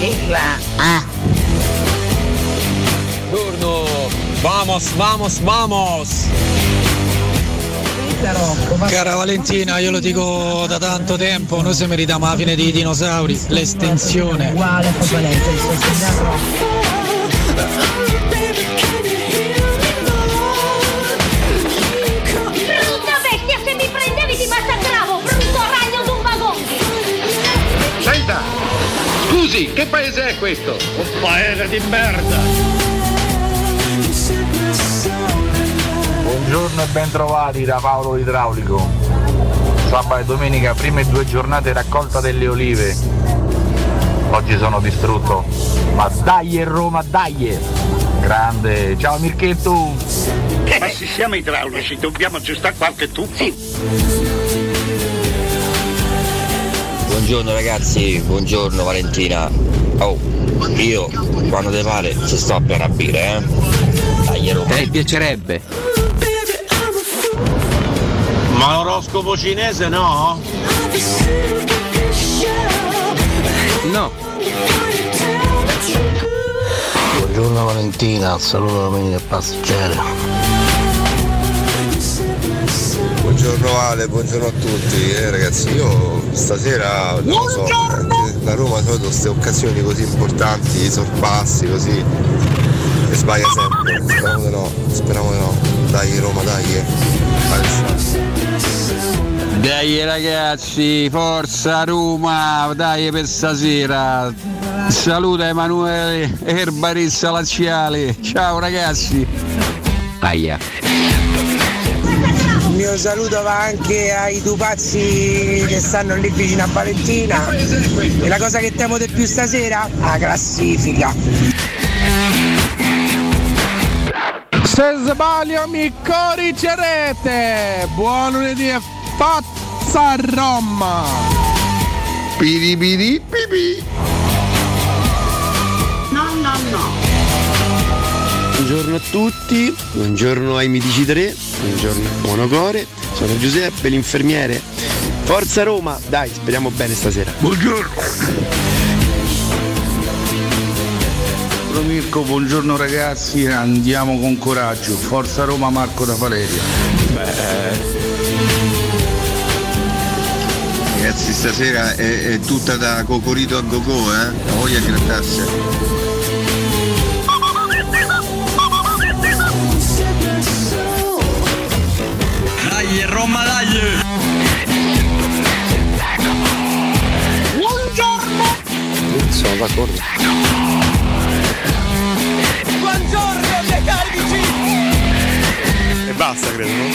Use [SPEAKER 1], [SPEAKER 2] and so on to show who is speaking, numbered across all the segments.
[SPEAKER 1] Buongiorno, vamos.
[SPEAKER 2] Cara Valentina, io lo dico da tanto tempo, noi se meritiamo la fine dei dinosauri, l'estinzione.
[SPEAKER 3] Uguale Valenza,
[SPEAKER 4] bestia, se mi prendevi ti massacravo, brutto ragno d'un vagone!
[SPEAKER 5] Senta! Scusi, che paese è questo?
[SPEAKER 6] Un paese di merda!
[SPEAKER 7] Buongiorno e ben trovati da Paolo Idraulico. Sabato e domenica, prime 2 giornate raccolta delle olive. Oggi sono distrutto. Ma dai Roma, dai! Grande, ciao Mirchetto!
[SPEAKER 6] Ma se siamo idraulici dobbiamo aggiustare qualche tubo. Sì.
[SPEAKER 8] Buongiorno ragazzi, buongiorno Valentina. Oh, io quando te pare ci sto appena a bere, Dai Roma.
[SPEAKER 1] Piacerebbe.
[SPEAKER 6] Ma l'oroscopo cinese no?
[SPEAKER 1] No.
[SPEAKER 2] Buongiorno Valentina, saluto domenica pasticcere.
[SPEAKER 9] Buongiorno Ale, buongiorno a tutti. Ragazzi, io stasera non lo so, la Roma solito queste occasioni così importanti, sorpassi così, e sbaglia sempre. Speriamo di no. Dai Roma, dai.
[SPEAKER 1] Dai ragazzi, forza Roma, dai per stasera. Saluta Emanuele Erbarizza Laziale. Ciao ragazzi. Aia.
[SPEAKER 3] Il mio saluto va anche ai pupazzi che stanno lì vicino a Valentina. E la cosa che temo di più stasera? La classifica.
[SPEAKER 10] Se sbaglio mi corrigerete. Buon lunedì e forza Roma.
[SPEAKER 9] Piripiri pipi.
[SPEAKER 3] No.
[SPEAKER 11] Buongiorno a tutti, buongiorno ai Mitici 3, buongiorno a Buonocore, sono Giuseppe, l'infermiere. Forza Roma, dai, speriamo bene stasera.
[SPEAKER 6] Buongiorno.
[SPEAKER 12] Mirko, buongiorno ragazzi, andiamo con coraggio. Forza Roma, Marco da Valeria.
[SPEAKER 9] Ragazzi, stasera è tutta da Cocorito a Gogò, La voglia di grattarsi.
[SPEAKER 1] Dai Roma, dai!
[SPEAKER 3] Buongiorno!
[SPEAKER 11] Sono d'accordo.
[SPEAKER 3] Buongiorno miei cari vicini!
[SPEAKER 9] E basta, credo, no?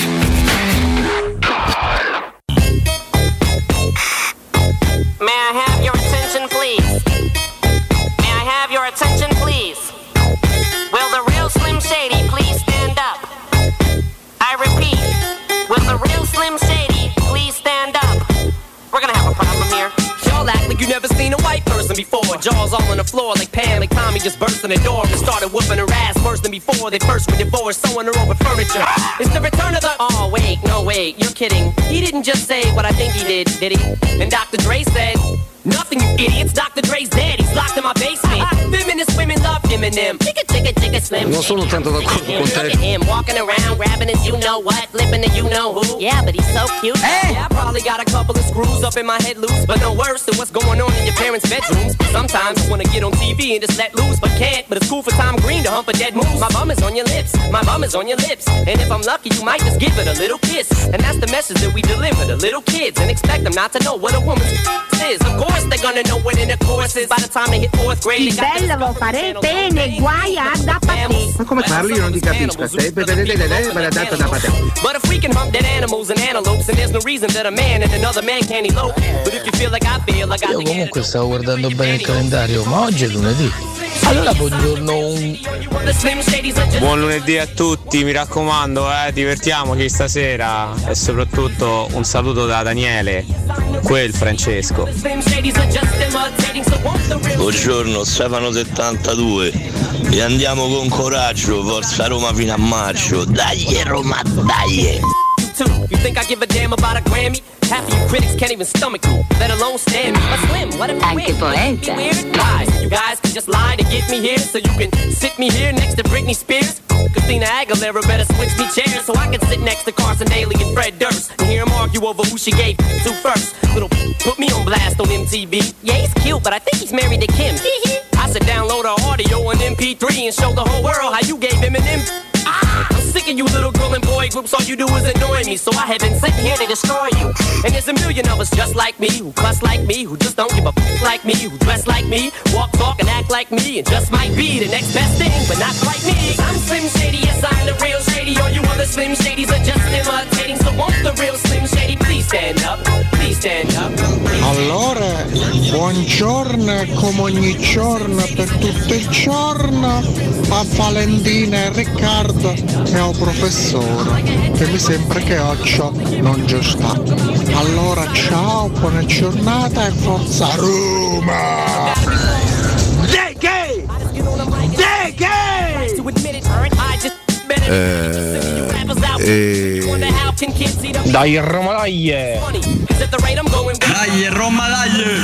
[SPEAKER 13] May I have your attention, please? May I have your attention, please? Will the real Slim Shady please stand up? I repeat, will the real Slim Shady please stand up? We're gonna have a problem here.
[SPEAKER 14] Y'all act like you never seen a white person before. Jaws all on the floor like Pam, like Tommy just burst in the door and started whooping her ass worse than before. They first were divorced, sewing her over furniture. It's the return of the... Oh, wait, no, wait, you're kidding. He didn't just say what I think he did he? And Dr. Dre said... Nothing, you idiots. Dr. Dre's dead. He's locked in my basement. Feminist women love him and them. Chicka, slim.
[SPEAKER 11] Non sono tanto d'accordo con te.
[SPEAKER 13] Look at him walking around, grabbing his you know what, flipping the you know who. Yeah, but he's so cute. Yeah, I probably got a couple of screws up in my head loose, but no worse than what's going on in your parents' bedrooms. Sometimes I wanna get on TV and just let loose, but can't. But it's cool for Tom Green to hump a dead moose. My bum is on your lips. My bum is on your lips. And if I'm lucky, you might just give it a little kiss. And that's the message that we deliver to little kids and expect them not to know what a woman's is. Of course they're gonna know what in the course is by the time they hit fourth grade.
[SPEAKER 3] Il bello fare bene, guai ad appate.
[SPEAKER 12] Ma come parli? Io non ti capisco.
[SPEAKER 13] But if we can hump dead animals and antelopes, then there's no reason that a man and another man can't elope. But if you feel like I feel, I got
[SPEAKER 2] Io comunque stavo guardando bene il calendario, ma oggi è lunedì. Allora buongiorno.
[SPEAKER 1] Buon lunedì a tutti, mi raccomando, divertiamoci stasera e soprattutto un saluto da Daniele, quel Francesco.
[SPEAKER 8] Buongiorno Stefano 72 e andiamo con coraggio, forza Roma fino a maggio. Dai Roma, dai!
[SPEAKER 13] too. You think I give a damn about a Grammy? Half of you critics can't even stomach me, let alone stand me. But Slim, what if
[SPEAKER 15] Anche poeta.
[SPEAKER 13] Lies. You guys can just lie to get me here, so you can sit me here next to Britney Spears. Christina Aguilera better switch me chairs so I can sit next to Carson Daly and Fred Durst and hear them argue over who she gave to first. Little put me on blast on MTV. Yeah, he's cute, but I think he's married to Kim. I should download her audio on MP3 and show the whole world how you gave him an M. I'm sick of you little girl and boy groups, all you do is annoy me. So I have been sitting here to destroy you. And there's a million of us just like me, who cuss like me, who just don't give a f*** like me, who dress like me, walk, talk, and act like me, and just might be the next best thing, but not quite me. I'm Slim Shady, yes I'm the real Shady. All you other Slim Shadys are just imitating. So won't the real Slim Shady please stand up, please stand up.
[SPEAKER 10] Allora, buongiorno come ogni giorno per tutto il giorno a Valentina e Riccardo e al professore, che mi sembra che oggi non ci sta. Allora ciao, buona giornata e forza Roma!
[SPEAKER 1] Dai Roma, dai!
[SPEAKER 13] Dai Roma, dai!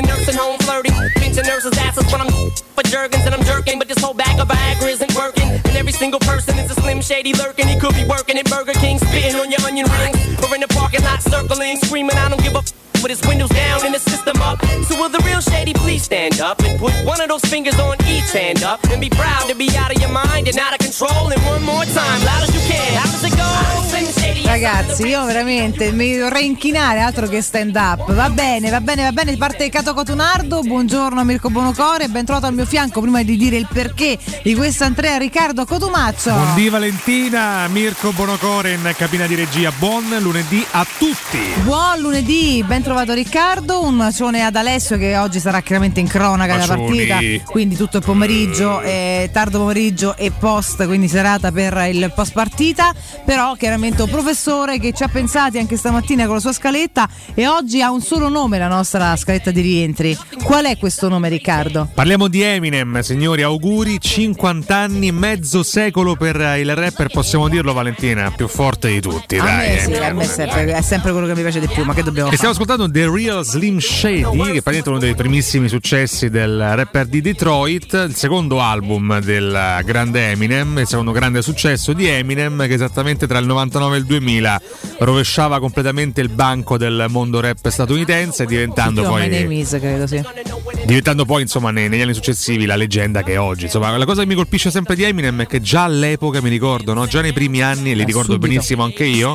[SPEAKER 13] For Jergens and I'm jerking, but this whole bag of Viagra isn't working. And every single person is a Slim Shady lurking. He could be working at Burger King, spitting on your onion rings, or in the parking lot circling, screaming, I don't give a f***, with his windows down and the system up. So will the real Shady please stand up and put one of those fingers on each hand up and be proud to be out of your mind and out of control. And one more time, loud as you can. How does it go?
[SPEAKER 16] Ragazzi, io veramente mi vorrei inchinare, altro che stand up. Va bene, parte Cato Cotunardo. Buongiorno Mirko Bonocore, ben trovato al mio fianco. Prima di dire il perché di questa Andrea Riccardo Cotumaccio.
[SPEAKER 17] Buondì Valentina, Mirko Bonocore in cabina di regia. Buon lunedì a tutti.
[SPEAKER 16] Buon lunedì, ben trovato Riccardo. Un bacione ad Alessio che oggi sarà chiaramente in cronaca della partita, quindi tutto il pomeriggio, tardo pomeriggio e post, quindi serata per il post partita. Però chiaramente un professore che ci ha pensati anche stamattina con la sua scaletta, e oggi ha un solo nome la nostra scaletta di rientri. Qual è questo nome, Riccardo?
[SPEAKER 17] Parliamo di Eminem, signori, auguri, 50 anni, mezzo secolo per il rapper, possiamo dirlo Valentina, più forte di tutti, dai.
[SPEAKER 16] A me è sempre quello che mi piace di più, ma che dobbiamo fare?
[SPEAKER 17] Stiamo ascoltando The Real Slim Shady, che è praticamente uno dei primissimi successi del rapper di Detroit, il secondo album del grande Eminem, il secondo grande successo di Eminem, che esattamente tra il 99 e il 2000 rovesciava completamente il banco del mondo rap statunitense, diventando poi insomma negli anni successivi la leggenda che è oggi. Insomma, la cosa che mi colpisce sempre di Eminem è che già all'epoca, mi ricordo, no? Già nei primi anni, li ricordo benissimo anche io,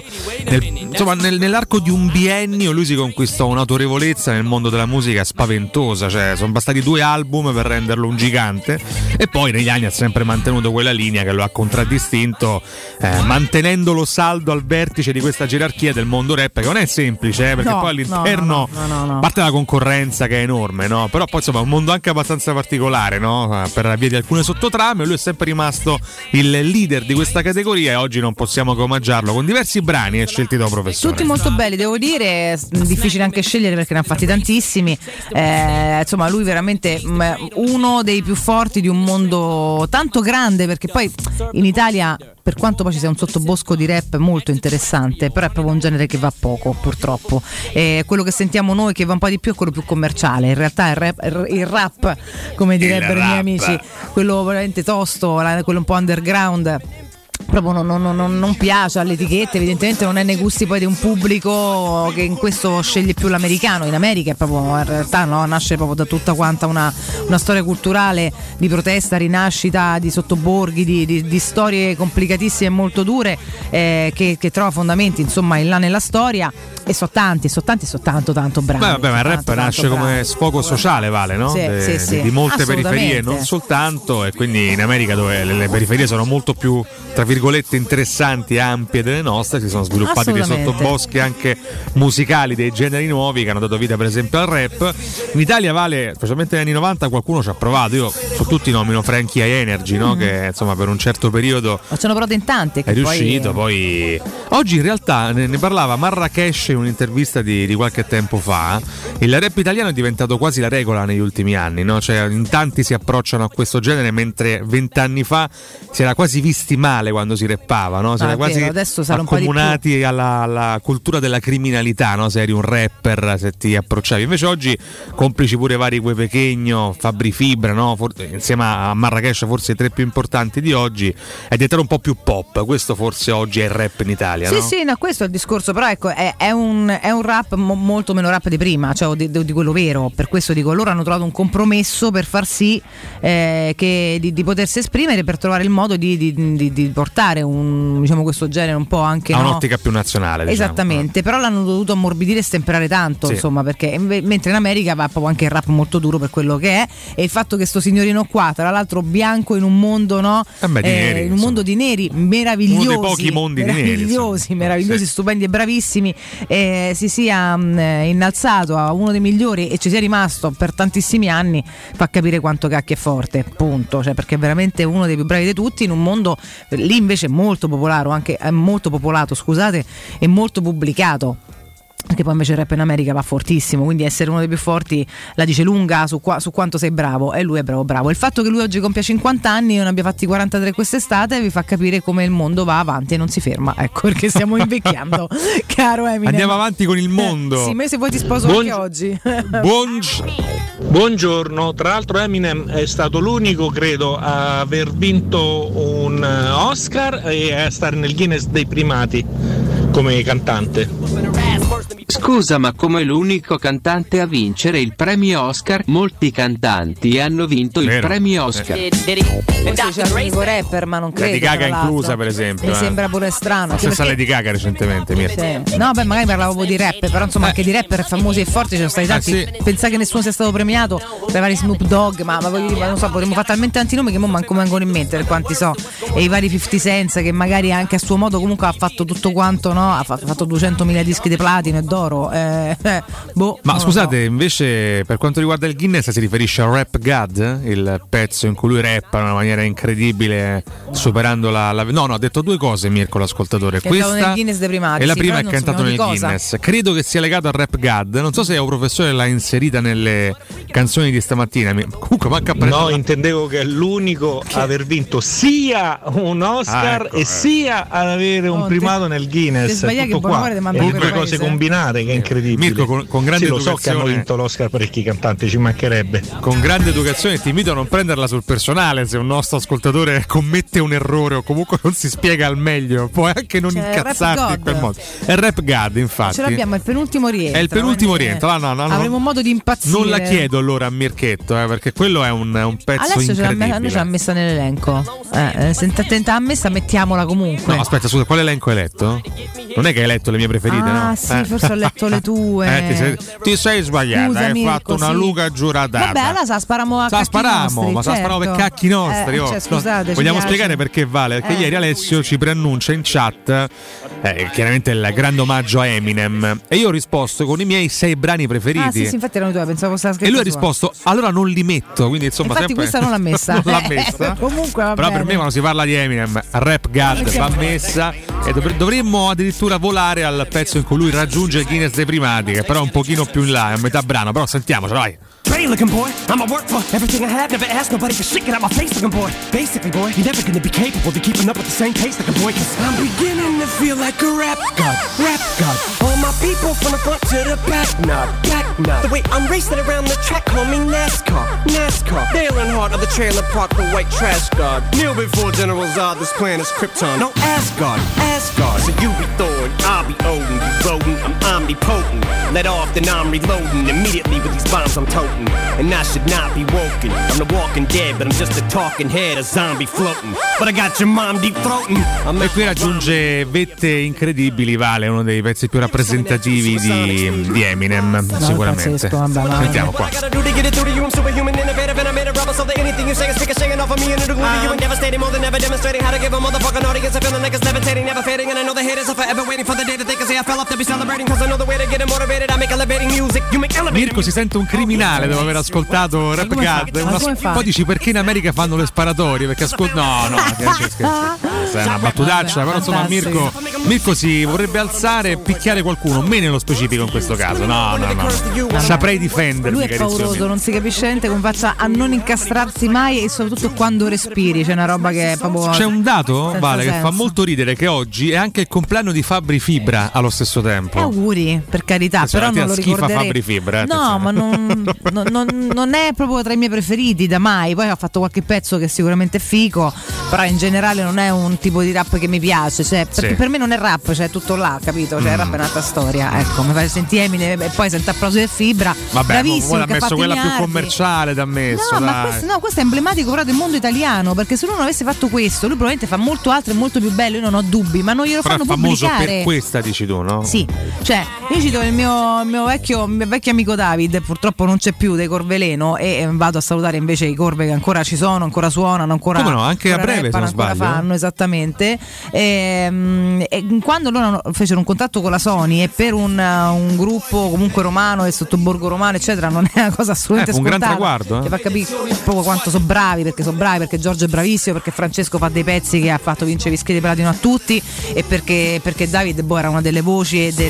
[SPEAKER 17] nell'arco di un biennio lui si conquistò un'autorevolezza nel mondo della musica spaventosa, cioè sono bastati 2 album per renderlo un gigante, e poi negli anni ha sempre mantenuto quella linea che lo ha contraddistinto, mantenendolo saldo al vertice di questa gerarchia del mondo rap, che non è semplice, perché poi all'interno, a parte la concorrenza che è enorme, no? Però poi insomma è un mondo anche abbastanza particolare, no? Per via di alcune sottotrame. Lui è sempre rimasto il leader di questa categoria e oggi non possiamo che omaggiarlo con diversi brani scelti da un professore.
[SPEAKER 16] Tutti molto belli, devo dire, difficile anche scegliere perché ne ha fatti tantissimi. Insomma, lui veramente uno dei più forti di un mondo tanto grande, perché poi in Italia, per quanto poi ci sia un sottobosco di rap molto interessante, però è proprio un genere che va poco, purtroppo. Quello che sentiamo noi che va un po' di più è quello più commerciale. In realtà il rap, come direbbero i miei amici, quello veramente tosto, quello un po' underground, proprio non piace alle etichette, evidentemente non è nei gusti poi di un pubblico che in questo sceglie più l'americano. In America è proprio, in realtà nasce proprio da tutta quanta una storia culturale di protesta, rinascita, di sottoborghi, di storie complicatissime e molto dure, che trova fondamenti insomma in là nella storia, e so tanto bravi.
[SPEAKER 17] Vabbè, ma il rap nasce come sfogo sociale, Vale, no?
[SPEAKER 16] Sì.
[SPEAKER 17] Di molte periferie, non soltanto, e quindi in America, dove le periferie sono molto più, tra virgolette, interessanti e ampie delle nostre, si sono sviluppati dei sottoboschi anche musicali, dei generi nuovi che hanno dato vita per esempio al rap. In Italia, Vale, specialmente negli anni 90 qualcuno ci ha provato, io su tutti nomino Frankie Energy, no? Che insomma per un certo periodo
[SPEAKER 16] ci hanno provato in tante,
[SPEAKER 17] è riuscito, poi oggi in realtà ne parlava Marrakesh in un'intervista di qualche tempo fa. Il rap italiano è diventato quasi la regola negli ultimi anni, no? Cioè in tanti si approcciano a questo genere, mentre 20 anni fa si era quasi visti male quando quando si rappava, no? Si era quasi accomunati alla cultura della criminalità, no? Se eri un rapper, se ti approcciavi. Invece oggi, complici pure vari Gue Pequeno, Fabri Fibra, no? Insieme a Marrakesh, forse i tre più importanti di oggi, è diventato un po' più pop. Questo forse oggi è il rap in Italia,
[SPEAKER 16] sì,
[SPEAKER 17] no?
[SPEAKER 16] Sì, no, questo è il discorso, però ecco, è un rap molto meno rap di prima, cioè di quello vero. Per questo dico, loro hanno trovato un compromesso per far sì che di potersi esprimere, per trovare il modo di portare questo genere un po' anche
[SPEAKER 17] a un'ottica più nazionale, diciamo.
[SPEAKER 16] Esattamente, però l'hanno dovuto ammorbidire e stemperare tanto, sì. Insomma, perché mentre in America va proprio anche il rap molto duro per quello che è, e il fatto che sto signorino qua, tra l'altro bianco in un mondo, no?
[SPEAKER 17] Neri,
[SPEAKER 16] in un mondo di neri meravigliosi,
[SPEAKER 17] uno dei pochi mondi
[SPEAKER 16] meravigliosi,
[SPEAKER 17] sì.
[SPEAKER 16] Stupendi e bravissimi, si sia innalzato a uno dei migliori e ci sia rimasto per tantissimi anni, fa capire quanto cacchio è forte, punto. Cioè, perché è veramente uno dei più bravi di tutti, in un mondo lì invece molto popolare, anche molto popolato, scusate, e molto pubblicato. Perché poi invece il rap in America va fortissimo, quindi essere uno dei più forti la dice lunga su quanto sei bravo, e lui è bravo. Il fatto che lui oggi compia 50 anni e non abbia fatti 43 quest'estate vi fa capire come il mondo va avanti e non si ferma, ecco perché stiamo invecchiando. Caro Eminem,
[SPEAKER 17] andiamo avanti con il mondo.
[SPEAKER 16] Sì, ma se vuoi ti sposo anche oggi.
[SPEAKER 15] Buongiorno, tra l'altro Eminem è stato l'unico, credo, a aver vinto un Oscar e a stare nel Guinness dei primati come cantante.
[SPEAKER 18] Scusa, ma come l'unico cantante a vincere il premio Oscar, molti cantanti hanno vinto il premio Oscar.
[SPEAKER 16] Forse c'è l'unico rapper, ma non credo.
[SPEAKER 17] Lady Gaga inclusa, per esempio.
[SPEAKER 16] Mi sembra pure strano.
[SPEAKER 17] La stessa Lady Gaga recentemente,
[SPEAKER 16] sì. No, beh, magari parlavo un po' di rap, però insomma anche di rapper famosi e forti ci sono stati tanti.
[SPEAKER 17] Sì.
[SPEAKER 16] Pensare che nessuno sia stato premiato per vari Snoop Dogg, ma voglio dire, non so, potremmo fare talmente tanti nomi che mo manco vengono in mente, per quanti so. E i vari 50 Cent, che magari anche a suo modo comunque ha fatto tutto quanto, no? Ha fatto 200.000 dischi di platino e d'oro.
[SPEAKER 17] Ma scusate, invece per quanto riguarda il Guinness si riferisce a Rap God, il pezzo in cui lui rappa in una maniera incredibile, superando No, ha detto due cose Mirko l'ascoltatore. Questa
[SPEAKER 16] nel Guinness dei primati,
[SPEAKER 17] e la prima è cantato nel Guinness. Credo che sia legato a Rap God. Non so se un professore l'ha inserita nelle canzoni di stamattina. Comunque manca a
[SPEAKER 15] No, intendevo che è l'unico a aver vinto sia un Oscar e sia ad avere un primato nel Guinness. Tutto qua. E le due cose combinate, che è incredibile.
[SPEAKER 17] Mirko, con grande
[SPEAKER 15] lo
[SPEAKER 17] educazione,
[SPEAKER 15] so che hanno vinto l'Oscar parecchi cantanti, ci mancherebbe.
[SPEAKER 17] Con grande educazione ti invito a non prenderla sul personale se un nostro ascoltatore commette un errore o comunque non si spiega al meglio, puoi anche non incazzarti in quel modo. È Rap God, infatti.
[SPEAKER 16] Ce l'abbiamo, è il penultimo rientro.
[SPEAKER 17] È il penultimo rientro. No.
[SPEAKER 16] Avremo modo di impazzire.
[SPEAKER 17] Non la chiedo allora a Mirchetto, perché quello è un pezzo
[SPEAKER 16] adesso
[SPEAKER 17] incredibile.
[SPEAKER 16] Noi ce l'ha messa nell'elenco. Se attenta a messa, mettiamola comunque.
[SPEAKER 17] No, aspetta, scusa, quale elenco hai letto? Non è che hai letto le mie preferite, no?
[SPEAKER 16] Sì, forse ho letto le tue.
[SPEAKER 17] Ti sei sbagliata,
[SPEAKER 16] Scusa,
[SPEAKER 17] hai
[SPEAKER 16] Mirko,
[SPEAKER 17] fatto una lunga giuratata.
[SPEAKER 16] Vabbè, allora se la spariamo a cacchi nostri,
[SPEAKER 17] ma se la spariamo per cacchi nostri.
[SPEAKER 16] Scusate,
[SPEAKER 17] vogliamo spiegare perché vale? Perché ieri Alessio ci preannuncia in chat chiaramente il grande omaggio a Eminem e io ho risposto con i miei 6 brani preferiti.
[SPEAKER 16] Sì, infatti erano i tuoi, pensavo fosse la scherza.
[SPEAKER 17] E lui ha risposto allora non li metto, quindi insomma
[SPEAKER 16] infatti
[SPEAKER 17] sempre
[SPEAKER 16] questa non l'ha messa.
[SPEAKER 17] Non l'ha messa.
[SPEAKER 16] Comunque va
[SPEAKER 17] però
[SPEAKER 16] bene.
[SPEAKER 17] Per me quando si parla di Eminem, Rap God va messa e dovremmo addirittura volare al pezzo in cui lui raggiunge il Guinness dei primati, che però è un pochino più in là, è a metà brano, però sentiamocelo, vai.
[SPEAKER 19] Pretty looking boy, I'ma work for everything I have. Never ask nobody for shit, get out my face looking boy. Basically boy, you're never gonna be capable of keeping up with the same pace looking boy. Cause I'm beginning to feel like a rap god. All my people from the front to the back, nah. The way I'm racing around the track, call me NASCAR. Dale Earnhardt of the trailer park, the white trash god. Kneel before General Zod, this planet's Krypton. No Asgard. So you be Thor, I'll be Odin. You rodent, I'm omnipotent. Let off, then I'm reloading immediately with these bombs I'm toting. And I should not be woken. I'm the walking dead, but I'm just a talking head, a zombie floating. But I got your mom deep throating.
[SPEAKER 17] E qui raggiunge vette incredibili, Vale, uno dei pezzi più rappresentativi di Eminem, sicuramente. Sentiamo qua. Mirko si sente un criminale dopo aver ascoltato Rap God. Poi dici perché in America fanno le sparatorie? Perché no, questa è una battutaccia, però insomma Mirko si vorrebbe alzare e picchiare qualcuno, me nello specifico in questo caso. No. Saprei difendermi.
[SPEAKER 16] Lui è pauroso, non si capisce niente come faccia a non incastrarsi mai, e soprattutto quando respiri, c'è una roba che è proprio.
[SPEAKER 17] C'è un dato, Vale,
[SPEAKER 16] senso.
[SPEAKER 17] che fa molto ridere, che oggi è anche il compleanno di Fabri Fibra allo stesso tempo.
[SPEAKER 16] Auguri, per carità, però non lo ricorderei.
[SPEAKER 17] Fabri Fibra,
[SPEAKER 16] no, ma non è proprio tra i miei preferiti da mai. Poi ha fatto qualche pezzo che sicuramente è fico, però in generale non è un tipo di rap che mi piace, cioè, perché per me non è rap, cioè è tutto là, capito? Cioè il rap è un'altra storia, ecco, mi fai sentire Eminem e poi sento applauso del Fibra.
[SPEAKER 17] Vabbè,
[SPEAKER 16] bravissimo,
[SPEAKER 17] ha messo quella più commerciale, t'ha messo.
[SPEAKER 16] No, ma questo è emblematico però del mondo italiano, perché se lui non avesse fatto questo, lui probabilmente fa molto altro e molto più bello, io non ho dubbi, ma non glielo
[SPEAKER 17] però
[SPEAKER 16] fanno
[SPEAKER 17] è famoso
[SPEAKER 16] pubblicare.
[SPEAKER 17] Per questa dici tu, no?
[SPEAKER 16] Sì, cioè io cito il mio vecchio amico David, purtroppo non c'è più, dei Corveleno, e vado a salutare invece i Corve che ancora ci sono, ancora suonano, ancora.
[SPEAKER 17] Come no, anche
[SPEAKER 16] ancora
[SPEAKER 17] a breve
[SPEAKER 16] rappano,
[SPEAKER 17] se non
[SPEAKER 16] ancora
[SPEAKER 17] sbaglio.
[SPEAKER 16] fanno, esattamente. E quando loro fecero un contratto con la Sony e per un gruppo comunque romano e sottoborgo romano eccetera, non è una cosa assolutamente
[SPEAKER 17] un
[SPEAKER 16] scontata,
[SPEAKER 17] gran traguardo,
[SPEAKER 16] che fa capire proprio quanto sono bravi, perché Giorgio è bravissimo, perché Francesco fa dei pezzi che ha fatto vincere i Schede Platino a tutti, e perché David era una delle voci e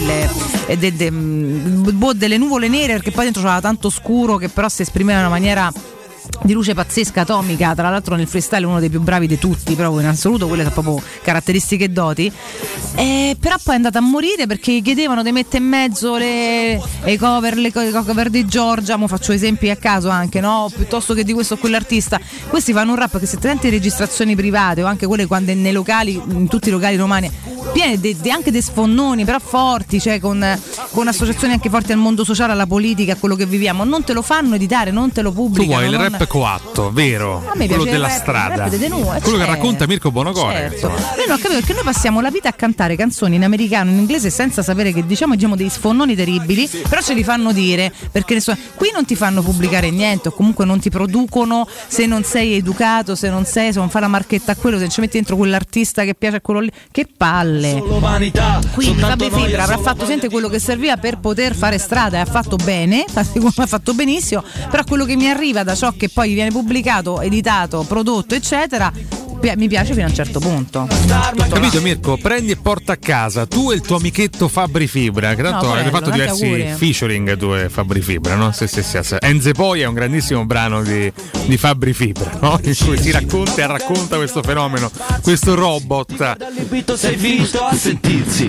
[SPEAKER 16] delle nuvole nere, perché poi dentro c'era tanto scuro che però si esprimeva in una maniera di luce pazzesca, atomica. Tra l'altro nel freestyle uno dei più bravi di tutti, proprio in assoluto, quelle sono proprio caratteristiche e doti. Però poi è andata a morire perché gli chiedevano di mettere in mezzo le cover di Giorgia, mo faccio esempi a caso anche, no? Piuttosto che di questo o quell'artista. Questi fanno un rap che se tenti registrazioni private o anche quelle quando nei locali, in tutti i locali romani, piene anche dei sfonnoni però forti, cioè con associazioni anche forti al mondo sociale, alla politica, a quello che viviamo, non te lo fanno editare, non te lo pubblicano.
[SPEAKER 17] Tu vuoi il rap coatto, vero?
[SPEAKER 16] A me
[SPEAKER 17] quello
[SPEAKER 16] piace
[SPEAKER 17] della
[SPEAKER 16] il rap,
[SPEAKER 17] strada,
[SPEAKER 16] il rap de noi,
[SPEAKER 17] quello che racconta Mirko Bonocore.
[SPEAKER 16] Certo. Noi non ho capito perché noi passiamo la vita a cantare canzoni in americano, in inglese, senza sapere che diciamo dei sfonnoni terribili, però ce li fanno dire, perché qui non ti fanno pubblicare niente, o comunque non ti producono se non sei educato, se non fai la marchetta a quello, se non ci metti dentro quell'artista che piace a quello lì, che palle. Quindi Fabri Fibra avrà fatto sempre quello che serviva per poter fare strada, e ha fatto bene, ha fatto benissimo, però quello che mi arriva da ciò che poi viene pubblicato, editato, prodotto eccetera, mi piace fino a un certo punto.
[SPEAKER 17] Capito Mirko? Prendi e porta a casa tu e il tuo amichetto Fabri Fibra, che tanto avete fatto diversi featuring tu e Fabri Fibra, no? Sì. Enze Poi è un grandissimo brano di Fabri Fibra, no? In cui si racconta e racconta questo fenomeno, questo robot.
[SPEAKER 19] Dall'invito sei visto a sentirsi.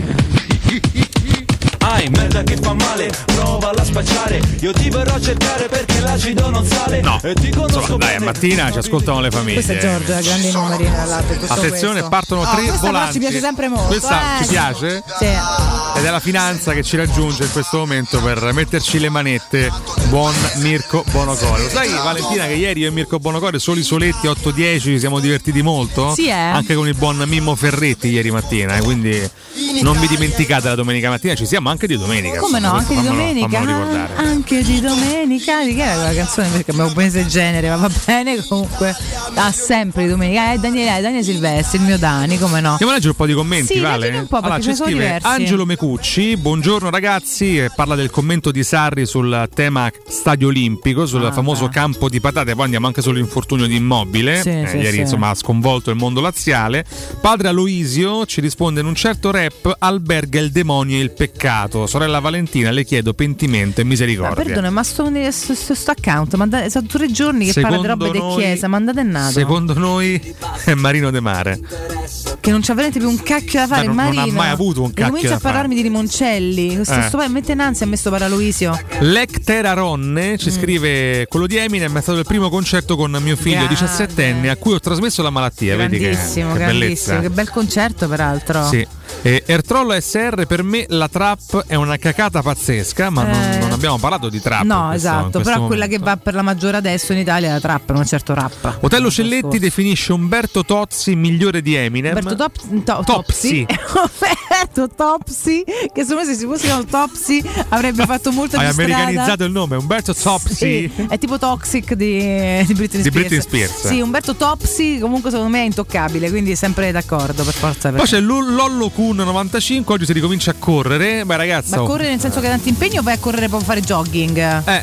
[SPEAKER 19] Hai merda che fa male, provala a spacciare. Io ti verrò a cercare perché l'acido non sale.
[SPEAKER 17] No,
[SPEAKER 19] e ti conosco
[SPEAKER 17] insomma, dai, a mattina ci ascoltano le famiglie.
[SPEAKER 16] Questo è Giorgio, grandi numeri nell'altro.
[SPEAKER 17] Attenzione,
[SPEAKER 16] questo.
[SPEAKER 17] partono tre volanti.
[SPEAKER 16] Ci piace sempre molto.
[SPEAKER 17] Questa ci piace?
[SPEAKER 16] Sì.
[SPEAKER 17] Ed è la finanza che ci raggiunge in questo momento per metterci le manette. Buon Mirko Bonocore. Sai Valentina che ieri io e Mirko Bonocore soli soletti 8-10 ci siamo divertiti molto?
[SPEAKER 16] Sì,
[SPEAKER 17] anche con il buon Mimmo Ferretti ieri mattina, quindi non vi dimenticate la domenica mattina, ci siamo anche di domenica.
[SPEAKER 16] Come no, anche di domenica? Anche di domenica. Di che era quella canzone? Perché abbiamo preso il genere, ma va bene comunque. Sempre di domenica. Daniele Silvestri, il mio Dani, come no?
[SPEAKER 17] Andiamo a leggere un po' di commenti,
[SPEAKER 16] sì,
[SPEAKER 17] Vale?
[SPEAKER 16] Un po',
[SPEAKER 17] allora, ci scrive
[SPEAKER 16] diversi.
[SPEAKER 17] Angelo Mecucci, buongiorno ragazzi, e parla del commento di Sarri sul tema Stadio Olimpico, sul famoso campo di patate. Poi andiamo anche sull'infortunio di Immobile, ieri insomma ha sconvolto il mondo laziale. Padre Aloisio ci risponde: in un certo rap alberga il demonio e il peccato. Sorella Valentina, le chiedo pentimento e misericordia.
[SPEAKER 16] Perdone, ma sto account sono 3 giorni che parla di robe di chiesa, mandate nato.
[SPEAKER 17] Secondo noi è Marino De Mare,
[SPEAKER 16] che non c'ha veramente più un cacchio da fare.
[SPEAKER 17] Non ha mai avuto un cacchio da fare.
[SPEAKER 16] Comincia a parlarmi di Limoncelli. Mette in ansia, ha messo per Aloisio.
[SPEAKER 17] Lectera Ronne ci scrive: quello di Eminem è stato il primo concerto con mio figlio 17enne a cui ho trasmesso la malattia.
[SPEAKER 16] Grandissimo,
[SPEAKER 17] vedi che
[SPEAKER 16] grandissimo, che bel concerto peraltro.
[SPEAKER 17] Sì. Ertrollo SR, per me la trap è una cacata pazzesca, ma non abbiamo parlato di trap.
[SPEAKER 16] No, esatto, però momento. Quella che va per la maggiore adesso in Italia è la trap, non certo rap.
[SPEAKER 17] Otello Celletti definisce Umberto Tozzi migliore di Eminem.
[SPEAKER 16] Umberto Topsi. Umberto Topsi, che secondo me se si fosse chiamato Topsi avrebbe fatto molto più strada.
[SPEAKER 17] Hai americanizzato il nome, Umberto Topsi.
[SPEAKER 16] Sì, è tipo Toxic di Britney Spears. Sì, Umberto Topsi comunque secondo me è intoccabile, quindi sempre d'accordo per forza.
[SPEAKER 17] Poi c'è Lollo Kun 95, oggi si ricomincia a correre. Beh ragazzi,
[SPEAKER 16] ma correre nel senso che hai tanto impegno o vai a correre per fare jogging?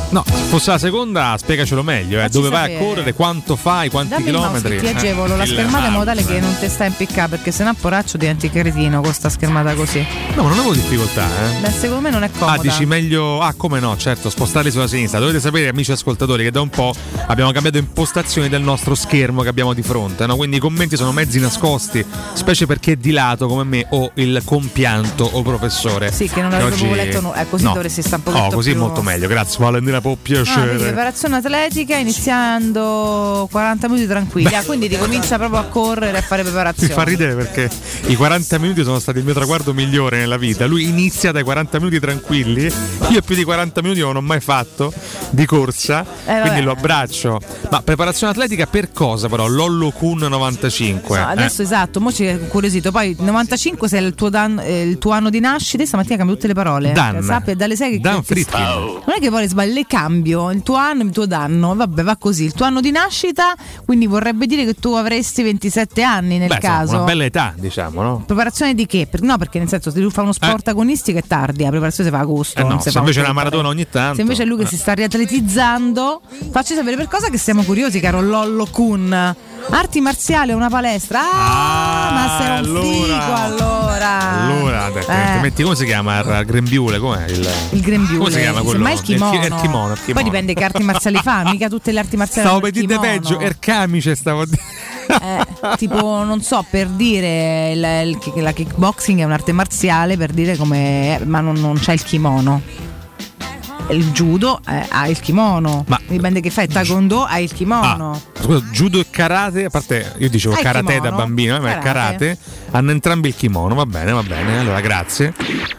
[SPEAKER 17] No, se fosse la seconda, spiegacelo meglio. Dove vai
[SPEAKER 16] sapere.
[SPEAKER 17] a correre, quanto fai, quanti
[SPEAKER 16] Dammi
[SPEAKER 17] chilometri.
[SPEAKER 16] ti agevolo la schermata in modo tale che non te sta in picca, perché sennò poraccio diventi cretino con sta schermata così.
[SPEAKER 17] No, ma non avevo difficoltà,
[SPEAKER 16] Beh, secondo me non è comoda.
[SPEAKER 17] dici meglio. Come no, certo, spostarli sulla sinistra. Dovete sapere, amici ascoltatori, che da un po' abbiamo cambiato impostazioni del nostro schermo che abbiamo di fronte, no? Quindi i commenti sono mezzi nascosti, specie perché di lato come me o il compianto o professore.
[SPEAKER 16] Sì, che non l'avevo proprio letto, così
[SPEAKER 17] no.
[SPEAKER 16] dovresti stare un po'
[SPEAKER 17] così
[SPEAKER 16] più...
[SPEAKER 17] molto meglio. Grazie Valentina, può piacere.
[SPEAKER 16] Preparazione atletica iniziando 40 minuti tranquilli. Quindi ricomincia proprio a correre e a fare preparazione.
[SPEAKER 17] Mi fa ridere perché i 40 minuti sono stati il mio traguardo migliore nella vita. Lui inizia dai 40 minuti tranquilli. Io più di 40 minuti non ho mai fatto di corsa, quindi lo abbraccio. Ma preparazione atletica per cosa però? Lollo Kun 95.
[SPEAKER 16] No, adesso esatto, mo ci è curiosito. Poi 95 se è il tuo anno di nascita, stamattina cambio tutte le parole.
[SPEAKER 17] Dan.
[SPEAKER 16] Sappi, dalle 6 che
[SPEAKER 17] Dan Fritkin.
[SPEAKER 16] Non è che poi sbaglio, le cambio. Il tuo anno, il tuo danno. Vabbè, va così. Il tuo anno di nascita, quindi vorrebbe dire che tu avresti 27 anni nel caso.
[SPEAKER 17] Una bella età, diciamo, no?
[SPEAKER 16] Preparazione di che? No, perché nel senso, se tu fai uno sport agonistico è tardi, la preparazione si fa a agosto.
[SPEAKER 17] No, se invece è una maratona ogni tanto.
[SPEAKER 16] Se invece è lui che si sta riatletizzando, facci sapere per cosa che siamo curiosi, caro Lollo Kun. Arti marziali o una palestra? Ma sei un figo allora.
[SPEAKER 17] Ti metti, come si chiama? Il grembiule, com'è?
[SPEAKER 16] Il grembiule.
[SPEAKER 17] Come si chiama quello?
[SPEAKER 16] Semmai il kimono.
[SPEAKER 17] Il kimono.
[SPEAKER 16] Poi dipende che arti marziali fa, mica tutte le arti marziali.
[SPEAKER 17] Stavo per dire peggio, camice stavo a dire.
[SPEAKER 16] Tipo, non so, per dire la kickboxing è un'arte marziale, per dire come, ma non c'è il kimono. Il judo ha il kimono, ma dipende che fai. Taekwondo ha il kimono.
[SPEAKER 17] Scusa, judo e karate, a parte io dicevo karate da bambino, ma karate hanno entrambi il kimono. Va bene, allora grazie.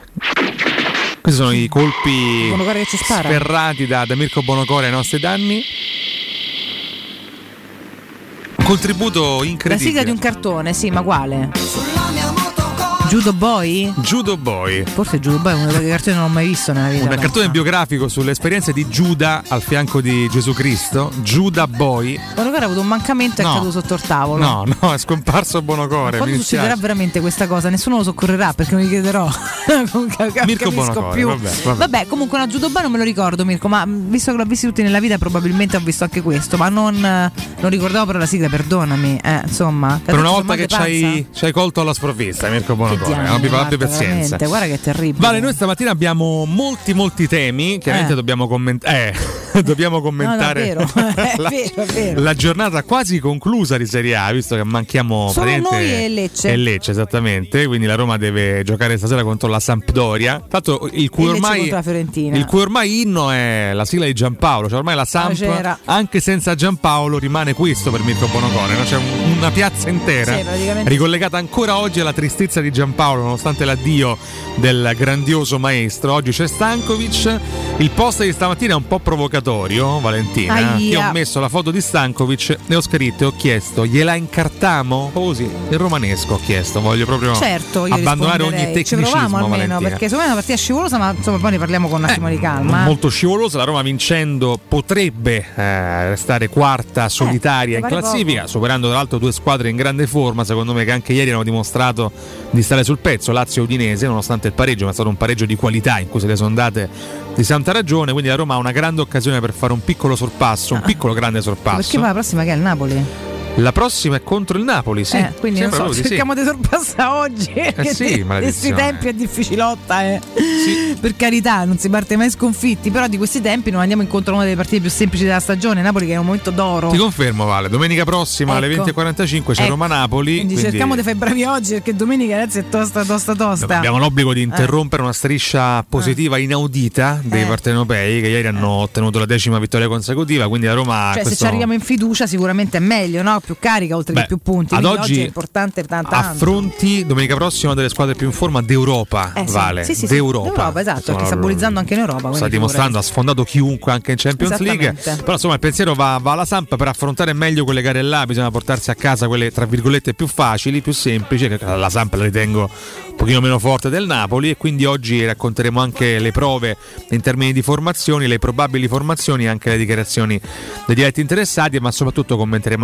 [SPEAKER 17] Questi sono i colpi sferrati da Mirko Bonocore ai nostri danni. Un contributo incredibile.
[SPEAKER 16] La sigla di un cartone, sì, ma quale? Judo Boy?
[SPEAKER 17] Judo Boy.
[SPEAKER 16] Forse Judo Boy è uno dei cartoni che non ho mai visto nella vita.
[SPEAKER 17] Un cartone biografico sulle esperienze di Giuda al fianco di Gesù Cristo. Juda Boy.
[SPEAKER 16] Bonocore ha avuto un mancamento e è caduto sotto il tavolo.
[SPEAKER 17] No, è scomparso Bonocore.
[SPEAKER 16] Quando succederà veramente questa cosa? Nessuno lo soccorrerà perché non gli chiederò.
[SPEAKER 17] Mirko Bonocore,
[SPEAKER 16] più.
[SPEAKER 17] Vabbè,
[SPEAKER 16] comunque una Judo Boy non me lo ricordo, Mirko, ma visto che l'ho visto tutti nella vita probabilmente ho visto anche questo, ma non ricordavo però la sigla, perdonami. Insomma,
[SPEAKER 17] per una volta che ci hai colto alla sprovvista, Mirko Bonocore. Abbi pazienza.
[SPEAKER 16] Guarda che è terribile.
[SPEAKER 17] Vale, noi stamattina abbiamo molti temi. Chiaramente dobbiamo commentare.
[SPEAKER 16] Vero.
[SPEAKER 17] La giornata quasi conclusa di Serie A, visto che manchiamo
[SPEAKER 16] solo noi e Lecce.
[SPEAKER 17] Esattamente. Quindi la Roma deve giocare stasera contro la Sampdoria. Tanto il cui ormai inno è la sigla di Giampaolo. Cioè ormai la Samp, anche senza Giampaolo, rimane questo per Mirko Bonocore. C'è una piazza intera ricollegata ancora oggi alla tristezza di Giampaolo, nonostante l'addio del grandioso maestro. Oggi c'è Stankovic. Il post di stamattina è un po' provocatorio, Valentina. Io ho messo la foto di Stankovic e ho scritto e ho chiesto: gliela incartamo? Così, il romanesco ho chiesto, voglio proprio abbandonare ogni tecnicismo.
[SPEAKER 16] Ci proviamo almeno, perché secondo me è una partita scivolosa, ma insomma poi ne parliamo con un attimo di calma.
[SPEAKER 17] Molto scivolosa. La Roma vincendo potrebbe restare quarta solitaria in classifica, superando tra l'altro due squadre in grande forma, secondo me, che anche ieri hanno dimostrato di stare sul pezzo. Lazio e Udinese, nonostante il pareggio, ma è stato un pareggio di qualità in cui se le sono date di santa ragione. Quindi la Roma ha una grande occasione per fare un piccolo sorpasso, un piccolo grande sorpasso.
[SPEAKER 16] Perché poi la prossima che è il Napoli?
[SPEAKER 17] La prossima è contro il Napoli, sì.
[SPEAKER 16] Quindi non so, cerchiamo di sorpassare oggi. Questi tempi è difficilotta, Sì. Per carità, non si parte mai sconfitti, però di questi tempi non andiamo incontro a una delle partite più semplici della stagione. Napoli che è un momento d'oro.
[SPEAKER 17] Ti confermo, Vale, domenica prossima alle 20:45 c'è Roma-Napoli.
[SPEAKER 16] Quindi cerchiamo di fare bravi oggi, perché domenica ragazzi è tosta.
[SPEAKER 17] Abbiamo l'obbligo di interrompere una striscia positiva inaudita dei partenopei che ieri hanno ottenuto la 10ª vittoria consecutiva, quindi la Roma
[SPEAKER 16] se ci arriviamo in fiducia sicuramente è meglio, no? Più carica oltre che più punti.
[SPEAKER 17] Ad oggi
[SPEAKER 16] è importante tanto.
[SPEAKER 17] Affronti domenica prossima delle squadre più in forma d'Europa, Vale.
[SPEAKER 16] Sì.
[SPEAKER 17] D'Europa,
[SPEAKER 16] esatto, che sta bullizzando anche in Europa.
[SPEAKER 17] Sta dimostrando, ha sfondato chiunque anche in Champions League. Però insomma il pensiero va alla Samp. Per affrontare meglio quelle gare là bisogna portarsi a casa quelle tra virgolette più facili, più semplici. La Samp la ritengo un pochino meno forte del Napoli, e quindi oggi racconteremo anche le prove in termini di formazioni, le probabili formazioni, anche le dichiarazioni dei diretti interessati, ma soprattutto commenteremo anche quello che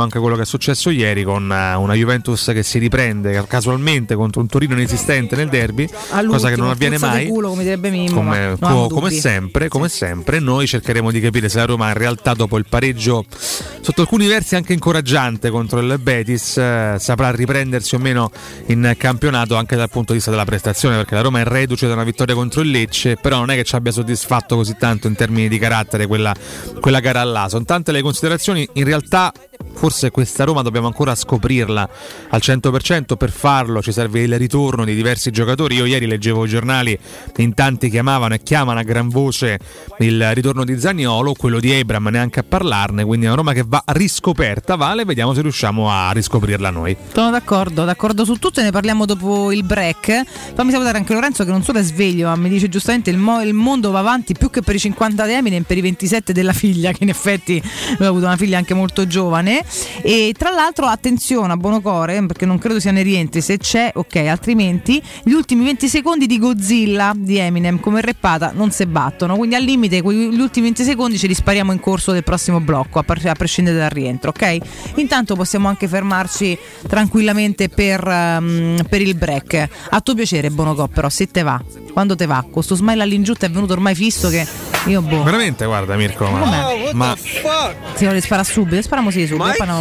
[SPEAKER 17] successo ieri con una Juventus che si riprende casualmente contro un Torino inesistente nel derby, cosa che non avviene mai,
[SPEAKER 16] culo, come direbbe Mimmo,
[SPEAKER 17] come sempre. Noi cercheremo di capire se la Roma in realtà, dopo il pareggio sotto alcuni versi anche incoraggiante contro il Betis, saprà riprendersi o meno in campionato anche dal punto di vista della prestazione, perché la Roma è reduce da una vittoria contro il Lecce, però non è che ci abbia soddisfatto così tanto in termini di carattere quella gara là. Sono tante le considerazioni, in realtà forse questa Roma dobbiamo ancora scoprirla al 100%. Per farlo ci serve il ritorno di diversi giocatori. Io ieri leggevo i giornali, in tanti chiamavano e chiamano a gran voce il ritorno di Zaniolo, quello di Ebram neanche a parlarne, quindi è una Roma che va riscoperta, Vale, vediamo se riusciamo a riscoprirla noi.
[SPEAKER 16] Sono d'accordo su tutto, e ne parliamo dopo il break. Fammi salutare anche Lorenzo, che non solo è sveglio, ma mi dice giustamente il mondo va avanti più che per i 50 di Eminem, per i 27 della figlia, che in effetti lui ha avuto una figlia anche molto giovane. E tra l'altro attenzione a Buonocore, perché non credo sia ne rientri, se c'è ok, altrimenti gli ultimi 20 secondi di Godzilla di Eminem come reppata non si battono, quindi al limite gli ultimi 20 secondi ce li spariamo in corso del prossimo blocco, a prescindere dal rientro, ok? Intanto possiamo anche fermarci tranquillamente per il break. A tuo piacere Buonocore, però se te va, quando te va, con sto smile all'ingiù è venuto ormai fisso che io
[SPEAKER 17] veramente, guarda Mirko, ma
[SPEAKER 16] si vuole sparare subito, spariamo subito.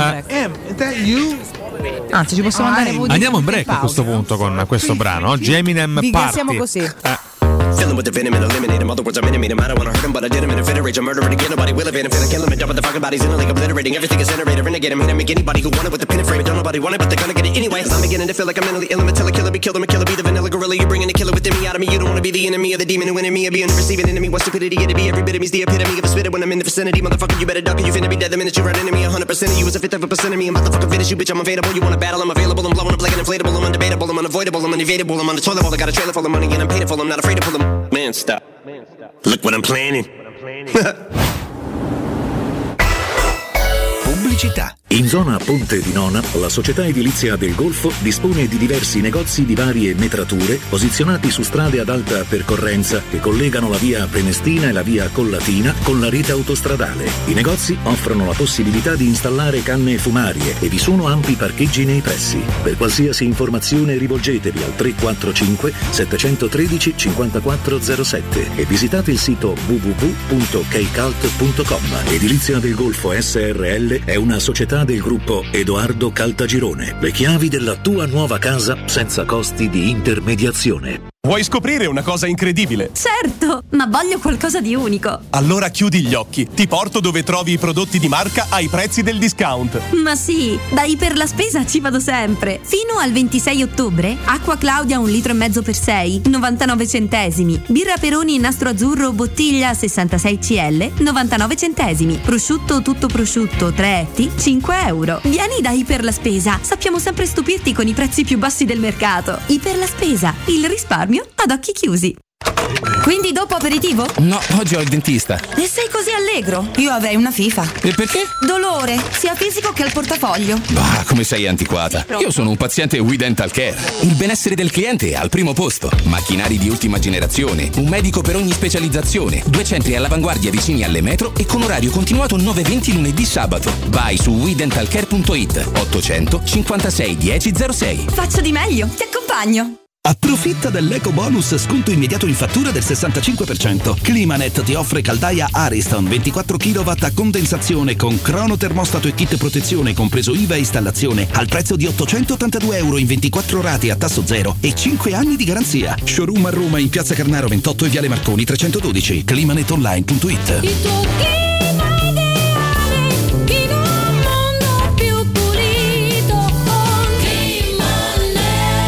[SPEAKER 16] Anzi, ci possiamo andare.
[SPEAKER 17] Andiamo in break a questo punto con questo brano. Oggi Eminem Party.
[SPEAKER 16] Siamo così.
[SPEAKER 14] Filling with the venom and eliminate him. Other words, I'm intimate him. I don't wanna hurt him, but I did him in a fit of rage. I'm murdering again. Nobody will evade him. Finna kill him and dump the fucking bodies in a lake, obliterating everything is incinerator. Renegade him, hit him, make anybody who want it with the pin and frame. Don't nobody want it, but they're gonna get it anyway. I'm beginning to feel like I'm mentally ill. I'm a killer, be killed. I'm a killer, be the vanilla gorilla. You're bringing the killer within me out of me. You don't wanna be the enemy of the demon who in me. I'll be a receiving enemy. What stupidity it'd be. Every bit of me's the epitome of a spitter when I'm in the vicinity. Motherfucker, you better duck or you finna be dead the minute you run into me. 100% of you is a fifth of a percent of me. I'm about to fucking finish you, bitch. I'm available. You wanna battle? I'm available. I'm blowing up like an inflatable. I'm undebatable. I'm unavoidable. I'm unevadable. I'm on the toilet bowl. I got a trailer full of money and I'm paid for. I'm not afraid to pull them. Man, stop. Look what I'm planning.
[SPEAKER 20] Pubblicità. In zona Ponte di Nona, la società edilizia del Golfo dispone di diversi negozi di varie metrature posizionati su strade ad alta percorrenza che collegano la via Prenestina e la via Collatina con la rete autostradale. I negozi offrono la possibilità di installare canne fumarie e vi sono ampi parcheggi nei pressi. Per qualsiasi informazione rivolgetevi al 345 713 5407 e visitate il sito www.kcalt.com. Edilizia del Golfo SRL è una società del gruppo Edoardo Caltagirone. Le chiavi della tua nuova casa senza costi di intermediazione.
[SPEAKER 21] Vuoi scoprire una cosa incredibile?
[SPEAKER 22] Certo, ma voglio qualcosa di unico.
[SPEAKER 21] Allora chiudi gli occhi, ti porto dove trovi i prodotti di marca ai prezzi del discount.
[SPEAKER 22] Ma sì, da Iper la Spesa ci vado sempre. Fino al 26 ottobre, acqua Claudia 1,5 litri per 6, 99 centesimi. Birra Peroni nastro azzurro bottiglia 66 CL, 99 centesimi. Prosciutto tutto prosciutto 3 etti, 5 euro. Vieni da Iper la Spesa, sappiamo sempre stupirti con i prezzi più bassi del mercato. Iper la Spesa, il risparmio ad occhi chiusi. Quindi dopo aperitivo?
[SPEAKER 23] No, oggi ho il dentista.
[SPEAKER 22] E sei così allegro? Io avrei una FIFA.
[SPEAKER 23] E perché?
[SPEAKER 22] Dolore, sia fisico che al portafoglio.
[SPEAKER 23] Bah, come sei antiquata. Io sono un paziente We Dental Care. Il benessere del cliente è al primo posto. Macchinari di ultima generazione, un medico per ogni specializzazione, 2 centri all'avanguardia vicini alle metro e con orario continuato 9-20 lunedì sabato. Vai su wedentalcare.it 800 56 10 06.
[SPEAKER 22] Faccio di meglio, ti accompagno.
[SPEAKER 24] Approfitta dell'eco bonus sconto immediato in fattura del 65%. Climanet ti offre caldaia Ariston 24 kW a condensazione con crono termostato e kit protezione compreso IVA e installazione al prezzo di €882 in 24 rate a tasso zero e 5 anni di garanzia. Showroom a Roma in Piazza Carnaro 28 e Viale Marconi 312. Climanetonline.it.
[SPEAKER 4] Il tuo clima ideale in un mondo più pulito con Climanet.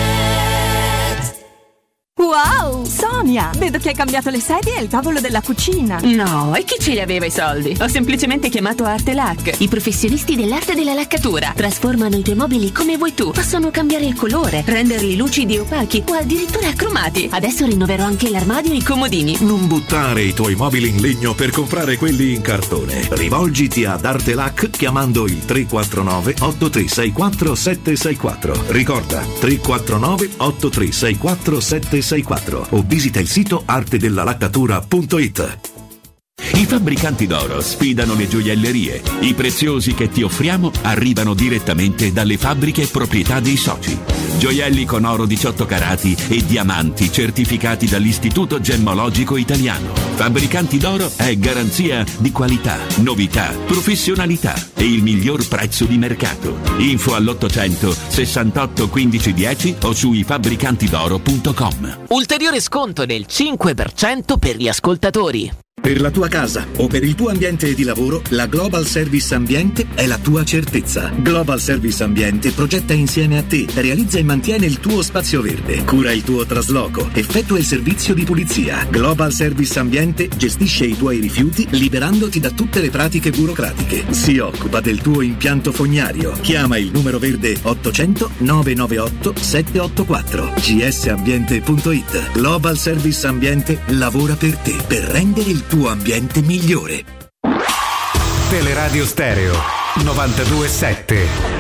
[SPEAKER 22] Wow, Sonia, vedo che hai cambiato le sedie e il tavolo della cucina.
[SPEAKER 25] No, e chi ce li aveva i soldi? Ho semplicemente chiamato Artelac, i professionisti dell'arte della laccatura. Trasformano i tuoi mobili come vuoi tu. Possono cambiare il colore, renderli lucidi e opachi o addirittura cromati. Adesso rinnoverò anche l'armadio e i comodini.
[SPEAKER 20] Non buttare i tuoi mobili in legno per comprare quelli in cartone. Rivolgiti ad Artelac chiamando il 349 8364 764. Ricorda 349 8364 764 o visita il sito artedellalaccatura.it.
[SPEAKER 5] I fabbricanti d'oro sfidano le gioiellerie. I preziosi che ti offriamo arrivano direttamente dalle fabbriche proprietà dei soci. Gioielli con oro 18 carati e diamanti certificati dall'Istituto Gemmologico Italiano. Fabbricanti d'oro è garanzia di qualità, novità, professionalità e il miglior prezzo di mercato. Info all'800 68 15 10 o su ifabbricantidoro.com.
[SPEAKER 6] Ulteriore sconto del 5% per gli ascoltatori.
[SPEAKER 20] Per la tua casa o per il tuo ambiente di lavoro, la Global Service Ambiente è la tua certezza. Global Service Ambiente progetta insieme a te, realizza e mantiene il tuo spazio verde, cura il tuo trasloco, effettua il servizio di pulizia. Global Service Ambiente gestisce i tuoi rifiuti liberandoti da tutte le pratiche burocratiche. Si occupa del tuo impianto fognario. Chiama il numero verde 800 998 784. gsambiente.it. Global Service Ambiente lavora per te, per rendere il tuo ambiente migliore.
[SPEAKER 7] Teleradio Stereo 92.7.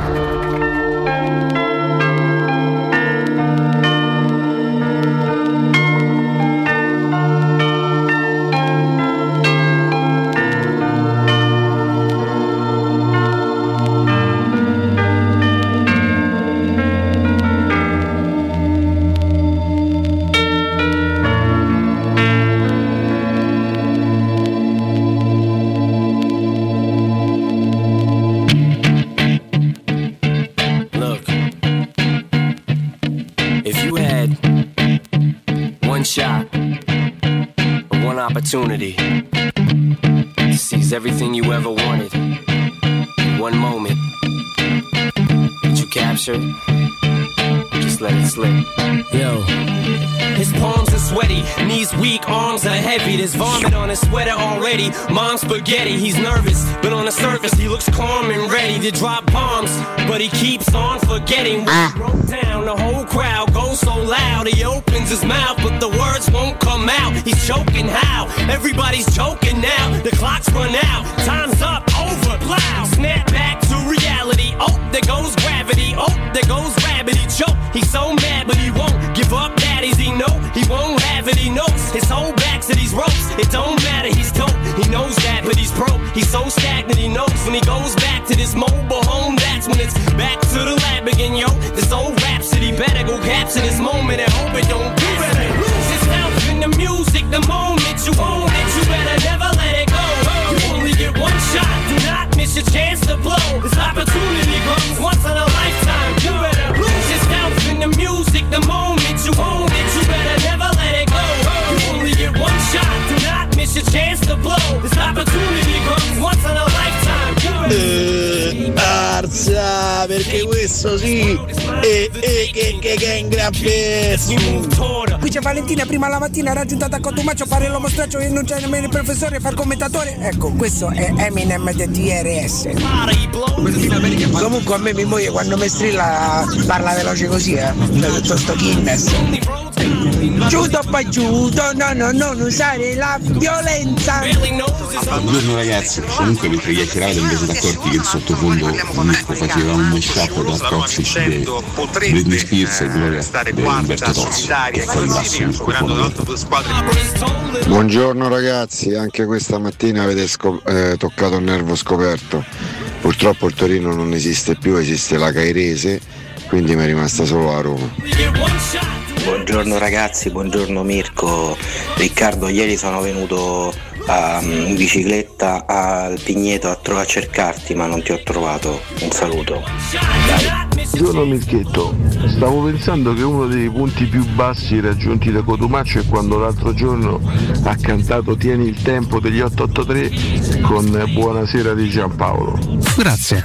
[SPEAKER 9] Opportunity to seize everything you ever wanted. One moment that you captured, just let it slip.
[SPEAKER 13] Yo. His palms are sweaty, knees weak, arms are heavy. There's vomit on his sweater already. Mom's spaghetti, he's nervous, but on the surface he looks calm and ready to drop bombs. But he keeps on forgetting what he wrote down. The whole crowd goes so loud. He opens his mouth, but the words won't come out. He's choking how? Everybody's choking now. The clock's run out, time's up, over, loud. Snap back to reality. Oh, there goes gravity. Oh, there goes rabbit. He choke. He's so mad, but he won't give up. Daddies, he know he won't have it. He knows his whole back to these ropes. It don't matter, he's dope. He knows that, but he's broke. He's so stagnant. He knows when he goes back to this mobile home, that's when it's back to the lab again, yo. This old rhapsody better go capture this moment and hope it don't do it. Lose yourself in the music, the moment you own it, you better never let it go. You only get one shot, do not miss your chance to blow. This opportunity comes once in a lifetime. You better lose yourself in the music, the moment you own it, you better never let it go. You only get one shot, do not miss your chance to blow. This opportunity comes once in a lifetime.
[SPEAKER 3] Arza, perché questo sì che è in gran pezzo. Qui c'è Valentina, prima la mattina raggiuntata a Cotumaccio a fare lo mostraggio e non c'è nemmeno il professore a far commentatore. Ecco, questo è Eminem del DRS. Comunque a me mi muoio quando mi strilla, parla veloce così, tutto sto Guinness. Giudo poi giudo, no, non usare la violenza.
[SPEAKER 11] Buongiorno ragazzi, comunque mentre chiacchieravate mi siete accorti che in sottofondo Mirko faceva un mashup tra Toxic di Britney Spears e Gloria di Umberto Tozzi, che fa il basso in sottofondo.
[SPEAKER 26] Buongiorno ragazzi, anche questa mattina avete toccato un nervo scoperto. Purtroppo il Torino non esiste più, esiste la Cairese, quindi mi è rimasta solo la Roma.
[SPEAKER 27] Buongiorno ragazzi, buongiorno Mirko. Riccardo, ieri sono venuto in bicicletta al Pigneto a cercarti, ma non ti ho trovato. Un saluto. Dai.
[SPEAKER 28] Buongiorno Mirchetto, stavo pensando che uno dei punti più bassi raggiunti da Cotumaccio è quando l'altro giorno ha cantato Tieni il tempo degli 883 con Buonasera di Giampaolo.
[SPEAKER 17] Grazie.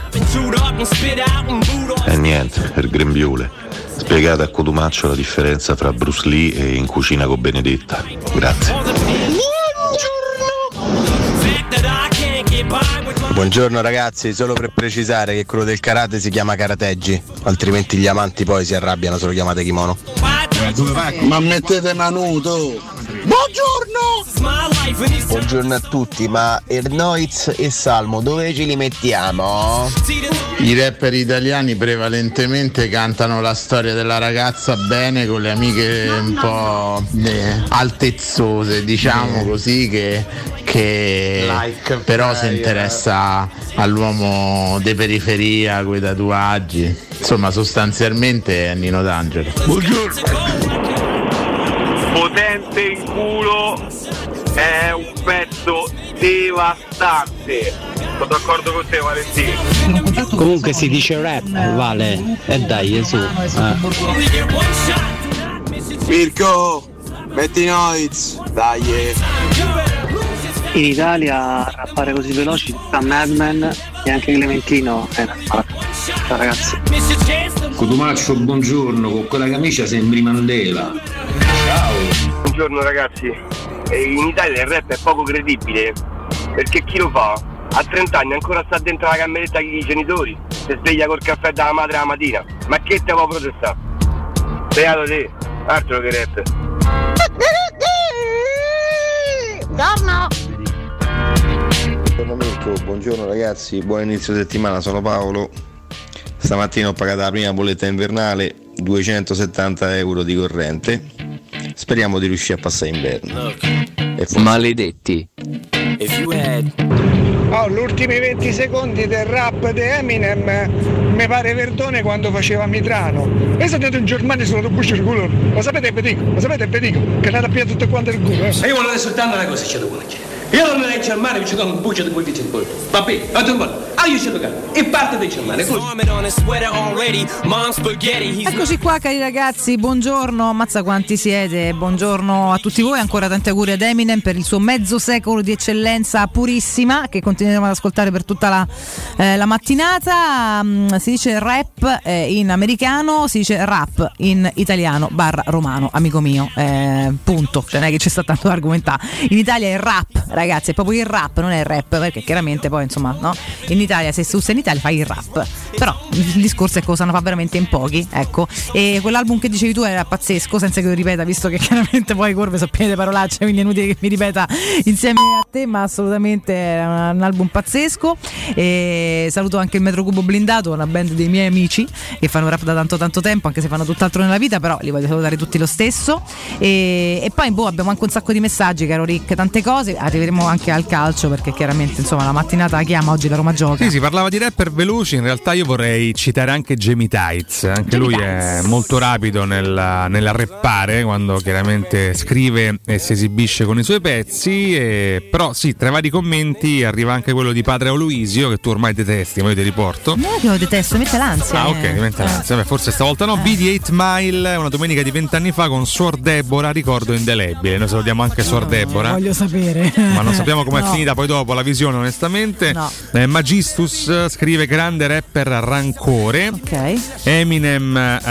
[SPEAKER 29] E niente, il grembiule. Spiegate a Cotumaccio la differenza tra Bruce Lee e In cucina con Benedetta. Grazie.
[SPEAKER 30] Buongiorno ragazzi, solo per precisare che quello del karate si chiama karateggi, altrimenti gli amanti poi si arrabbiano se lo chiamate kimono.
[SPEAKER 10] Ma mettete Manuto!
[SPEAKER 30] Buongiorno a tutti, ma Ernoiz e Salmo dove ce li mettiamo?
[SPEAKER 1] I rapper italiani prevalentemente cantano la storia della ragazza bene, con le amiche un po' altezzose, diciamo così, che però si interessa all'uomo de periferia, coi tatuaggi. Insomma, sostanzialmente è Nino D'Angelo.
[SPEAKER 2] Buongiorno. Potente in culo è un pezzo devastante. Sono d'accordo con te, Valentino.
[SPEAKER 8] Comunque si dice rap, Vale, e dai, su.
[SPEAKER 30] Mirko, metti Noiz, dai.
[SPEAKER 8] In Italia rappare così veloci sta Madman e anche Clementino è una spara. Ciao ragazzi.
[SPEAKER 12] Cotumaccio, buongiorno, con quella camicia sembri Mandela.
[SPEAKER 2] Ciao. Buongiorno ragazzi. In Italia il rap è poco credibile perché chi lo fa a 30 anni ancora sta dentro la cameretta con i genitori, si sveglia col caffè dalla madre la mattina. Ma che te può protestare? Beato te, altro che rap.
[SPEAKER 4] Buongiorno.
[SPEAKER 30] Buongiorno Mirko, buongiorno ragazzi, buon inizio settimana, sono Paolo. Stamattina ho pagato la prima bolletta invernale, 270 euro di corrente. Speriamo di riuscire a passare inverno.
[SPEAKER 23] Maledetti.
[SPEAKER 3] Gli ultimi 20 secondi del rap di Eminem mi pare Verdone quando faceva Mitrano. E sono un Germania sulla buccia del culo. Lo sapete ve dico, che l'ha rappiato tutto quanto il culo.
[SPEAKER 14] E io volevo soltanto una cosa, c'è da buona. Io non mi Germania che ci do un buccio di quel dice il polpo. Vabbè, a tu io ci do e parte dei Germania.
[SPEAKER 15] Eccoci qua cari ragazzi, buongiorno, ammazza quanti siete, buongiorno a tutti voi, ancora tanti auguri ad Eminem per il suo mezzo secolo di eccellenza purissima che continueremo ad ascoltare per tutta la mattinata. Si dice rap in americano, si dice rap in italiano / romano, amico mio, punto, cioè non è che c'è sta tanto da argomentare. In Italia è rap, ragazzi, è proprio il rap, non è il rap, perché chiaramente poi insomma, no? In Italia, se tu sei in Italia fai il rap, però il discorso è che cosa ne fa veramente in pochi, ecco. E quell'album che dicevi tu era pazzesco, senza che lo ripeta, visto che chiaramente poi Curve sono piene di parolacce, quindi è inutile che mi ripeta insieme a te, ma assolutamente è un album pazzesco. E saluto anche il Metro Cubo Blindato, una band dei miei amici che fanno rap da tanto tempo, anche se fanno tutt'altro nella vita, però li voglio salutare tutti lo stesso. E poi abbiamo anche un sacco di messaggi, caro Rick, tante cose, arriveremo anche al calcio perché chiaramente insomma la mattinata chiama, oggi la Roma gioca.
[SPEAKER 17] Sì, si parlava di rapper veloci, in realtà io vorrei citare anche Jamie Tights, anche lui è molto rapido nella rappare quando chiaramente scrive e si esibisce con i suoi pezzi, però sì, tra i vari commenti arriva anche quello di Padre Aloisio che tu ormai detesti, ma io ti riporto.
[SPEAKER 15] No, io lo detesto, mette l'ansia.
[SPEAKER 17] Ah ok, mette l'ansia. Beh, forse stavolta no. BD 8 Mile, una domenica di 20 anni fa con Suor Deborah, ricordo indelebile. Noi salutiamo anche Suor Deborah.
[SPEAKER 15] Voglio sapere.
[SPEAKER 17] Ma non sappiamo com'è finita poi dopo la visione, onestamente.
[SPEAKER 15] No.
[SPEAKER 17] Magistus scrive grande rapper Rancore.
[SPEAKER 15] Ok.
[SPEAKER 17] Eminem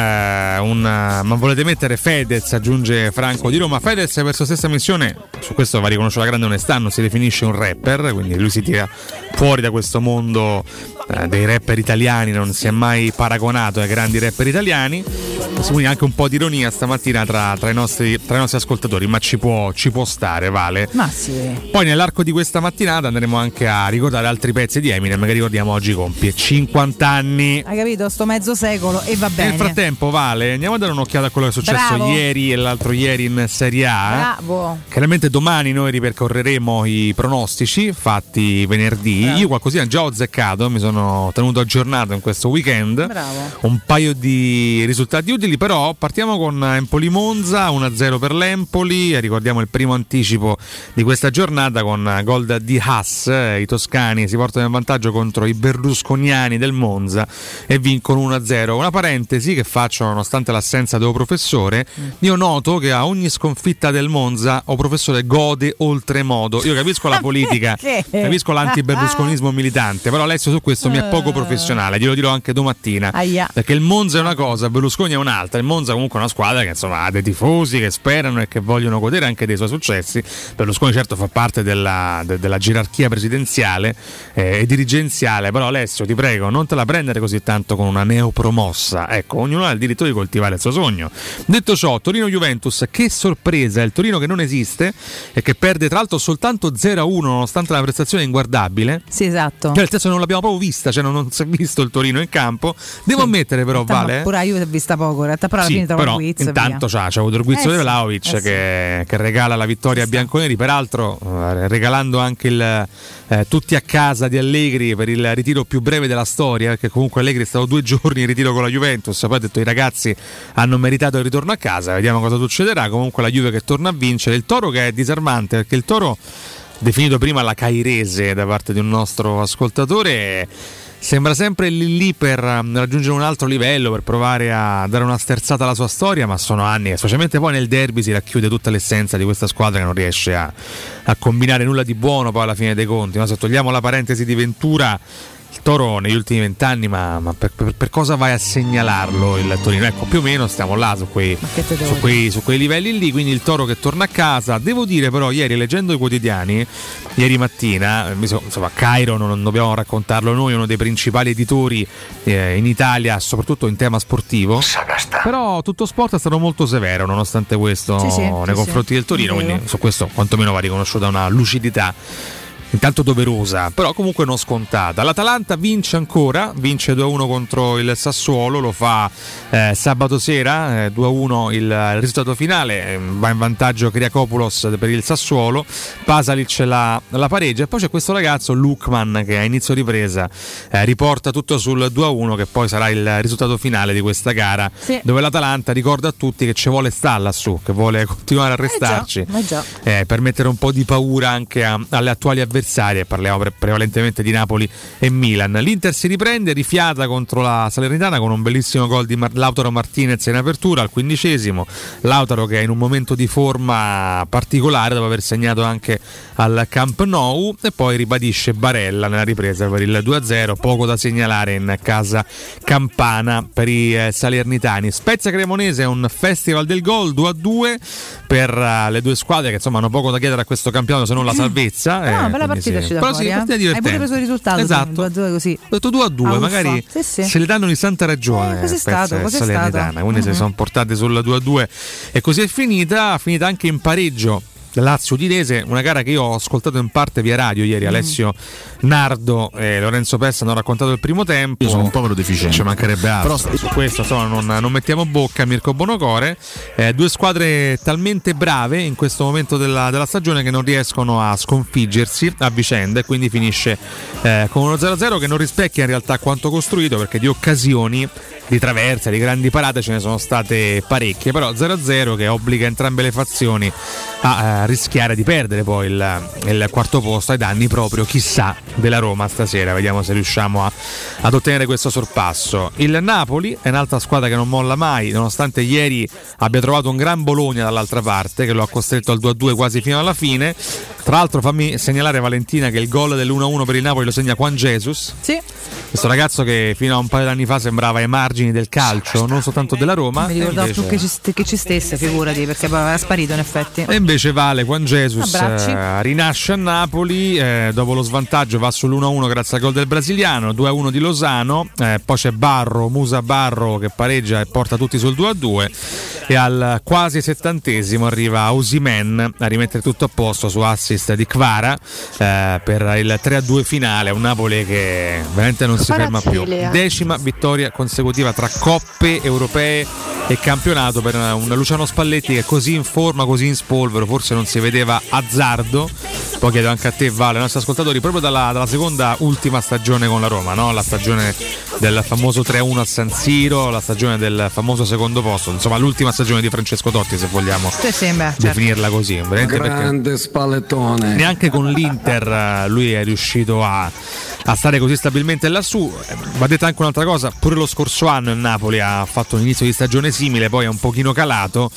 [SPEAKER 17] ma volete mettere Fedez, aggiunge Franco di Roma. Fedez per sua stessa missione, su questo va riconosciuto la grande onestà, non si definisce un rapper, quindi lui si tira fuori da questo mondo dei rapper italiani, non si è mai paragonato ai grandi rapper italiani. Quindi anche un po' di ironia stamattina tra i nostri ascoltatori, ma ci può stare, Vale.
[SPEAKER 15] Ma sì.
[SPEAKER 17] Poi nell'arco di questa mattinata andremo anche a ricordare altri pezzi di Eminem che ricordiamo oggi compie 50 anni.
[SPEAKER 15] Hai capito? Sto mezzo secolo e va bene.
[SPEAKER 17] Nel frattempo, Vale, andiamo a dare un'occhiata a quello che è successo ieri e l'altro ieri in Serie A.
[SPEAKER 15] Bravo.
[SPEAKER 17] Chiaramente domani noi ripercorreremo i pronostici fatti venerdì. Io qualcosina già ho azzeccato, mi sono tenuto aggiornato in questo weekend.
[SPEAKER 15] Bravo.
[SPEAKER 17] Un paio di risultati utili, però partiamo con Empoli-Monza, 1-0 per l'Empoli, ricordiamo il primo anticipo di questa giornata con gol di Haas. I toscani si portano in vantaggio contro i berlusconiani del Monza e vincono 1-0. Una parentesi che faccio nonostante l'assenza dello professore, io noto che a ogni sconfitta del Monza o professore gode oltremodo. Io capisco la politica, capisco l'anti-berlusconiano berlusconismo militante, però Alessio su questo mi è poco professionale, glielo dirò anche domattina. Perché il Monza è una cosa, Berlusconi è un'altra. Il Monza comunque è una squadra che insomma ha dei tifosi che sperano e che vogliono godere anche dei suoi successi. Berlusconi certo fa parte della gerarchia presidenziale e dirigenziale, però Alessio ti prego non te la prendere così tanto con una neopromossa, ecco, ognuno ha il diritto di coltivare il suo sogno. Detto ciò, Torino-Juventus, che sorpresa, il Torino che non esiste e che perde tra l'altro soltanto 0-1 nonostante una prestazione inguardabile.
[SPEAKER 15] Sì, esatto.
[SPEAKER 17] Nel senso non l'abbiamo proprio vista, cioè non si è visto il Torino in campo. Devo ammettere però, Vale,
[SPEAKER 15] pure io ho vista poco in realtà, però alla fine
[SPEAKER 17] però
[SPEAKER 15] il quiz,
[SPEAKER 17] intanto c'ha avuto il guizzo di Vlahovic che regala la vittoria a bianconeri, peraltro regalando anche tutti a casa di Allegri per il ritiro più breve della storia, perché comunque Allegri è stato 2 giorni in ritiro con la Juventus, poi ha detto i ragazzi hanno meritato il ritorno a casa, vediamo cosa succederà. Comunque la Juve che torna a vincere, il Toro che è disarmante, perché il Toro, definito prima la cairese da parte di un nostro ascoltatore, sembra sempre lì per raggiungere un altro livello, per provare a dare una sterzata alla sua storia, ma sono anni, specialmente poi nel derby si racchiude tutta l'essenza di questa squadra che non riesce a combinare nulla di buono poi alla fine dei conti. Ma se togliamo la parentesi di Ventura, il Toro negli ultimi 20 anni, ma per cosa vai a segnalarlo il Torino? Ecco, più o meno stiamo là su quei livelli lì, quindi il Toro che torna a casa. Devo dire però, ieri leggendo i quotidiani, ieri mattina, insomma Cairo non dobbiamo raccontarlo noi, uno dei principali editori in Italia, soprattutto in tema sportivo, però tutto sport è stato molto severo nonostante questo nei confronti del Torino, quindi su questo quantomeno va riconosciuta una lucidità intanto doverosa, però comunque non scontata. L'Atalanta vince ancora, vince 2-1 contro il Sassuolo, lo fa sabato sera, 2-1 il risultato finale, va in vantaggio Kyriakopoulos per il Sassuolo, Pasalic la pareggia, e poi c'è questo ragazzo Lukman che a inizio ripresa riporta tutto sul 2-1, che poi sarà il risultato finale di questa gara, dove l'Atalanta ricorda a tutti che ci vuole sta lassù, che vuole continuare a restarci, per mettere un po' di paura anche alle attuali avversari. Parliamo prevalentemente di Napoli e Milan. L'Inter si riprende, rifiata contro la Salernitana con un bellissimo gol di Lautaro Martinez in apertura al 15°. Lautaro che è in un momento di forma particolare dopo aver segnato anche al Camp Nou, e poi ribadisce Barella nella ripresa per il 2-0. Poco da segnalare in casa campana per i salernitani. Spezia Cremonese è un festival del gol, 2-2 per le due squadre che insomma hanno poco da chiedere a questo campionato se non la salvezza.
[SPEAKER 15] Bella partita ci da fuori,
[SPEAKER 17] partita divertente.
[SPEAKER 15] Hai pure preso il risultato,
[SPEAKER 17] esatto.
[SPEAKER 15] 2-2 così.
[SPEAKER 17] Ho detto 2-2, magari se le danno di santa ragione.
[SPEAKER 15] Cos'è stato?
[SPEAKER 17] Quindi si sono portate sul 2-2 e così è finita anche in pareggio Lazio-Udinese, una gara che io ho ascoltato in parte via radio ieri. Alessio Nardo e Lorenzo Pessa hanno raccontato il primo tempo.
[SPEAKER 5] Io sono un povero deficiente,
[SPEAKER 17] ci mancherebbe altro. Però su questo insomma non mettiamo bocca. Mirko Bonocore, due squadre talmente brave in questo momento della stagione che non riescono a sconfiggersi a vicenda, e quindi finisce con uno 0-0 che non rispecchia in realtà quanto costruito, perché di occasioni, di traverse, di grandi parate ce ne sono state parecchie, però 0-0 che obbliga entrambe le fazioni a rischiare di perdere poi il quarto posto ai danni proprio, chissà, della Roma stasera. Vediamo se riusciamo ad ottenere questo sorpasso. Il Napoli è un'altra squadra che non molla mai, nonostante ieri abbia trovato un gran Bologna dall'altra parte che lo ha costretto al 2-2 quasi fino alla fine. Tra l'altro fammi segnalare, Valentina, che il gol dell'1-1 per il Napoli lo segna Juan Jesus, questo ragazzo che fino a un paio d'anni fa sembrava ai margini del calcio, non soltanto della Roma. Mi ricordavo più che ci stesse, figurati, perché poi era sparito in effetti. E invece Vale, Juan Jesus rinasce a Napoli, dopo lo svantaggio va sull'1-1 grazie al gol del brasiliano, 2-1 di Lozano, poi c'è Musa Barro che pareggia e porta tutti sul 2-2, e al quasi 70° arriva Osimhen a rimettere tutto a posto su assist di Kvara per il 3-2 finale. Un Napoli che veramente non si ferma più. 10ª vittoria consecutiva tra coppe europee e campionato per un Luciano Spalletti che è così in forma, così in spolvero, forse non si vedeva azzardo. Poi chiedo anche a te, Vale, ai nostri ascoltatori, proprio dalla seconda ultima stagione con la Roma, no? La stagione del famoso 3-1 a San Siro, la stagione del famoso secondo posto, insomma l'ultima stagione di Francesco Totti, se vogliamo definirla così.
[SPEAKER 5] Grande spallettone.
[SPEAKER 17] Neanche con l'Inter lui è riuscito a stare così stabilmente lassù. Va detta anche un'altra cosa, pure lo scorso anno il Napoli ha fatto un inizio di stagione simile, poi è un pochino calato.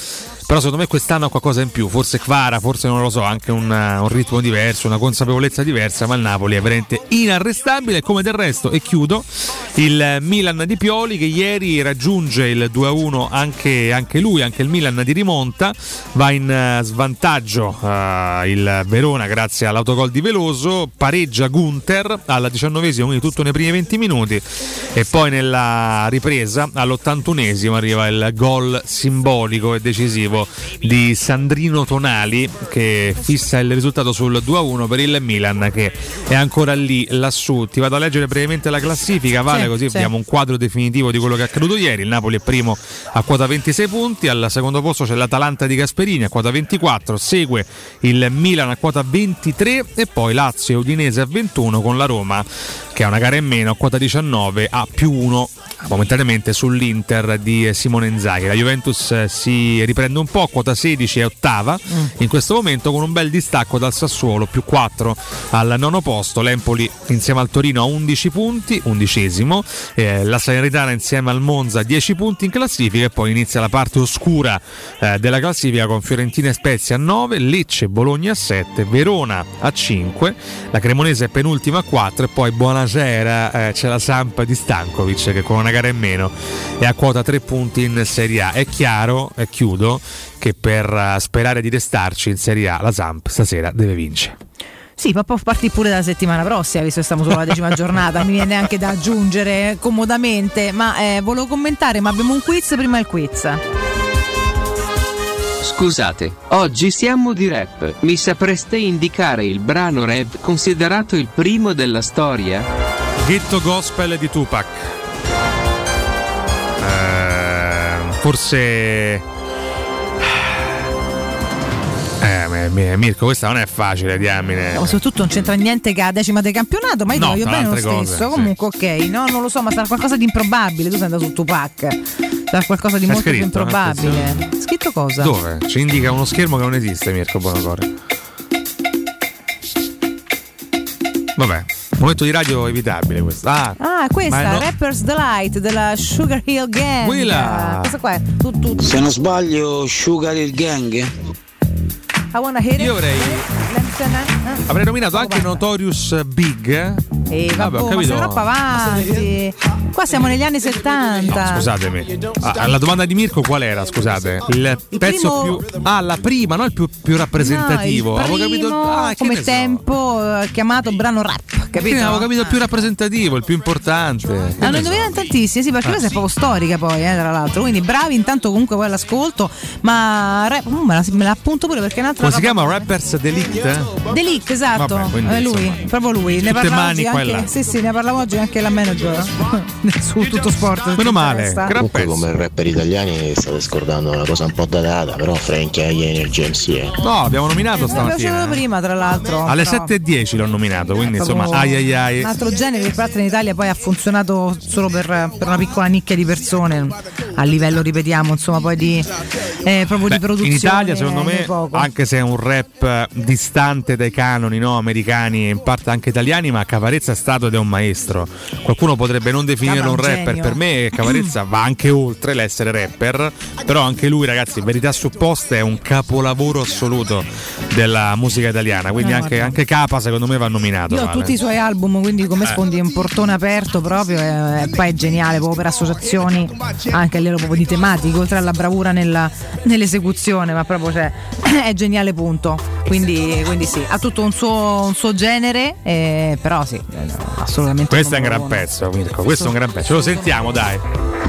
[SPEAKER 17] però secondo me quest'anno ha qualcosa in più, forse Kvara, forse non lo so, anche un ritmo diverso, una consapevolezza diversa, ma il Napoli è veramente inarrestabile, come del resto, e chiudo, il Milan di Pioli che ieri raggiunge il 2-1 anche lui, anche il Milan di rimonta, va in svantaggio il Verona grazie all'autogol di Veloso, pareggia Gunther al 19esimo, quindi tutto nei primi 20 minuti, e poi nella ripresa all'81esimo arriva il gol simbolico e decisivo di Sandrino Tonali che fissa il risultato sul 2-1 per il Milan, che è ancora lì lassù. Ti vado a leggere brevemente la classifica, Vale, sì, così abbiamo un quadro definitivo di quello che è accaduto ieri. Il Napoli è primo a quota 26 punti, al secondo posto c'è l'Atalanta di Gasperini a quota 24, segue il Milan a quota 23 e poi Lazio e Udinese a 21, con la Roma che ha una gara in meno a quota 19 a +1 momentaneamente sull'Inter di Simone Inzaghi. La Juventus si riprende un po', quota 16 è ottava in questo momento, con un bel distacco dal Sassuolo, +4 al nono posto. L'Empoli insieme al Torino a 11 punti, 11esimo, la Salernitana insieme al Monza 10 punti in classifica, e poi inizia la parte oscura della classifica con Fiorentina e Spezia a 9, Lecce, Bologna a 7, Verona a 5, la Cremonese è penultima a 4 e poi buonasera c'è la Samp di Stankovic che con una gara in meno è a quota 3 punti in Serie A. È chiaro, e chiudo, che per sperare di restarci in Serie A la Samp stasera deve vincere.
[SPEAKER 15] Sì, ma può partire pure dalla settimana prossima, visto che stiamo solo alla 10ª giornata, mi viene anche da aggiungere comodamente, ma volevo commentare, ma abbiamo un quiz prima del quiz.
[SPEAKER 6] Scusate, oggi siamo di rap, mi sapreste indicare il brano rap considerato il primo della storia?
[SPEAKER 17] Ghetto Gospel di Tupac. Forse Mirko, questa non è facile, diamine.
[SPEAKER 15] No, soprattutto non c'entra niente che la 10ª del campionato, ma io
[SPEAKER 17] no,
[SPEAKER 15] voglio bene lo stesso.
[SPEAKER 17] Cose,
[SPEAKER 15] comunque
[SPEAKER 17] sì.
[SPEAKER 15] Ok, no, non lo so, ma sarà qualcosa di improbabile. Tu sei andato su Tupac, sarà qualcosa di molto più improbabile. Scritto cosa?
[SPEAKER 17] Dove? Ci indica uno schermo che non esiste, Mirko Bonacore. Vabbè, momento di radio evitabile questo.
[SPEAKER 15] Questa, Rapper's Delight della Sugar Hill Gang.
[SPEAKER 17] Quella.
[SPEAKER 15] Questa qua è
[SPEAKER 7] Se non sbaglio, Sugar Hill Gang.
[SPEAKER 15] I wanna hit it.
[SPEAKER 17] Io avrei nominato anche Notorious Big.
[SPEAKER 15] Vabbè, ho capito. Ma sei troppo avanti. Qua siamo negli anni 70.
[SPEAKER 17] No, scusatemi. La domanda di Mirko qual era? Scusate. Il pezzo
[SPEAKER 15] primo...
[SPEAKER 17] più. La prima, no? Il più rappresentativo.
[SPEAKER 15] No, il primo,
[SPEAKER 17] avevo capito.
[SPEAKER 15] Come tempo chiamato brano rap. Capito?
[SPEAKER 17] Avevo capito il più rappresentativo, il più importante.
[SPEAKER 15] Hanno indovinato tantissimi, sì, perché questa è proprio storica poi, tra l'altro. Quindi bravi, intanto comunque poi l'ascolto. Ma me la appunto pure perché è un'altra.
[SPEAKER 17] Come si chiama? Rappers Delict?
[SPEAKER 15] Delict, esatto.
[SPEAKER 17] Vabbè,
[SPEAKER 15] lui, proprio lui. Ne
[SPEAKER 17] parlavo oggi
[SPEAKER 15] anche, sì, ne parlavo oggi anche la manager su Tutto Sport.
[SPEAKER 17] Meno male.
[SPEAKER 16] Comunque come rapper italiani state scordando una cosa un po' datata, però Frankie Aie nel GMC.
[SPEAKER 17] No, abbiamo nominato stamattina.
[SPEAKER 15] L'abbiamo prima, tra l'altro.
[SPEAKER 17] Alle 7:10 l'ho nominato, quindi insomma ai.
[SPEAKER 15] Un altro genere che peraltro in Italia poi ha funzionato solo per una piccola nicchia di persone, a livello, ripetiamo, insomma, poi di proprio di produzione.
[SPEAKER 17] In Italia secondo me, anche se è un rap distante dai canoni, no, americani e in parte anche italiani, ma Caparezza è stato ed è un maestro. Qualcuno potrebbe non definirlo un rapper,
[SPEAKER 15] genio.
[SPEAKER 17] Per me Caparezza va anche oltre l'essere rapper, però anche lui, ragazzi, Verità supposte è un capolavoro assoluto della musica italiana, quindi anche Capa secondo me va nominato.
[SPEAKER 15] Io ho tutti i suoi album, quindi come sfondi un portone aperto proprio, e poi è geniale proprio per associazioni anche a livello proprio di tematiche, oltre alla bravura nell'esecuzione, ma proprio è geniale, punto. Quindi sì, ha tutto un suo genere, però sì, assolutamente.
[SPEAKER 17] Questo è un gran pezzo, Mirko, questo è un gran pezzo, ce lo sentiamo, dai.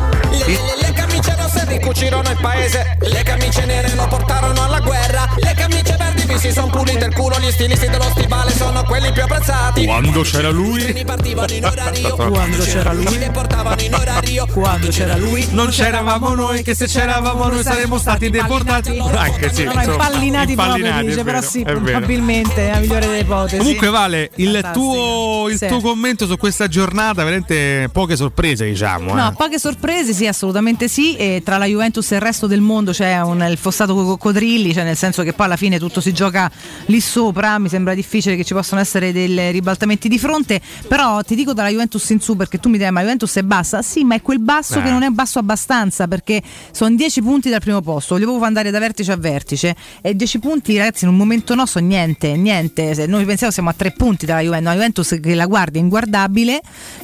[SPEAKER 18] Le camicie rosse ricucirono il paese, le camicie nere lo portarono alla guerra, le camicie verdi vi si son pulite il culo, gli stilisti dello stivale sono quelli più apprezzati.
[SPEAKER 17] Quando c'era lui,
[SPEAKER 18] partivano in orario,
[SPEAKER 15] quando c'era lui,
[SPEAKER 18] li portavano in orario,
[SPEAKER 15] quando c'era lui,
[SPEAKER 17] non c'eravamo noi, che se c'eravamo noi saremmo stati deportati. Anche sì,
[SPEAKER 15] impallinati proprio, dice, però sì, probabilmente è la migliore delle ipotesi.
[SPEAKER 17] Comunque Vale, il tuo commento su questa giornata, veramente poche sorprese, diciamo.
[SPEAKER 15] No, poche sorprese, sì, assolutamente sì. E tra la Juventus e il resto del mondo c'è il fossato coi coccodrilli, cioè nel senso che poi alla fine tutto si gioca lì sopra, mi sembra difficile che ci possano essere dei ribaltamenti di fronte, però ti dico dalla Juventus in su, perché tu mi dai ma la Juventus è bassa, sì, ma è quel basso che non è basso abbastanza, perché sono 10 punti dal primo posto, voglio proprio andare da vertice a vertice, e 10 punti ragazzi in un momento nostro niente, se noi pensiamo siamo a 3 punti dalla Juventus, la Juventus che la guardia inguardabile,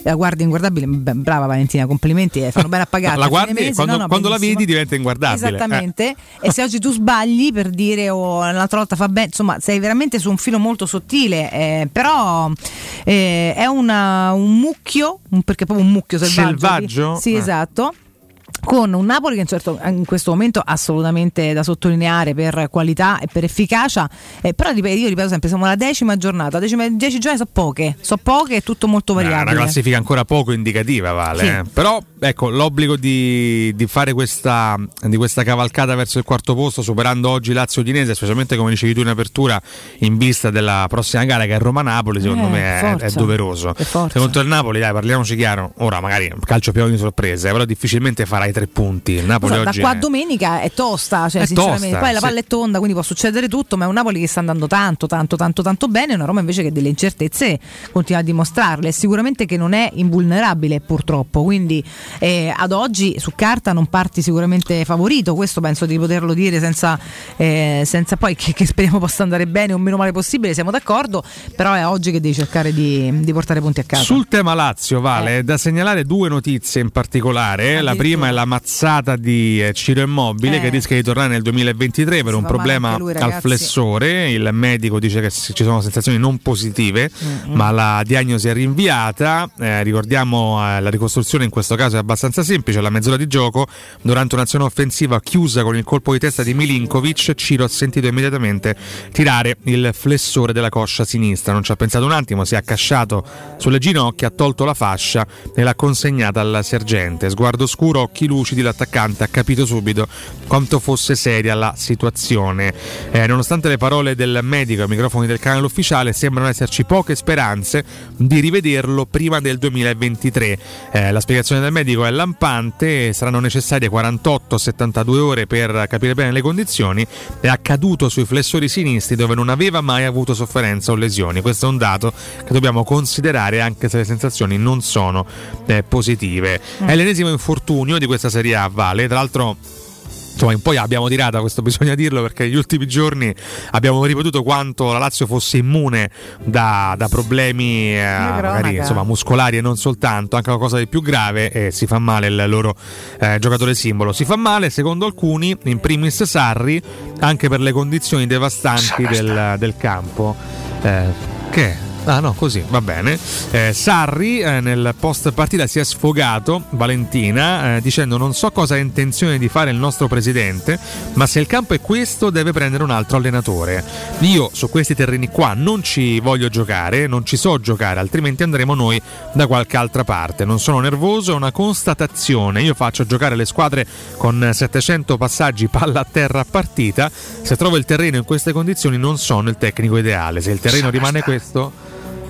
[SPEAKER 15] brava Valentina, complimenti, fanno bene a pagare.
[SPEAKER 17] La guardi quando la vedi diventa inguardabile.
[SPEAKER 15] Esattamente. E se oggi tu sbagli per dire l'altra volta fa bene, insomma sei veramente su un filo molto sottile, però è un mucchio, perché è proprio un mucchio selvaggio. Sì, esatto. Con un Napoli che in questo momento assolutamente da sottolineare per qualità e per efficacia, però io ripeto sempre, siamo alla 10ª giornata, 10 giornate sono poche, è tutto molto variabile.
[SPEAKER 17] Una classifica ancora poco indicativa, Vale, sì. Però ecco, l'obbligo di fare questa cavalcata verso il quarto posto, superando oggi Lazio Udinese, specialmente come dicevi tu in apertura, in vista della prossima gara che è Roma-Napoli, secondo me è doveroso. Contro il Napoli, dai, parliamoci chiaro, ora magari calcio pieno di sorprese, però difficilmente farai 3 punti. Il Napoli oggi
[SPEAKER 15] da qua a domenica è tosta, cioè, sinceramente. Tosta, poi la palla è tonda, quindi può succedere tutto, ma è un Napoli che sta andando tanto bene, una Roma invece che delle incertezze continua a dimostrarle, sicuramente che non è invulnerabile purtroppo, quindi ad oggi su carta non parti sicuramente favorito, questo penso di poterlo dire senza poi che speriamo possa andare bene o meno male possibile, siamo d'accordo, però è oggi che devi cercare di portare punti a casa.
[SPEAKER 17] Sul tema Lazio, Vale, è da segnalare 2 notizie in particolare. La prima è la mazzata di Ciro Immobile, che rischia di tornare nel 2023 per un problema al flessore. Il medico dice che ci sono sensazioni non positive, ma la diagnosi è rinviata. Ricordiamo la ricostruzione in questo caso è abbastanza semplice. Alla mezz'ora di gioco, durante un'azione offensiva chiusa con il colpo di testa di Milinkovic, Ciro ha sentito immediatamente tirare il flessore della coscia sinistra. Non ci ha pensato un attimo, si è accasciato sulle ginocchia, ha tolto la fascia e l'ha consegnata al sergente. Sguardo scuro, occhi lucidi, l'attaccante ha capito subito quanto fosse seria la situazione. Nonostante le parole del medico ai microfoni del canale ufficiale, sembrano esserci poche speranze di rivederlo prima del 2023. La spiegazione del medico è lampante: saranno necessarie 48-72 ore per capire bene le condizioni. È accaduto sui flessori sinistri dove non aveva mai avuto sofferenza o lesioni. Questo è un dato che dobbiamo considerare, anche se le sensazioni non sono positive. È l'ennesimo infortunio di questa Serie A, Vale, tra l'altro. Insomma, poi abbiamo tirata, questo bisogna dirlo, perché negli ultimi giorni abbiamo ripetuto quanto la Lazio fosse immune da problemi magari, insomma, muscolari e non soltanto, anche qualcosa di più grave, e si fa male il loro giocatore simbolo. Si fa male, secondo alcuni, in primis Sarri, anche per le condizioni devastanti del campo. Che? Ah no, così, va bene. Sarri nel post partita si è sfogato, Valentina, dicendo: non so cosa ha intenzione di fare il nostro presidente, ma se il campo è questo deve prendere un altro allenatore. Io su questi terreni qua non ci voglio giocare, non ci so giocare, altrimenti andremo noi da qualche altra parte. Non sono nervoso, è una constatazione. Io faccio giocare le squadre con 700 passaggi palla a terra a partita. Se trovo il terreno in queste condizioni non sono il tecnico ideale. Se il terreno rimane questo...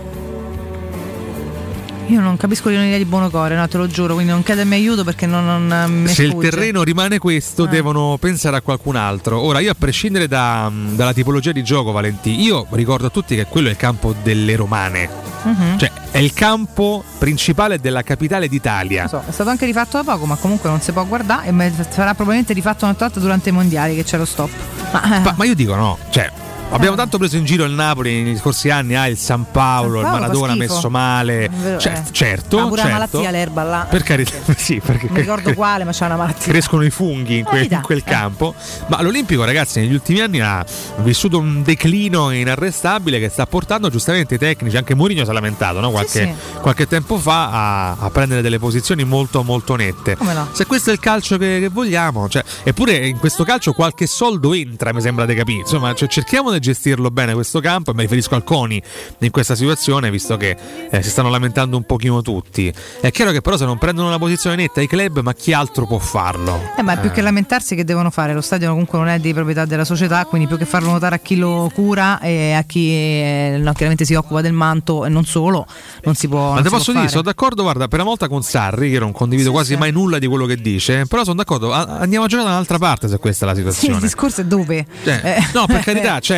[SPEAKER 15] Io non capisco l'ironia di Buonocore, no, te lo giuro, quindi non chiedermi aiuto perché non mi
[SPEAKER 17] se
[SPEAKER 15] sfugge.
[SPEAKER 17] Il terreno rimane questo, devono pensare a qualcun altro. Ora, io a prescindere dalla tipologia di gioco, Valentì, io ricordo a tutti che quello è il campo delle romane. Cioè è il campo principale della capitale d'Italia.
[SPEAKER 15] È stato anche rifatto da poco, ma comunque non si può guardare, e sarà probabilmente rifatto un'altra volta durante i mondiali, che c'è lo stop.
[SPEAKER 17] Ma io dico no, cioè abbiamo tanto preso in giro il Napoli negli scorsi anni, il San Paolo, il Maradona messo male. Certo.
[SPEAKER 15] Ma pure la malattia l'erba là.
[SPEAKER 17] Per carità, sì, perché
[SPEAKER 15] non ricordo quale, ma c'è una malattia.
[SPEAKER 17] Crescono i funghi in quel campo. Ma l'Olimpico, ragazzi, negli ultimi anni ha vissuto un declino inarrestabile che sta portando giustamente i tecnici, anche Mourinho si è lamentato, no? Qualche tempo fa a prendere delle posizioni molto molto nette.
[SPEAKER 15] Come no?
[SPEAKER 17] Se questo è il calcio che vogliamo, cioè, eppure in questo calcio qualche soldo entra, mi sembra di capire. Insomma, cioè, cerchiamo di gestirlo bene questo campo, e mi riferisco al CONI in questa situazione, visto che si stanno lamentando un pochino tutti. È chiaro che però se non prendono una posizione netta i club, ma chi altro può farlo?
[SPEAKER 15] Ma più che lamentarsi, che devono fare? Lo stadio comunque non è di proprietà della società, quindi più che farlo notare a chi lo cura e a chi chiaramente si occupa del manto, e non solo, non si può.
[SPEAKER 17] Ma te posso dire, sono d'accordo, guarda, per una volta con Sarri, che non condivido quasi mai nulla di quello che dice, però sono d'accordo, andiamo a giocare da un'altra parte se questa è la situazione.
[SPEAKER 15] Sì, il discorso è dove?
[SPEAKER 17] No, per carità, certo.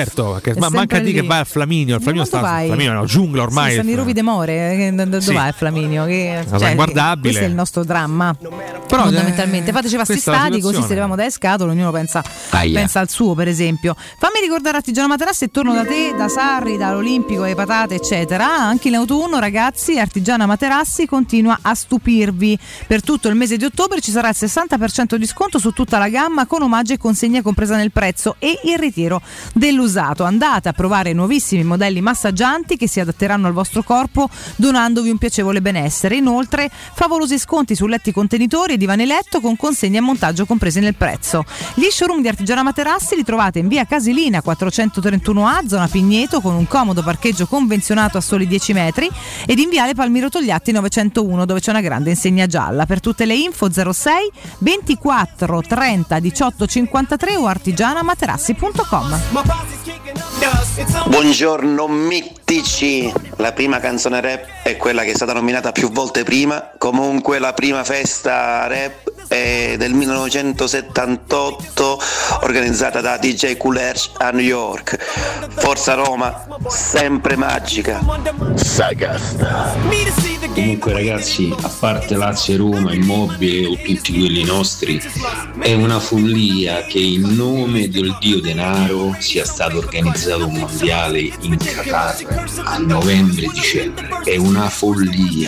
[SPEAKER 17] certo, perché manca di che vai al Flaminio. Il Flaminio Flaminio è una giungla ormai.
[SPEAKER 15] San Riro de More, dov'è il Flaminio?
[SPEAKER 17] Guardabile.
[SPEAKER 15] Questo è il nostro dramma. Però fondamentalmente fateci vostri stadi, così se leviamo dalle scatole, ognuno pensa al suo, per esempio. Fammi ricordare Artigiano Materassi, e torno da te, da Sarri, dall'Olimpico, le patate, eccetera. Anche in autunno, ragazzi, Artigiana Materassi continua a stupirvi. Per tutto il mese di ottobre ci sarà il 60% di sconto su tutta la gamma, con omaggio e consegna compresa nel prezzo e il ritiro dell'usato. Andate a provare i nuovissimi modelli massaggianti che si adatteranno al vostro corpo, donandovi un piacevole benessere. Inoltre, favolosi sconti su letti contenitori e divani letto con consegna e montaggio compresi nel prezzo. Gli showroom di Artigiana Materassi li trovate in via Casilina 431A, zona Pigneto, con un comodo parcheggio convenzionato a soli 10 metri, ed in viale Palmiro Togliatti 901, dove c'è una grande insegna gialla. Per tutte le info 06 24 30 18 53 o artigianamaterassi.com.
[SPEAKER 9] Buongiorno mittici, la prima canzone rap è quella che è stata nominata più volte prima. Comunque la prima festa rap è del 1978, organizzata da DJ Kool Herc a New York. Forza Roma, sempre magica. Sagasta.
[SPEAKER 12] Comunque ragazzi, a parte Lazio e Roma, Immobile o tutti quelli nostri, è una follia che in nome del dio denaro sia stato organizzato un mondiale in Qatar a novembre-dicembre. È una follia.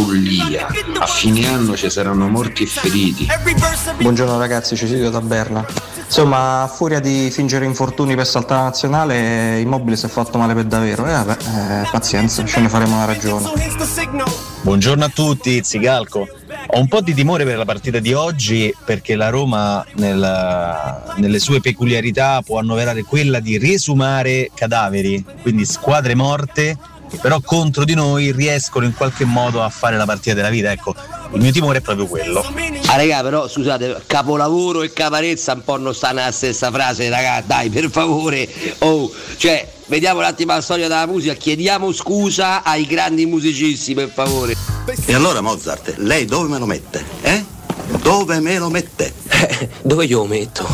[SPEAKER 12] A fine anno ci saranno morti e feriti.
[SPEAKER 11] Buongiorno ragazzi, Cecilio da Berna. Insomma, a furia di fingere infortuni per saltare la nazionale, Immobile si è fatto male per davvero. Pazienza, ce ne faremo una ragione.
[SPEAKER 13] Buongiorno a tutti, Zigalco. Ho un po' di timore per la partita di oggi, perché la Roma nelle sue peculiarità può annoverare quella di riesumare cadaveri, quindi squadre morte, però contro di noi riescono in qualche modo a fare la partita della vita. Ecco, il mio timore è proprio quello.
[SPEAKER 19] Raga, però scusate, capolavoro e caparezza un po' non stanno nella stessa frase, raga, dai, per favore. Cioè, vediamo un attimo la storia della musica, chiediamo scusa ai grandi musicisti, per favore.
[SPEAKER 20] E allora Mozart, lei dove me lo mette? Dove me lo mette?
[SPEAKER 19] Dove io lo metto?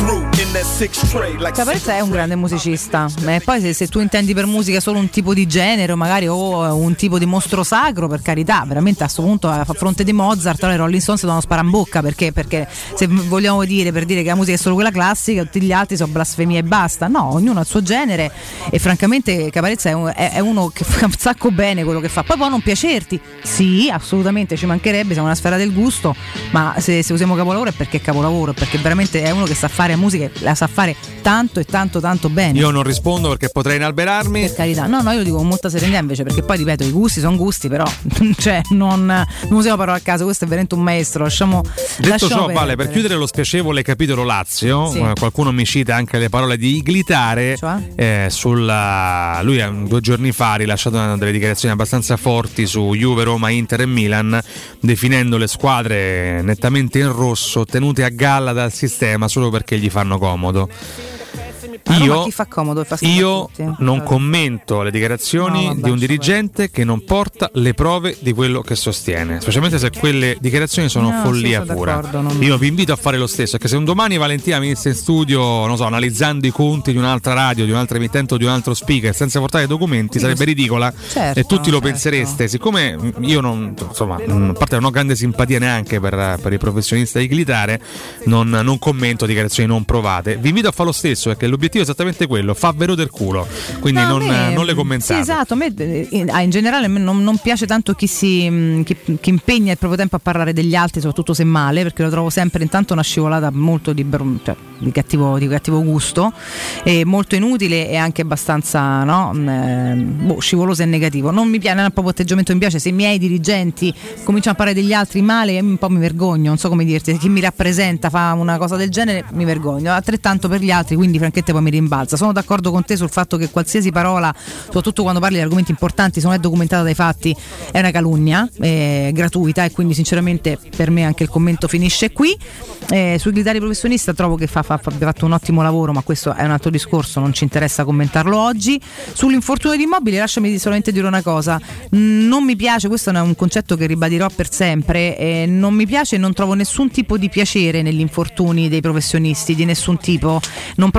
[SPEAKER 15] Caparezza è un grande musicista, e poi se tu intendi per musica solo un tipo di genere o magari un tipo di mostro sacro, per carità, veramente a questo punto a fronte di Mozart i Rolling Stones devono sparare in bocca, perché se vogliamo dire che la musica è solo quella classica, tutti gli altri sono blasfemia e basta. No, ognuno ha il suo genere, e francamente Caparezza è uno che fa un sacco bene quello che fa. Poi può non piacerti, sì, assolutamente, ci mancherebbe, siamo una sfera del gusto, ma se usiamo capolavoro è perché è capolavoro, perché veramente è uno che sa fare musica, la sa fare tanto e tanto bene.
[SPEAKER 17] Io non rispondo perché potrei inalberarmi.
[SPEAKER 15] Per carità, no, io lo dico con molta serenità invece, perché poi ripeto, i gusti sono gusti, però cioè non usiamo parole a caso, questo è veramente un maestro.
[SPEAKER 17] Detto ciò, vale, per chiudere lo spiacevole capitolo Lazio, sì. Qualcuno mi cita anche le parole di Iglitare, cioè? Lui 2 giorni fa ha rilasciato delle dichiarazioni abbastanza forti su Juve, Roma, Inter e Milan, definendo le squadre nettamente in rosso, tenute a galla dal sistema solo perché gli fanno comodo.
[SPEAKER 15] Chi fa comodo?
[SPEAKER 17] Io non commento le dichiarazioni di un dirigente che non porta le prove di quello che sostiene, specialmente se quelle dichiarazioni sono follia pura. Io vi invito a fare lo stesso, perché se un domani Valentina venisse in studio, non so, analizzando i conti di un'altra radio, di un'altra emittente o di un altro speaker senza portare documenti, sarebbe ridicola, e tutti lo pensereste. Siccome io a parte non ho grande simpatia neanche per i professionisti di Glitare, non commento dichiarazioni non provate. Vi invito a fare lo stesso, perché l'obiettivo è esattamente quello, fa vero del culo, quindi non le commentate.
[SPEAKER 15] Sì, esatto, a me in generale non piace tanto chi impegna il proprio tempo a parlare degli altri, soprattutto se male, perché lo trovo sempre intanto una scivolata molto di cattivo gusto, e molto inutile e anche abbastanza scivoloso e negativo. Non mi piace, non è proprio atteggiamento mi piace. Se i miei dirigenti cominciano a parlare degli altri male, un po' mi vergogno, non so come dirti, se chi mi rappresenta fa una cosa del genere mi vergogno, altrettanto per gli altri, quindi francamente poi mi rimbalza. Sono d'accordo con te sul fatto che qualsiasi parola, soprattutto quando parli di argomenti importanti, se non è documentata dai fatti è una calunnia gratuita, e quindi sinceramente per me anche il commento finisce qui. Sui Glitari professionista trovo che abbia fatto un ottimo lavoro, ma questo è un altro discorso, non ci interessa commentarlo oggi. Sull'infortunio di Immobile lasciami solamente dire una cosa: non mi piace, questo è un concetto che ribadirò per sempre, non mi piace e non trovo nessun tipo di piacere negli infortuni dei professionisti, di nessun tipo, non provo nessun tipo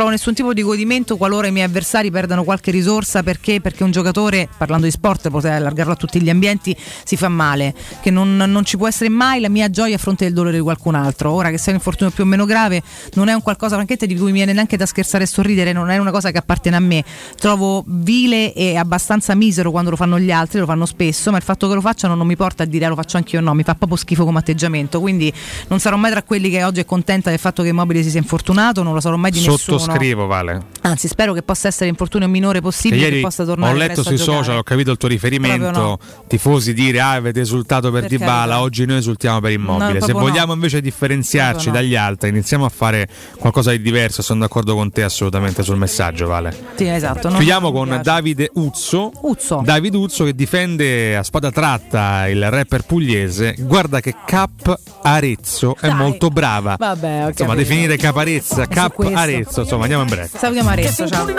[SPEAKER 15] motivo di godimento qualora i miei avversari perdano qualche risorsa, perché un giocatore, parlando di sport, potrei allargarlo a tutti gli ambienti, si fa male, che non ci può essere mai la mia gioia a fronte del dolore di qualcun altro. Ora che sia un infortunio più o meno grave non è un qualcosa francamente di cui mi viene neanche da scherzare e sorridere, non è una cosa che appartiene a me. Trovo vile e abbastanza misero quando lo fanno gli altri, lo fanno spesso, ma il fatto che lo facciano non mi porta a dire lo faccio anch'io, no, mi fa proprio schifo come atteggiamento, quindi non sarò mai tra quelli che oggi è contenta del fatto che Immobile si sia infortunato, non lo sarò mai di nessuno.
[SPEAKER 17] Sottoscrivo, Vale.
[SPEAKER 15] Anzi, spero che possa essere l'infortunio minore possibile, che possa tornare.
[SPEAKER 17] Ho letto sui social, ho capito il tuo riferimento, no. Tifosi dire avete esultato per Dybala, oggi noi esultiamo per Immobile. Se vogliamo invece differenziarci dagli altri, iniziamo a fare qualcosa di diverso. Sono d'accordo con te assolutamente sul messaggio, Vale.
[SPEAKER 15] Sì, esatto.
[SPEAKER 17] Chiudiamo con Davide Uzzo. Davide Uzzo che difende a spada tratta il rapper pugliese. Guarda che Cap Arezzo è molto brava.
[SPEAKER 15] Vabbè,
[SPEAKER 17] insomma, definire Caparezza, Cap Arezzo, insomma, andiamo in break.
[SPEAKER 15] Salutiamo Arezzo, ciao.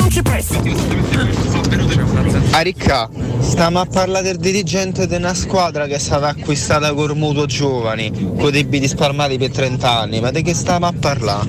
[SPEAKER 1] Aricca, stiamo a parlare del dirigente di una squadra che è stata acquistata con mutuo giovani, con debiti spalmati per 30 anni, ma di che stiamo a parlare?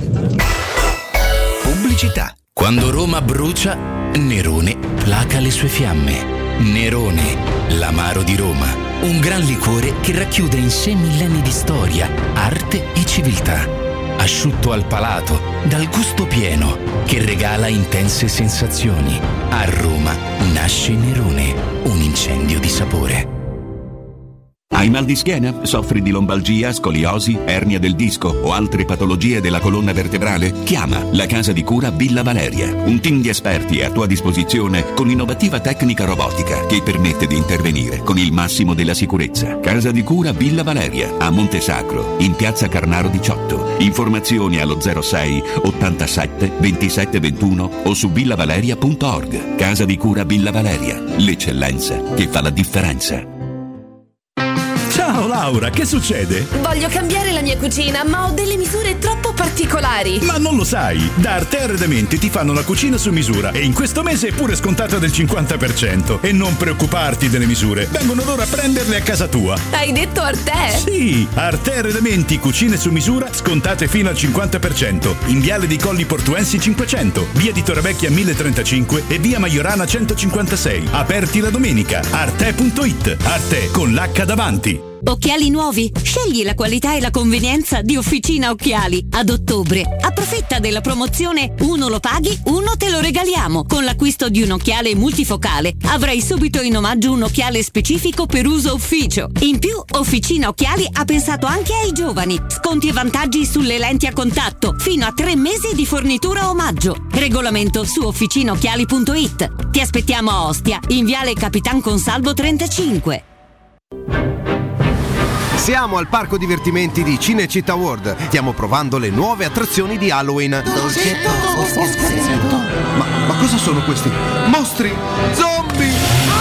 [SPEAKER 23] Pubblicità. Quando Roma brucia, Nerone placa le sue fiamme. Nerone, l'amaro di Roma, un gran liquore che racchiude in sé millenni di storia, arte e civiltà. Asciutto al palato, dal gusto pieno, che regala intense sensazioni. A Roma nasce Nerone, un incendio di sapore.
[SPEAKER 10] Hai mal di schiena? Soffri di lombalgia, scoliosi, ernia del disco o altre patologie della colonna vertebrale? Chiama la Casa di Cura Villa Valeria. Un team di esperti è a tua disposizione con l'innovativa tecnica robotica che permette di intervenire con il massimo della sicurezza. Casa di Cura Villa Valeria a Montesacro, in piazza Carnaro 18. Informazioni allo 06 87 27 21 o su villavaleria.org. Casa di Cura Villa Valeria, l'eccellenza che fa la differenza.
[SPEAKER 21] Ciao Laura, che succede?
[SPEAKER 22] Voglio cambiare la mia cucina, ma ho delle misure troppo particolari.
[SPEAKER 21] Ma non lo sai, da Arte Arredamenti ti fanno la cucina su misura e in questo mese è pure scontata del 50%. E non preoccuparti delle misure, vengono loro a prenderle a casa tua.
[SPEAKER 22] Hai detto Arte?
[SPEAKER 21] Sì, Arte Arredamenti, cucine su misura, scontate fino al 50%. In Viale dei Colli Portuensi 500, via di Torrevecchia 1035 e via Maiorana 156. Aperti la domenica. Arte.it. Arte con l'H davanti.
[SPEAKER 24] Occhiali nuovi? Scegli la qualità e la convenienza di Officina Occhiali. Ad ottobre approfitta della promozione uno lo paghi, uno te lo regaliamo. Con l'acquisto di un occhiale multifocale avrai subito in omaggio un occhiale specifico per uso ufficio. In più Officina Occhiali ha pensato anche ai giovani. Sconti e vantaggi sulle lenti a contatto, fino a 3 mesi di fornitura omaggio. Regolamento su officinaocchiali.it. Ti aspettiamo a Ostia, in Viale Capitan Consalvo 35.
[SPEAKER 25] Siamo al parco divertimenti di Cinecittà World. Stiamo provando le nuove attrazioni di Halloween. Ma cosa sono questi? Mostri! Zombie!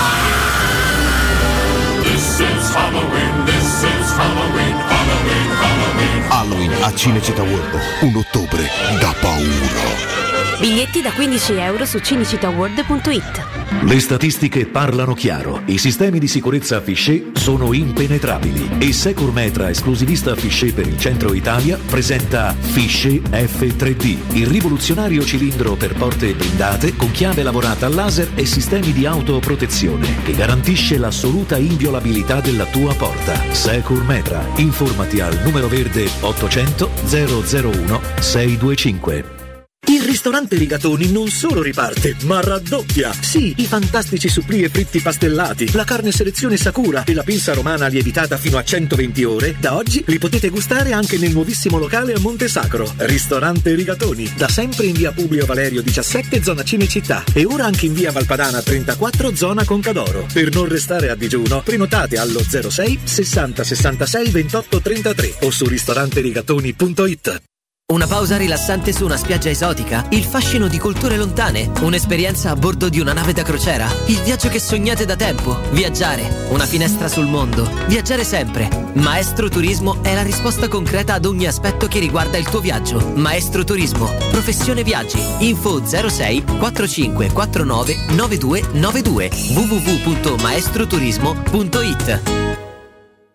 [SPEAKER 26] This is Halloween, this is Halloween, Halloween, Halloween.
[SPEAKER 25] Halloween a Cinecittà World. Un ottobre da paura.
[SPEAKER 22] Biglietti da €15 su cinecittàworld.it.
[SPEAKER 27] Le statistiche parlano chiaro. I sistemi di sicurezza Fichet sono impenetrabili e Securmetra, esclusivista Fichet per il centro Italia, presenta Fichet F3D, il rivoluzionario cilindro per porte blindate con chiave lavorata a laser e sistemi di autoprotezione che garantisce l'assoluta inviolabilità della tua porta. Securmetra. Informati al numero verde 800 001 625.
[SPEAKER 28] Il ristorante Rigatoni non solo riparte, ma raddoppia! Sì, i fantastici supplì e fritti pastellati, la carne selezione Sakura e la pinza romana lievitata fino a 120 ore, da oggi li potete gustare anche nel nuovissimo locale a Montesacro. Ristorante Rigatoni, da sempre in via Publio Valerio 17, zona Cinecittà, e ora anche in via Valpadana 34, zona Concadoro. Per non restare a digiuno, prenotate allo 06 60 66 28 33 o su ristoranterigatoni.it.
[SPEAKER 30] Una pausa rilassante su una spiaggia esotica? Il fascino di culture lontane? Un'esperienza a bordo di una nave da crociera? Il viaggio che sognate da tempo? Viaggiare, una finestra sul mondo. Viaggiare sempre. Maestro Turismo è la risposta concreta ad ogni aspetto che riguarda il tuo viaggio. Maestro Turismo, professione viaggi. Info 06 45 49 9292 www.maestroturismo.it.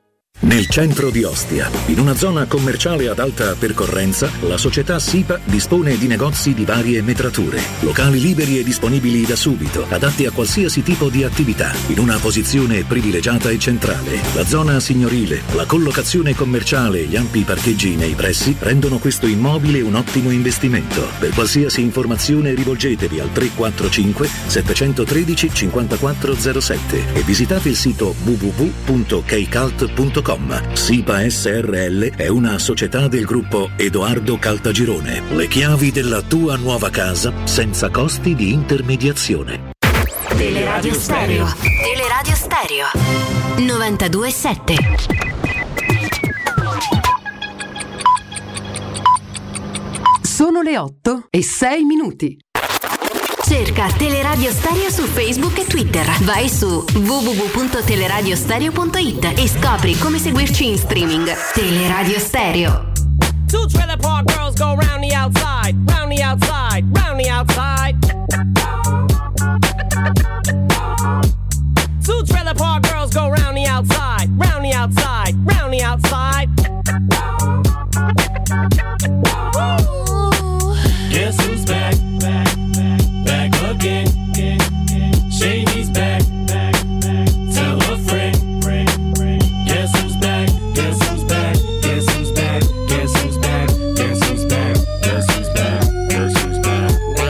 [SPEAKER 27] Nel centro di Ostia, in una zona commerciale ad alta percorrenza, la società SIPA dispone di negozi di varie metrature, locali liberi e disponibili da subito, adatti a qualsiasi tipo di attività, in una posizione privilegiata e centrale. La zona signorile, la collocazione commerciale e gli ampi parcheggi nei pressi rendono questo immobile un ottimo investimento. Per qualsiasi informazione rivolgetevi al 345 713 5407 e visitate il sito www.keicalt.com. SIPA SRL è una società del gruppo Edoardo Caltagirone. Le chiavi della tua nuova casa senza costi di intermediazione.
[SPEAKER 22] Teleradio Stereo. Teleradio Stereo 92.7.
[SPEAKER 2] Sono le 8:06.
[SPEAKER 22] Cerca Teleradio Stereo su Facebook e Twitter. Vai su www.teleradiostereo.it e scopri come seguirci in streaming. Teleradio Stereo.
[SPEAKER 3] Two trailer park girls go round the outside, round the outside, round the outside. Two trailer park girls go round the outside, round the outside, round the outside.
[SPEAKER 26] Guess who's back? Back again. Shady's back. Tell a friend. Guess who's back? Guess who's back? Guess who's back? Guess who's back? Guess who's back? Guess who's back? Guess who's back?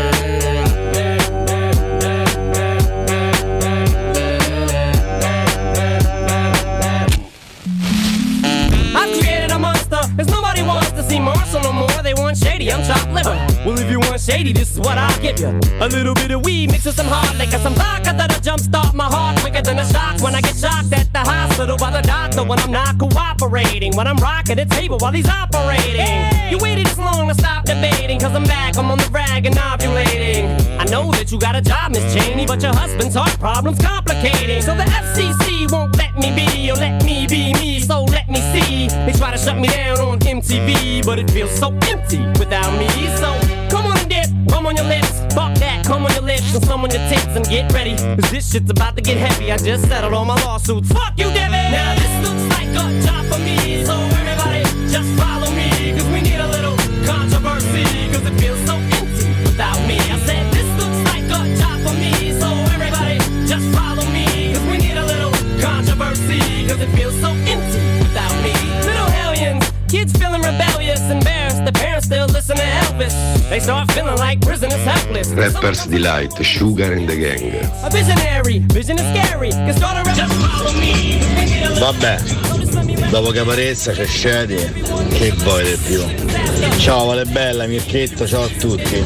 [SPEAKER 3] I've created a monster, 'cause nobody wants to see Marshall no more. They want Shady, I'm chopped liver. Well, if you want Shady, this is what I'll give you. A little bit of weed mixed with some hard liquor, some vodka that'll jumpstart my heart quicker than a shock when I get shocked at the hospital by the doctor when I'm not cooperating, when I'm rocking the table while he's operating. Hey! You waited this long to stop debating, 'cause I'm back, I'm on the rag and ovulating. I know that you got a job, Miss Cheney, but your husband's heart problem's complicating. So the FCC won't let me be, or let me be me, so let me see. They try to shut me down on MTV, but it feels so empty without me. So come on and dip, come on your lips, fuck that, come on your lips, and some on your tits, and get ready, 'cause this shit's about to get heavy. I just settled all my lawsuits, fuck you, Debbie. Now this looks like a job for me, so everybody just follow me, 'cause we need a little controversy, 'cause it feels so empty without me. I said this looks like a job for me, so everybody just follow me, 'cause we need a little controversy, 'cause it feels so empty without me. Little hellions, kids feeling rebellious, embarrassed, the parents still listen to Elvis. They start feeling like prisoners helpless.
[SPEAKER 4] Rappers Delight, Sugar and the Gang.
[SPEAKER 3] A visionary, vision is scary, can start a just follow me.
[SPEAKER 30] Vabbè, dopo Caparezza c'è Shady, che vuoi di più? Ciao Vale Bella, Mirchetto, ciao a tutti.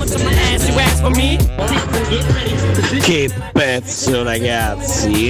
[SPEAKER 30] Che pezzo ragazzi!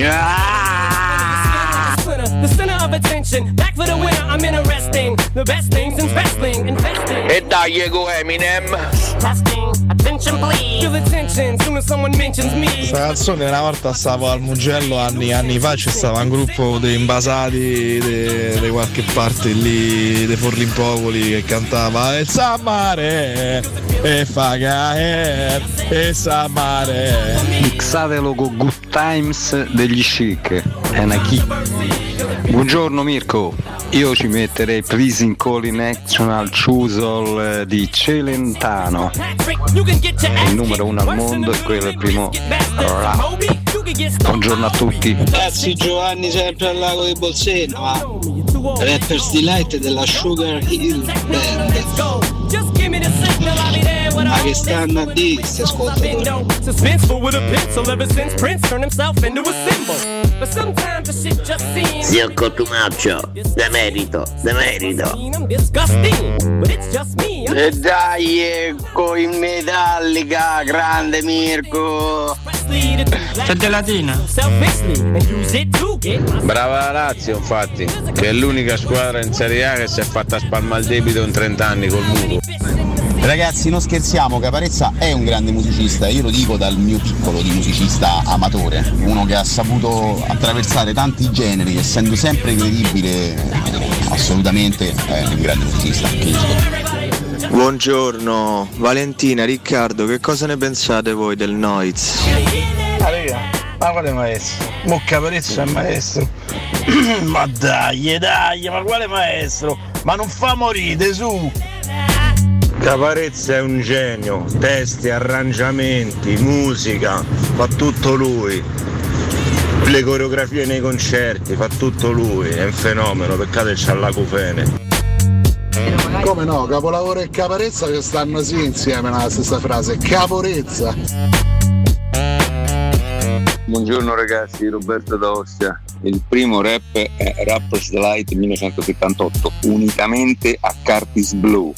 [SPEAKER 3] The center of attention, back for the winner, I'm interesting. The best things in wrestling, investing.
[SPEAKER 30] E dai Ego Eminem!
[SPEAKER 3] Testing, attention please. Feel attention, soon as someone mentions me.
[SPEAKER 1] Questa canzone una volta stavo al Mugello anni fa, c'è stava un gruppo di invasati di qualche parte lì, dei Forlimpopoli, che cantava E sa mare, e fa caer, e sa mare.
[SPEAKER 5] Mixatelo con Good Times degli Chic, è una chi. Buongiorno Mirko, io ci metterei Pleasing Calling National Chusol di Celentano. È il numero 1 al mondo e quello è il primo rap. Buongiorno a tutti.
[SPEAKER 6] Ragazzi, Giovanni sempre al lago di Bolsena, ma Rappers Delight della Sugar Hill Band. Ma che stanno a dire questi ascoltatori?
[SPEAKER 7] Zio Cottumaccio, demerito.
[SPEAKER 6] E dai, con in Metallica, grande Mirko. C'è gelatina.
[SPEAKER 30] Brava la Lazio infatti, che è l'unica squadra in Serie A che si è fatta spalmare il debito in 30 anni col mutuo.
[SPEAKER 8] Ragazzi, non scherziamo, Caparezza è un grande musicista, io lo dico dal mio piccolo di musicista amatore, uno che ha saputo attraversare tanti generi, essendo sempre credibile, assolutamente è un grande musicista.
[SPEAKER 1] Buongiorno, Valentina, Riccardo, che cosa ne pensate voi del Noiz?
[SPEAKER 6] Ma quale maestro? Mo Caparezza è maestro.
[SPEAKER 9] Ma dai, ma quale maestro? Ma non fa morire, su!
[SPEAKER 30] Caparezza è un genio, testi, arrangiamenti, musica, fa tutto lui. Le coreografie nei concerti, fa tutto lui, è un fenomeno, peccato che c'ha l'acufene.
[SPEAKER 11] Come no, capolavoro e Caparezza che stanno sì insieme nella stessa frase, Caporezza.
[SPEAKER 5] Buongiorno ragazzi, Roberto da Ostia. Il primo rap è Rapper's Delight 1978, unicamente a Curtis Blow.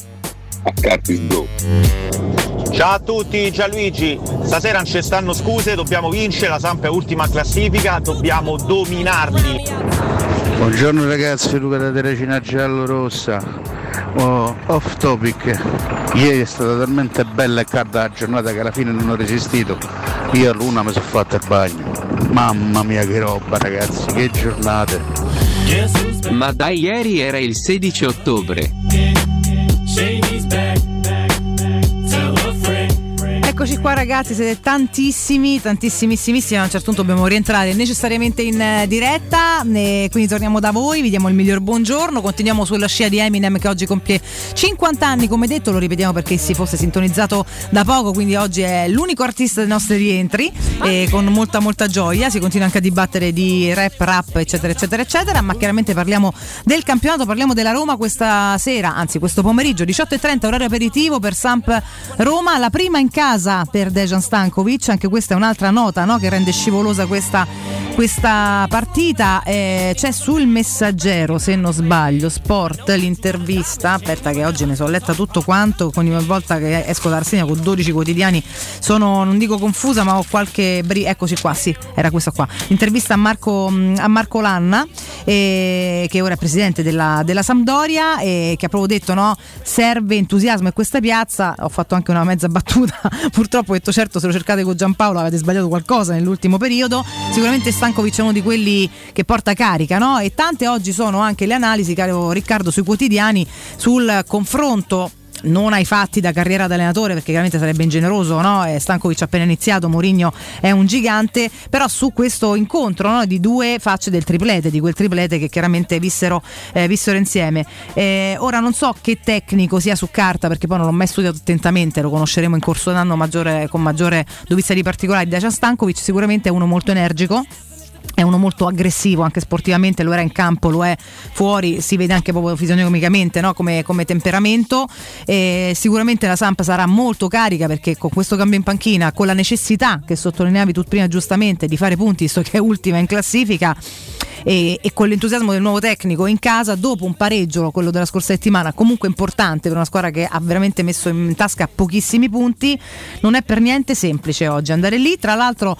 [SPEAKER 12] Ciao a tutti, Gianluigi. Stasera non ci stanno scuse, dobbiamo vincere, la Samp è ultima classifica, dobbiamo dominarli.
[SPEAKER 11] Buongiorno ragazzi, Luca da Terracina Giallo-Rossa. Off topic, ieri è stata talmente bella e calda la giornata che alla fine non ho resistito. Io a Luna mi sono fatto il bagno. Mamma mia che roba ragazzi, che giornate.
[SPEAKER 13] Ma da ieri era il 16 ottobre.
[SPEAKER 15] Eccoci qua ragazzi, siete tantissimissimi, a un certo punto dobbiamo rientrare necessariamente in diretta, quindi torniamo da voi, vi diamo il miglior buongiorno, continuiamo sulla scia di Eminem che oggi compie 50 anni, come detto, lo ripetiamo perché si fosse sintonizzato da poco, quindi oggi è l'unico artista dei nostri rientri e con molta gioia, si continua anche a dibattere di rap, eccetera, ma chiaramente parliamo del campionato, parliamo della Roma questa sera, anzi questo pomeriggio, 18:30, orario aperitivo per Samp Roma, la prima in casa per Dejan Stankovic, anche questa è un'altra nota, no, che rende scivolosa questa partita. C'è sul Messaggero, se non sbaglio, Sport, l'intervista, aspetta che oggi ne so letta tutto quanto, ogni volta che esco da Arsenio con 12 quotidiani sono, non dico confusa, ma ho qualche eccoci qua, sì, era questa qua, intervista a Marco Lanna, che ora è presidente della Sampdoria, che ha proprio detto, no, serve entusiasmo in questa piazza. Ho fatto anche una mezza battuta, purtroppo ho detto certo, se lo cercate con Giampaolo avete sbagliato qualcosa nell'ultimo periodo. Sicuramente Stankovic è uno di quelli che porta carica, no? E tante oggi sono anche le analisi, caro Riccardo, sui quotidiani sul confronto, non ai fatti da carriera da allenatore, perché chiaramente sarebbe ingeneroso, no? Stankovic ha appena iniziato, Mourinho è un gigante, però su questo incontro, no, di due facce del triplete, di quel triplete che chiaramente vissero insieme. Ora non so che tecnico sia su carta, perché poi non l'ho mai studiato attentamente, lo conosceremo in corso d'anno con maggiore dovizia di particolari. Dejan Stankovic sicuramente è uno molto energico, è uno molto aggressivo anche sportivamente, lo era in campo, lo è fuori, si vede anche proprio fisionomicamente, no? come temperamento. Sicuramente la Samp sarà molto carica, perché con questo cambio in panchina, con la necessità che sottolineavi tu prima giustamente di fare punti, visto che è ultima in classifica, e con l'entusiasmo del nuovo tecnico in casa, dopo un pareggio, quello della scorsa settimana, comunque importante per una squadra che ha veramente messo in tasca pochissimi punti, non è per niente semplice oggi andare lì. Tra l'altro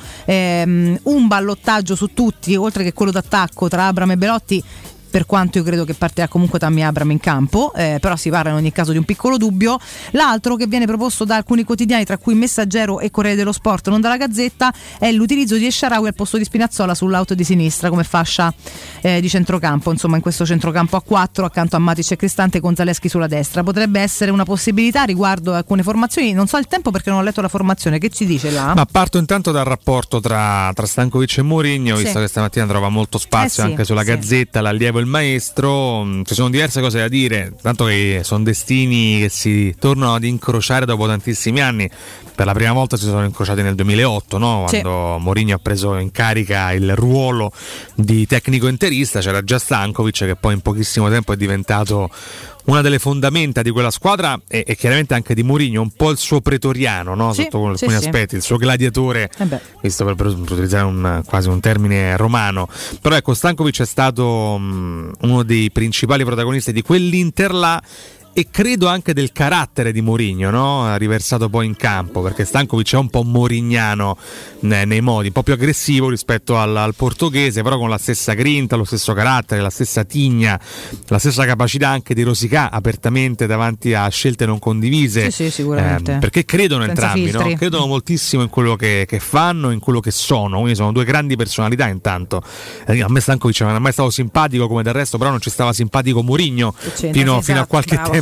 [SPEAKER 15] un ballottaggio su tutti, oltre che quello d'attacco tra Abraham e Belotti, per quanto io credo che partirà comunque Tammy Abraham in campo, però si parla in ogni caso di un piccolo dubbio. L'altro che viene proposto da alcuni quotidiani, tra cui Messaggero e Corriere dello Sport, non dalla Gazzetta, è l'utilizzo di Esharawi al posto di Spinazzola sull'auto di sinistra come fascia di centrocampo, insomma in questo centrocampo a 4 accanto a Matic e Cristante con Zaleschi sulla destra. Potrebbe essere una possibilità riguardo alcune formazioni, non so il tempo perché non ho letto la formazione, che ci dice là?
[SPEAKER 17] Ma parto intanto dal rapporto tra Stankovic e Mourinho,
[SPEAKER 15] sì,
[SPEAKER 17] visto che stamattina trova molto spazio anche sulla Gazzetta, l'allievo il maestro. Ci sono diverse cose da dire, tanto che sono destini che si tornano ad incrociare dopo tantissimi anni. Per la prima volta si sono incrociati nel 2008, no? Quando Mourinho ha preso in carica il ruolo di tecnico interista. C'era già Stankovic, che poi in pochissimo tempo è diventato una delle fondamenta di quella squadra e chiaramente anche di Mourinho, un po' il suo pretoriano, no? Sotto alcuni aspetti, il suo gladiatore, visto per utilizzare quasi un termine romano. Però ecco, Stankovic è stato uno dei principali protagonisti di quell'Inter là, e credo anche del carattere di Mourinho, no? Riversato poi in campo, perché Stankovic è un po' morignano nei modi, un po' più aggressivo rispetto al portoghese, però con la stessa grinta, lo stesso carattere, la stessa tigna, la stessa capacità anche di rosicare apertamente davanti a scelte non condivise.
[SPEAKER 15] Sì, sicuramente.
[SPEAKER 17] Perché credono
[SPEAKER 15] senza
[SPEAKER 17] entrambi,
[SPEAKER 15] filtri,
[SPEAKER 17] no? Credono moltissimo in quello che fanno, in quello che sono, quindi sono due grandi personalità. Intanto a me Stankovic non è mai stato simpatico, come del resto però non ci stava simpatico Mourinho fino a qualche tempo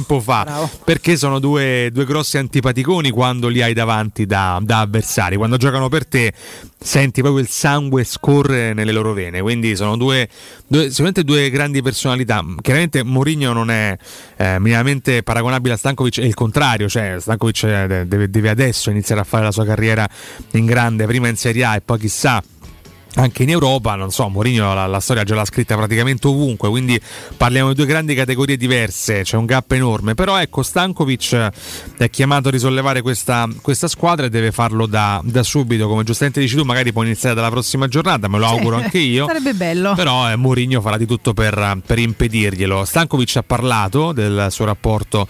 [SPEAKER 17] tempo fa.
[SPEAKER 15] Bravo.
[SPEAKER 17] Perché sono due grossi antipaticoni quando li hai davanti da avversari. Quando giocano per te senti proprio il sangue scorrere nelle loro vene, quindi sono sicuramente due grandi personalità. Chiaramente Mourinho non è minimamente paragonabile a Stankovic, è il contrario, cioè Stankovic deve adesso iniziare a fare la sua carriera in grande, prima in Serie A e poi chissà anche in Europa. Non so, Mourinho la storia già l'ha scritta praticamente ovunque, quindi parliamo di due grandi categorie diverse, c'è un gap enorme, però ecco, Stankovic è chiamato a risollevare questa squadra e deve farlo da subito, come giustamente dici tu, magari può iniziare dalla prossima giornata, me lo auguro anche io,
[SPEAKER 15] sarebbe bello,
[SPEAKER 17] però Mourinho farà di tutto per impedirglielo. Stankovic ha parlato del suo rapporto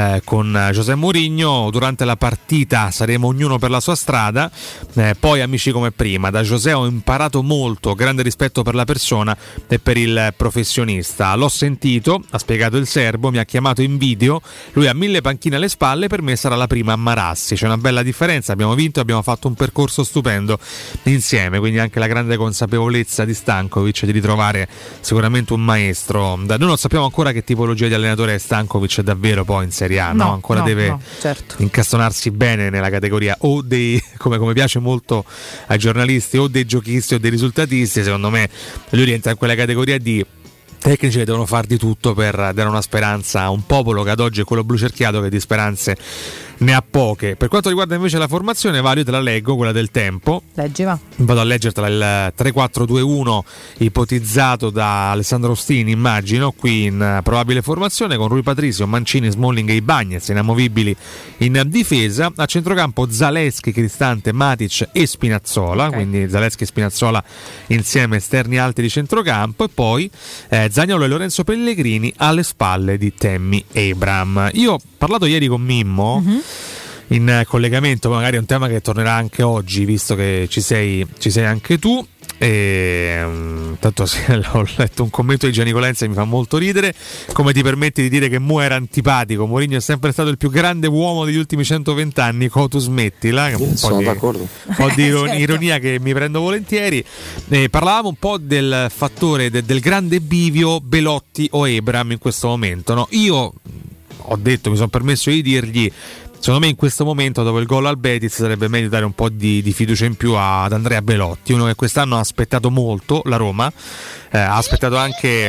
[SPEAKER 17] con José Mourinho: durante la partita saremo ognuno per la sua strada, poi amici come prima. Da José ho imparato molto, grande rispetto per la persona e per il professionista. L'ho sentito, ha spiegato il serbo, mi ha chiamato in video, lui ha 1000 panchine alle spalle, per me sarà la prima a Marassi, c'è una bella differenza, abbiamo vinto, abbiamo fatto un percorso stupendo insieme, quindi anche la grande consapevolezza di Stankovic di ritrovare sicuramente un maestro. Noi non sappiamo ancora che tipologia di allenatore è Stankovic davvero poi in Serie A, no? Ancora deve
[SPEAKER 15] certo
[SPEAKER 17] incastonarsi bene nella categoria o dei, come piace molto ai giornalisti, o dei giochisti o dei risultatisti. Secondo me lui rientra in quella categoria di tecnici che devono far di tutto per dare una speranza a un popolo che ad oggi è quello blu cerchiato, che di speranze ne ha poche. Per quanto riguarda invece la formazione, Vario, te la leggo, quella del tempo.
[SPEAKER 15] Leggi, va.
[SPEAKER 17] Vado a leggertela: il 3-4-2-1 ipotizzato da Alessandro Ostini, immagino, qui in probabile formazione, con Rui Patricio, Mancini, Smalling e Ibañez inamovibili in difesa. A centrocampo Zalewski, Cristante, Matic e Spinazzola, quindi Zalewski e Spinazzola insieme, esterni alti di centrocampo, e poi Zaniolo e Lorenzo Pellegrini alle spalle di Tammy Abraham. Io ho parlato ieri con Mimmo in collegamento, magari è un tema che tornerà anche oggi, visto che ci sei anche tu. Tanto ho letto un commento di Gianni Colenza e mi fa molto ridere: come ti permetti di dire che Mu era antipatico? Mourinho è sempre stato il più grande uomo degli ultimi 120 anni, tu smettila.
[SPEAKER 30] Sono d'accordo.
[SPEAKER 17] Un po' di ironia che mi prendo volentieri. Parlavamo un po' del fattore del grande bivio Belotti o Abraham in questo momento, no? Io ho detto, mi sono permesso di dirgli, secondo me in questo momento, dopo il gol al Betis, sarebbe meglio dare un po' di fiducia in più ad Andrea Belotti, uno che quest'anno ha aspettato molto la Roma, ha aspettato anche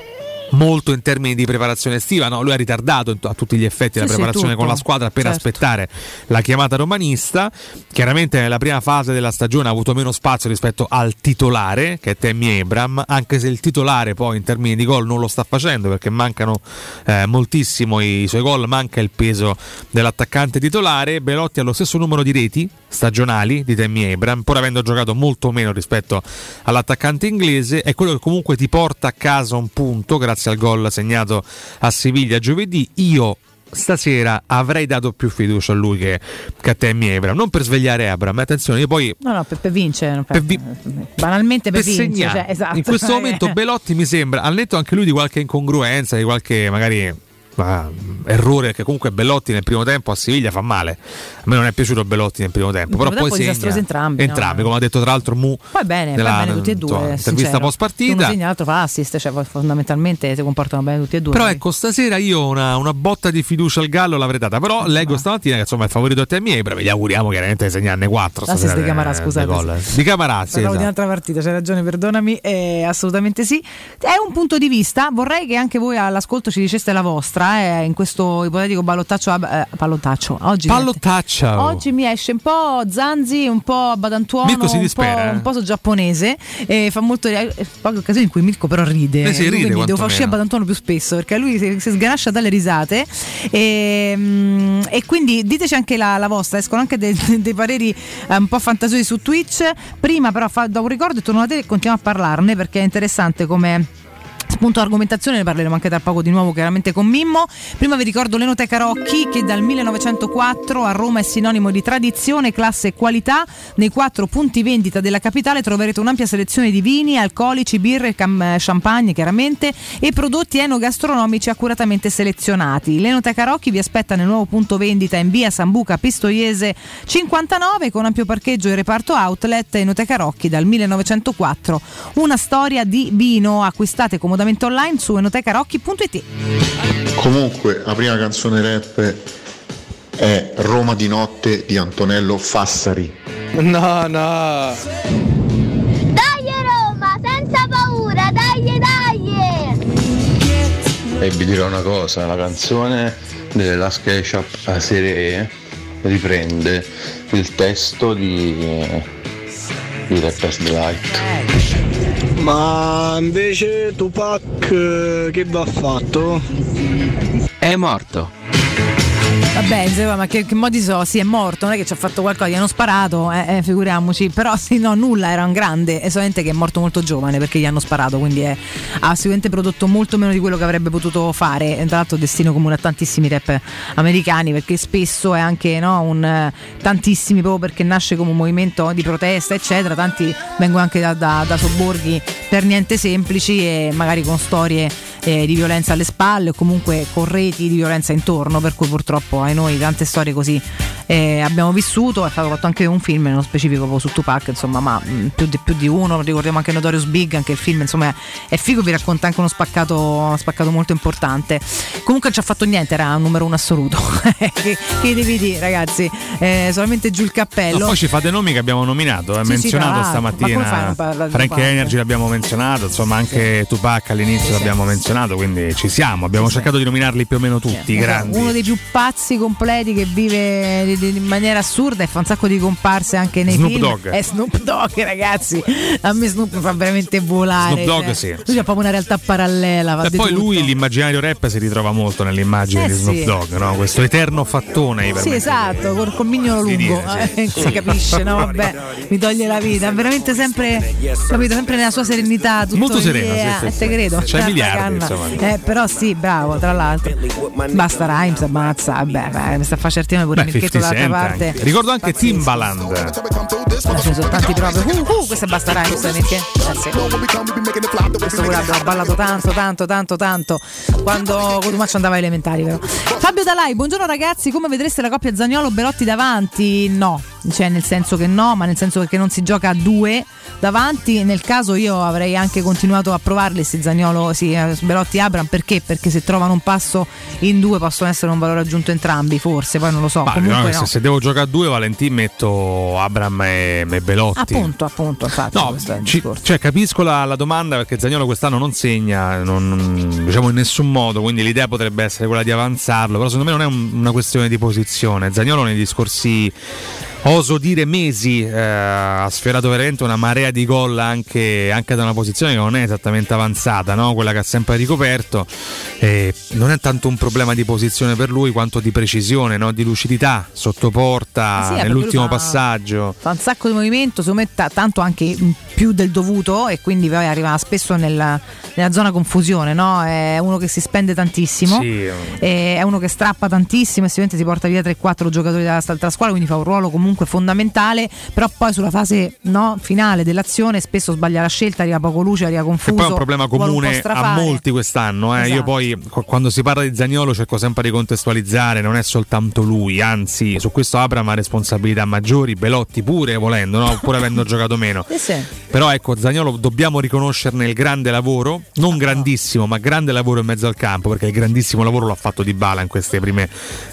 [SPEAKER 17] molto in termini di preparazione estiva, no? Lui ha ritardato a tutti gli effetti la preparazione con la squadra per aspettare la chiamata romanista. Chiaramente nella prima fase della stagione ha avuto meno spazio rispetto al titolare, che è Tammy Abraham, anche se il titolare poi in termini di gol non lo sta facendo, perché mancano moltissimo i suoi gol, manca il peso dell'attaccante titolare. Belotti ha lo stesso numero di reti stagionali di Tammy Abraham, pur avendo giocato molto meno rispetto all'attaccante inglese. È quello che comunque ti porta a casa un punto grazie al gol segnato a Siviglia giovedì. Io stasera avrei dato più fiducia a lui che a Tammy Abraham, non per svegliare Abraham, attenzione, io poi
[SPEAKER 15] per vincere, banalmente per vincere,
[SPEAKER 17] segnare.
[SPEAKER 15] Esatto.
[SPEAKER 17] In questo momento Belotti mi sembra, ha letto anche lui di qualche incongruenza, di qualche magari errore, che comunque Belotti nel primo tempo a Siviglia fa male. A me non è piaciuto Belotti nel primo tempo, però poi segna
[SPEAKER 15] entrambi,
[SPEAKER 17] come ha detto tra l'altro Mu.
[SPEAKER 15] Poi bene tutti e due,
[SPEAKER 17] intervista post partita,
[SPEAKER 15] uno segna, l'altro fa assist, cioè fondamentalmente si comportano bene tutti e due.
[SPEAKER 17] Però ecco, stasera io una botta di fiducia al Gallo l'avrei data, però leggo stamattina che insomma è il favorito a Tammy Abraham, gli auguriamo chiaramente di segnarne 4
[SPEAKER 15] stasera. Di Camarà, scusate,
[SPEAKER 17] di Camarà, sì,
[SPEAKER 15] di un'altra partita, c'hai ragione, perdonami, assolutamente sì, è un punto di vista. Vorrei che anche voi all'ascolto ci diceste la vostra in questo ipotetico ballottaccio. Oggi mi esce un po' Zanzi, un po' Badantuono,
[SPEAKER 17] Mirko si dispera,
[SPEAKER 15] un po' giapponese, fa molto poche occasioni in cui Mirko però ride,
[SPEAKER 17] ride,
[SPEAKER 15] quindi devo far uscire Badantuono più spesso, perché lui si sganascia dalle risate, e quindi diteci anche la vostra. Escono anche dei pareri un po' fantasiosi su Twitch. Prima però do un ricordo e torno a te e continuiamo a parlarne, perché è interessante come spunto argomentazione, ne parleremo anche tra poco di nuovo chiaramente con Mimmo. Prima vi ricordo l'Enoteca Rocchi, che dal 1904 a Roma è sinonimo di tradizione, classe e qualità. Nei 4 punti vendita della capitale troverete un'ampia selezione di vini, alcolici, birre, champagne chiaramente, e prodotti enogastronomici accuratamente selezionati. L'Enoteca Rocchi vi aspetta nel nuovo punto vendita in via Sambuca Pistoiese 59, con ampio parcheggio e reparto outlet. Enoteca Rocchi dal 1904, una storia di vino. Acquistate comodamente solamente online su enotecarocchi.it.
[SPEAKER 10] Comunque la prima canzone rap è Roma di notte di Antonello Fassari.
[SPEAKER 14] No.
[SPEAKER 16] Dai Roma, senza paura, dai!
[SPEAKER 30] E vi dirò una cosa, la canzone delle Last Ketchup a serie E riprende il testo di Rapper's Delight.
[SPEAKER 6] Ma invece Tupac che va fatto?
[SPEAKER 13] È morto.
[SPEAKER 15] Vabbè, insomma, ma che modi so? Sì, è morto, non è che ci ha fatto qualcosa, gli hanno sparato, figuriamoci, però sì, no, nulla, era un grande, è solamente che è morto molto giovane perché gli hanno sparato, quindi ha sicuramente prodotto molto meno di quello che avrebbe potuto fare, tra l'altro destino comune a tantissimi rap americani, perché spesso è anche tantissimi, proprio perché nasce come un movimento di protesta eccetera, tanti vengono anche da sobborghi per niente semplici e magari con storie di violenza alle spalle o comunque con reti di violenza intorno, per cui purtroppo ai noi tante storie così abbiamo vissuto. È stato fatto anche un film nello specifico proprio su Tupac, insomma, ma più di uno. Ricordiamo anche Notorious Big, anche il film insomma è figo, vi racconta anche uno spaccato molto importante. Comunque non ci ha fatto niente, era un numero 1 assoluto. che devi dire, ragazzi, solamente giù il cappello.
[SPEAKER 17] No, poi ci fate nomi che abbiamo nominato, menzionato stamattina. Frank Energy l'abbiamo menzionato, insomma anche Tupac all'inizio l'abbiamo menzionato, quindi ci siamo, abbiamo cercato di nominarli più o meno tutti, grandi.
[SPEAKER 15] Uno dei più pazzi completi che vive in maniera assurda e fa un sacco di comparse anche nei
[SPEAKER 17] Snoop
[SPEAKER 15] film.
[SPEAKER 17] Dogg.
[SPEAKER 15] È Snoop Dogg, ragazzi, a me Snoop mi fa veramente volare.
[SPEAKER 17] Snoop Dogg, sì.
[SPEAKER 15] Lui c'ha proprio una realtà parallela.
[SPEAKER 17] E poi lui, l'immaginario rap si ritrova molto nell'immagine di Snoop Dogg, no? Questo eterno fattone.
[SPEAKER 15] Sì, esatto, col mignolo lungo, si capisce, no? Vabbè, mi toglie la vita, veramente sempre, capito, sempre nella sua serenità, tutto
[SPEAKER 17] molto sereno,
[SPEAKER 15] te credo.
[SPEAKER 17] C'è miliardi, insomma.
[SPEAKER 15] Però sì, bravo, tra l'altro. Basta Rhymes, ammazza, vabbè, mi sta facendo certino pure Mirchetto dall'altra parte.
[SPEAKER 17] Anche. Ricordo anche Timbaland.
[SPEAKER 15] Ce ne sono tanti proprio. Questo è Basta Rhymes, perché? Sì. Questo pure abbiamo ballato tanto quando Cotumaccio andava ai elementari, però. Fabio Dalai, buongiorno ragazzi, come vedreste la coppia Zaniolo-Belotti davanti? No, cioè nel senso che no, ma nel senso che non si gioca a due davanti. Nel caso io avrei anche continuato a provarli se Zaniolo, Belotti e Abram, perché se trovano un passo in due possono essere un valore aggiunto entrambi, forse, poi non lo so. Comunque no.
[SPEAKER 17] Se devo giocare a due, Valentin, metto Abram e Belotti.
[SPEAKER 15] Appunto, infatti.
[SPEAKER 17] No, cioè capisco la domanda, perché Zaniolo quest'anno non segna, diciamo in nessun modo, quindi l'idea potrebbe essere quella di avanzarlo, però secondo me non è una questione di posizione. Zaniolo negli scorsi, oso dire mesi, ha sfiorato veramente una marea di gol anche da una posizione che non è esattamente avanzata, no? Quella che ha sempre ricoperto. Non è tanto un problema di posizione per lui quanto di precisione, no? Di lucidità sotto porta, nell'ultimo passaggio.
[SPEAKER 15] Fa un sacco di movimento, si mette tanto anche più del dovuto e quindi poi arriva spesso nella zona confusione, no? È uno che si spende tantissimo, è uno che strappa tantissimo e sicuramente si porta via 3-4 giocatori dall'altra squadra, quindi fa un ruolo comunque fondamentale, però poi sulla fase finale dell'azione spesso sbaglia la scelta, arriva poco luce, arriva confuso.
[SPEAKER 17] E poi è un problema comune a molti quest'anno, Esatto. Io poi quando si parla di Zaniolo cerco sempre di contestualizzare, non è soltanto lui, anzi su questo Abram ha responsabilità maggiori, Belotti pure volendo, no? Pur avendo giocato meno. Però ecco, Zaniolo dobbiamo riconoscerne il grande lavoro, non grandissimo, ma grande lavoro in mezzo al campo, perché il grandissimo lavoro l'ha fatto Dybala in queste prime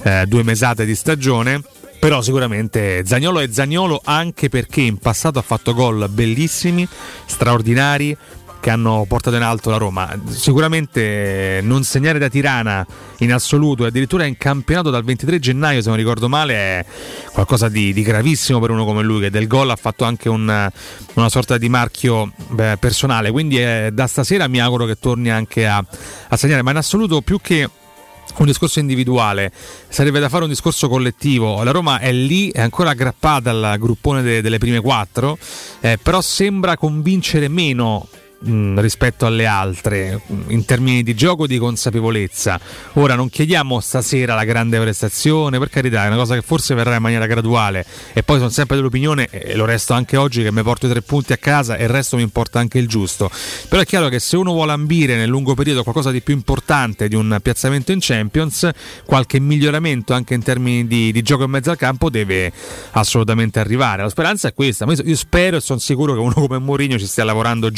[SPEAKER 17] 2 mesate di stagione. Però sicuramente Zaniolo è Zaniolo anche perché in passato ha fatto gol bellissimi, straordinari, che hanno portato in alto la Roma. Sicuramente non segnare da Tirana in assoluto e addirittura in campionato dal 23 gennaio, se non ricordo male, è qualcosa di gravissimo per uno come lui, che del gol ha fatto anche una sorta di marchio personale. Quindi da stasera mi auguro che torni anche a segnare, ma in assoluto più che un discorso individuale sarebbe da fare un discorso collettivo. La Roma è lì, è ancora aggrappata al gruppone delle prime 4, però sembra convincere meno rispetto alle altre in termini di gioco e di consapevolezza. Ora non chiediamo stasera la grande prestazione, per carità, è una cosa che forse verrà in maniera graduale, e poi sono sempre dell'opinione, e lo resto anche oggi, che mi porto i 3 punti a casa e il resto mi importa anche il giusto. Però è chiaro che se uno vuole ambire nel lungo periodo qualcosa di più importante di un piazzamento in Champions, qualche miglioramento anche in termini di gioco in mezzo al campo deve assolutamente arrivare. La speranza è questa, io spero e sono sicuro che uno come Mourinho ci stia lavorando giorno e notte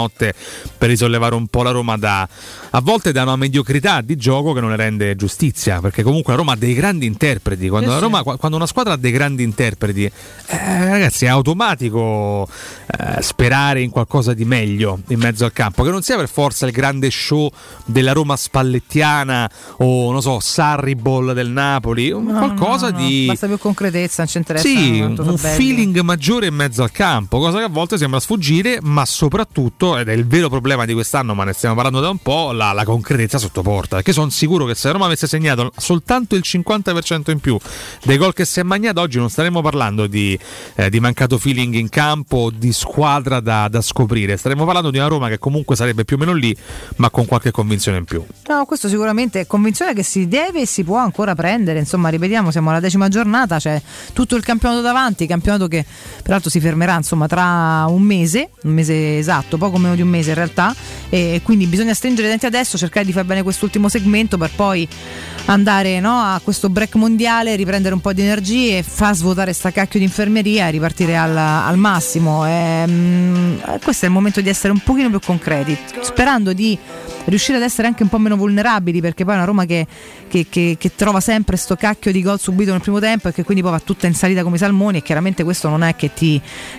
[SPEAKER 17] notte per risollevare un po' la Roma a volte da una mediocrità di gioco che non ne rende giustizia, perché comunque la Roma ha dei grandi interpreti. Quando una squadra ha dei grandi interpreti, ragazzi, è automatico sperare in qualcosa di meglio in mezzo al campo, che non sia per forza il grande show della Roma spallettiana o non so, Sarribol del Napoli, qualcosa di
[SPEAKER 15] basta più concretezza, non ci interessa.
[SPEAKER 17] Sì, un feeling maggiore in mezzo al campo, cosa che a volte sembra sfuggire, ma soprattutto, ed è il vero problema di quest'anno, ma ne stiamo parlando da un po', la concretezza sotto porta, perché sono sicuro che se Roma avesse segnato soltanto il 50% in più dei gol che si è magnato, oggi non staremmo parlando di mancato feeling in campo, di squadra da scoprire, staremmo parlando di una Roma che comunque sarebbe più o meno lì, ma con qualche convinzione in più.
[SPEAKER 15] No, questo sicuramente è convinzione che si deve e si può ancora prendere, insomma, ripetiamo, siamo alla 10ª giornata, c'è tutto il campionato davanti, campionato che peraltro si fermerà insomma tra un mese esatto, poco meno di un mese in realtà, e quindi bisogna stringere i denti adesso, cercare di fare bene quest'ultimo segmento per poi andare a questo break mondiale, riprendere un po' di energie e far svuotare sta cacchio di infermeria e ripartire al massimo. Questo è il momento di essere un pochino più concreti, sperando di riuscire ad essere anche un po' meno vulnerabili, perché poi è una Roma che trova sempre sto cacchio di gol subito nel primo tempo e che quindi poi va tutta in salita come i salmoni, e chiaramente questo non è che ti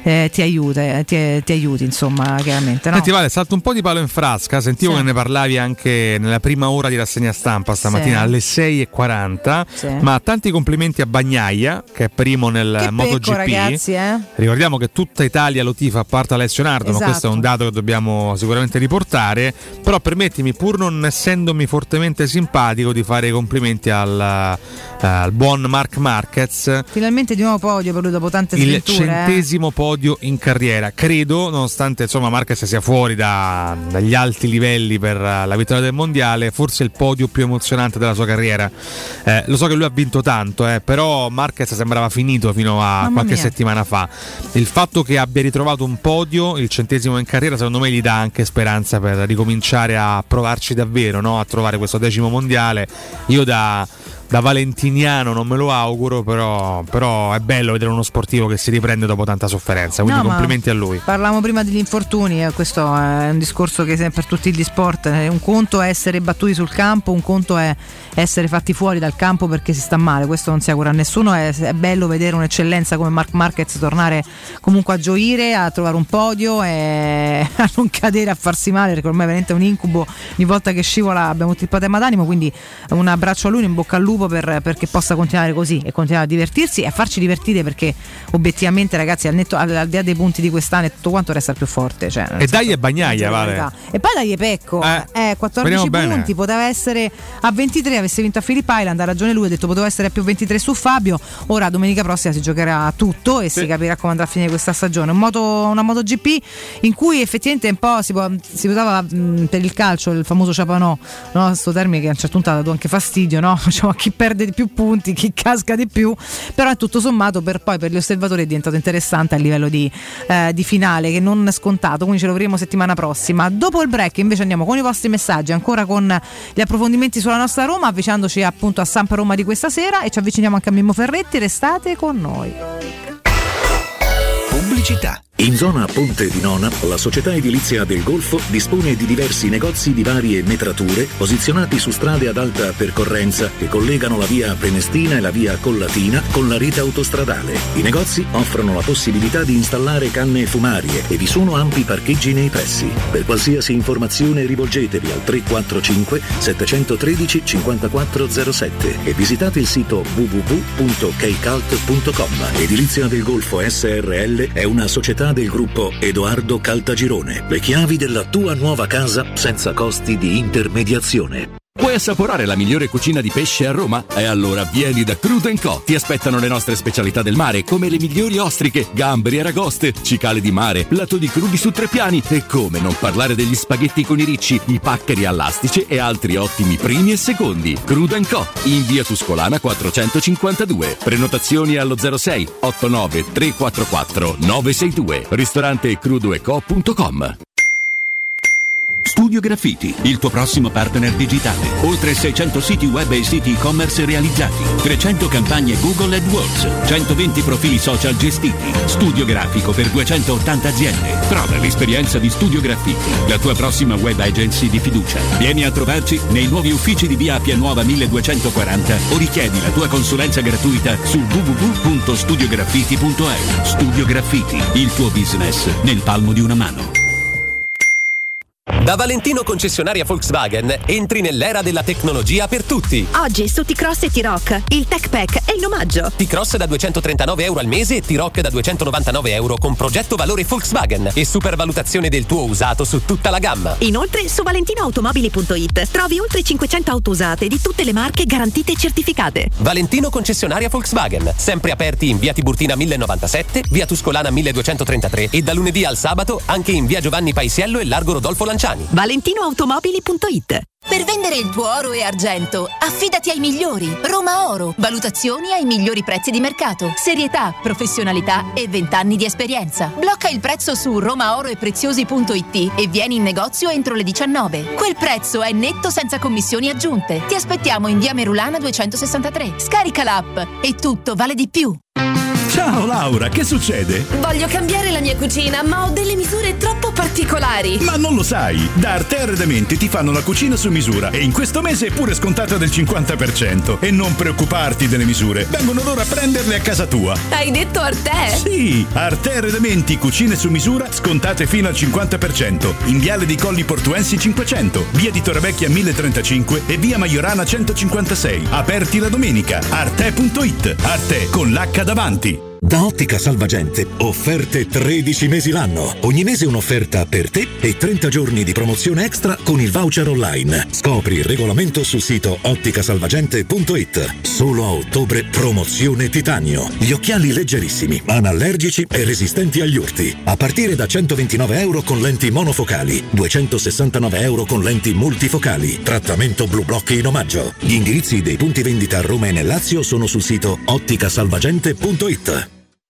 [SPEAKER 15] aiuti insomma, chiaramente, no?
[SPEAKER 17] Senti Vale, salto un po' di palo in frasca, sentivo che ne parlavi anche nella prima ora di rassegna stampa stamattina alle 6:40, ma tanti complimenti a Bagnaia che è primo nel MotoGP,
[SPEAKER 15] ragazzi,
[SPEAKER 17] ricordiamo che tutta Italia lo tifa a parte Alessio Nardo, ma questo è un dato che dobbiamo sicuramente riportare, però permettimi, pur non essendomi fortemente simpatico, di fare i complimenti al buon Marc Marquez,
[SPEAKER 15] finalmente di nuovo podio per lui dopo tante sventure,
[SPEAKER 17] il 100° podio in carriera, credo, nonostante insomma Marquez sia fuori dagli alti livelli per la vittoria del mondiale, forse il podio più emozionante della sua carriera. Lo so che lui ha vinto tanto, però Marquez sembrava finito fino a qualche settimana fa. Il fatto che abbia ritrovato un podio, il 100° in carriera, secondo me gli dà anche speranza per ricominciare a provarci davvero, no? A trovare questo 10° mondiale. Io da valentiniano non me lo auguro, però è bello vedere uno sportivo che si riprende dopo tanta sofferenza, quindi complimenti a lui.
[SPEAKER 15] Parlavamo prima degli infortuni, questo è un discorso che è per tutti gli sport, un conto è essere battuti sul campo, un conto è essere fatti fuori dal campo perché si sta male, questo non si augura a nessuno. È bello vedere un'eccellenza come Marc Marquez tornare comunque a gioire, a trovare un podio e a non cadere, a farsi male, perché ormai è veramente un incubo, ogni volta che scivola abbiamo tutti il patema d'animo, quindi un abbraccio a lui, in bocca al lupo perché possa continuare così e continuare a divertirsi e a farci divertire, perché obiettivamente, ragazzi, al di là dei punti di quest'anno e tutto quanto, resta il più forte,
[SPEAKER 17] e dai e Bagnaia, Vale.
[SPEAKER 15] E poi dai e Pecco, 14 punti, poteva essere a 23, avesse vinto a Phillip Island, ha ragione lui, ha detto poteva essere a più 23 su Fabio. Ora domenica prossima si giocherà tutto e si capirà come andrà a finire questa stagione. Una MotoGP in cui effettivamente un po' si usava per il calcio il famoso Chapanò, no? Sto termine che a un certo punto ha dato anche fastidio, no? Facciamo chi perde di più punti, chi casca di più, però è tutto sommato per gli osservatori è diventato interessante a livello di finale, che non è scontato, quindi ce lo vedremo settimana prossima. Dopo il break invece andiamo con i vostri messaggi, ancora con gli approfondimenti sulla nostra Roma, avvicinandoci appunto a Samp Roma di questa sera, e ci avviciniamo anche a Mimmo Ferretti. Restate con noi.
[SPEAKER 27] Pubblicità. In zona Ponte di Nona, la società edilizia del Golfo dispone di diversi negozi di varie metrature posizionati su strade ad alta percorrenza che collegano la via Prenestina e la via Collatina con la rete autostradale. I negozi offrono la possibilità di installare canne fumarie e vi sono ampi parcheggi nei pressi. Per qualsiasi informazione rivolgetevi al 345 713 5407 e visitate il sito www.keicalt.com. Edilizia del Golfo SRL è una società del gruppo Edoardo Caltagirone. Le chiavi della tua nuova casa senza costi di intermediazione.
[SPEAKER 14] Vuoi assaporare la migliore cucina di pesce a Roma? E allora vieni da Crudo & Co. Ti aspettano le nostre specialità del mare, come le migliori ostriche, gamberi e aragoste, cicale di mare, piatto di crudi su 3 piani e come non parlare degli spaghetti con i ricci, i paccheri all'astice e altri ottimi primi e secondi. Crudo & Co. in via Tuscolana 452. Prenotazioni allo 06 89 344 962. Ristorante crudoeco.com.
[SPEAKER 27] Studio Graffiti, il tuo prossimo partner digitale. Oltre 600 siti web e siti e-commerce realizzati, 300 campagne Google AdWords, 120 profili social gestiti, studio grafico per 280 aziende. Prova l'esperienza di Studio Graffiti, la tua prossima web agency di fiducia. Vieni a trovarci nei nuovi uffici di via Appia Nuova 1240 o richiedi la tua consulenza gratuita su www.studiograffiti.eu. Studio Graffiti, il tuo business nel palmo di una mano.
[SPEAKER 2] Da Valentino concessionaria Volkswagen entri nell'era della tecnologia per tutti.
[SPEAKER 22] Oggi su T-Cross e T-Rock il Tech Pack è in omaggio.
[SPEAKER 2] T-Cross da €239 al mese e T-Rock da €299 con progetto valore Volkswagen e supervalutazione del tuo usato su tutta la gamma.
[SPEAKER 22] Inoltre su valentinoautomobili.it trovi oltre 500 auto usate di tutte le marche garantite e certificate.
[SPEAKER 2] Valentino concessionaria Volkswagen, sempre aperti in via Tiburtina 1097, via Tuscolana 1233 e da lunedì al sabato anche in via Giovanni Paisiello e largo Rodolfo Lanciani.
[SPEAKER 22] valentinoautomobili.it.
[SPEAKER 18] Per vendere il tuo oro e argento, affidati ai migliori. Roma Oro. Valutazioni ai migliori prezzi di mercato. Serietà, professionalità e 20 anni di esperienza. Blocca il prezzo su romaoroepreziosi.it e vieni in negozio entro le 19. Quel prezzo è netto senza commissioni aggiunte. Ti aspettiamo in via Merulana 263. Scarica l'app e tutto vale di più.
[SPEAKER 27] Ciao Laura, che succede?
[SPEAKER 22] Voglio cambiare la mia cucina, ma ho delle misure troppo particolari.
[SPEAKER 27] Ma non lo sai, da Arte Arredamenti ti fanno la cucina su misura e in questo mese è pure scontata del 50%. E non preoccuparti delle misure, vengono loro a prenderle a casa tua.
[SPEAKER 22] Hai detto Arte?
[SPEAKER 27] Sì, Arte Arredamenti, cucine su misura, scontate fino al 50%. In Viale dei Colli Portuensi 500, via di Torrevecchia 1035 e via Maiorana 156. Aperti la domenica. Arte.it, Arte con l'H davanti. Da Ottica Salvagente, offerte 13 mesi l'anno. Ogni mese un'offerta per te e 30 giorni di promozione extra con il voucher online. Scopri il regolamento sul sito otticasalvagente.it. Solo a ottobre promozione titanio. Gli occhiali leggerissimi, anallergici e resistenti agli urti. A partire da €129 con lenti monofocali, €269 con lenti multifocali. Trattamento Blue Block in omaggio. Gli indirizzi dei punti vendita a Roma e nel Lazio sono sul sito otticasalvagente.it.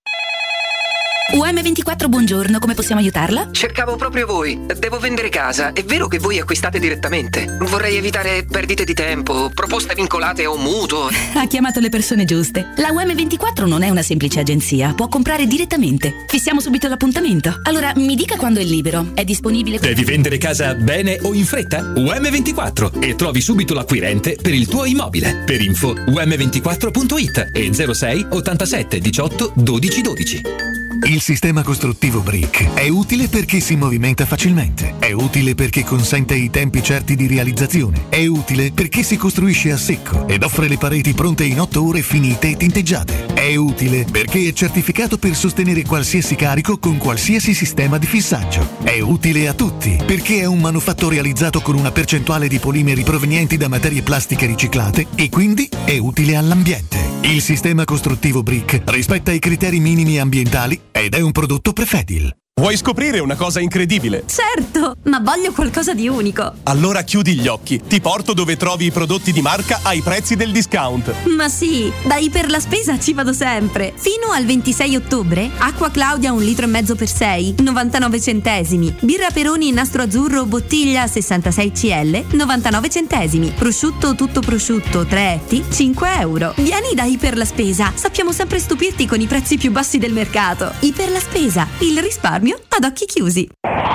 [SPEAKER 22] UM24, buongiorno, come possiamo aiutarla?
[SPEAKER 19] Cercavo proprio voi. Devo vendere casa. È vero che voi acquistate direttamente? Vorrei evitare perdite di tempo, proposte vincolate o mutuo.
[SPEAKER 22] Ha chiamato le persone giuste. La UM24 non è una semplice agenzia, può comprare direttamente. Fissiamo subito l'appuntamento. Allora, mi dica quando è libero. È disponibile?
[SPEAKER 27] Devi vendere casa bene o in fretta? UM24 e trovi subito l'acquirente per il tuo immobile. Per info um24.it e 06 87 18 12 12.
[SPEAKER 20] Il sistema costruttivo Brick è utile perché si movimenta facilmente, è utile perché consente i tempi certi di realizzazione, è utile perché si costruisce a secco ed offre le pareti pronte in 8 ore finite e tinteggiate, è utile perché è certificato per sostenere qualsiasi carico con qualsiasi sistema di fissaggio, è utile a tutti perché è un manufatto realizzato con una percentuale di polimeri provenienti da materie plastiche riciclate e quindi è utile all'ambiente. Il sistema costruttivo Brick rispetta i criteri minimi ambientali ed è un prodotto Prefedil.
[SPEAKER 21] Vuoi scoprire una cosa incredibile?
[SPEAKER 22] Certo, ma voglio qualcosa di unico.
[SPEAKER 21] Allora chiudi gli occhi, ti porto dove trovi i prodotti di marca ai prezzi del discount.
[SPEAKER 22] Ma sì, da Iper la Spesa ci vado sempre. Fino al 26 ottobre, Acqua Claudia 1,5 litri per 6, 99 centesimi. Birra Peroni Nastro Azzurro bottiglia 66 CL, 99 centesimi. Prosciutto tutto prosciutto 3 etti, €5. Vieni da Iper la Spesa, sappiamo sempre stupirti con i prezzi più bassi del mercato. Iper la Spesa, il risparmio ad occhi chiusi.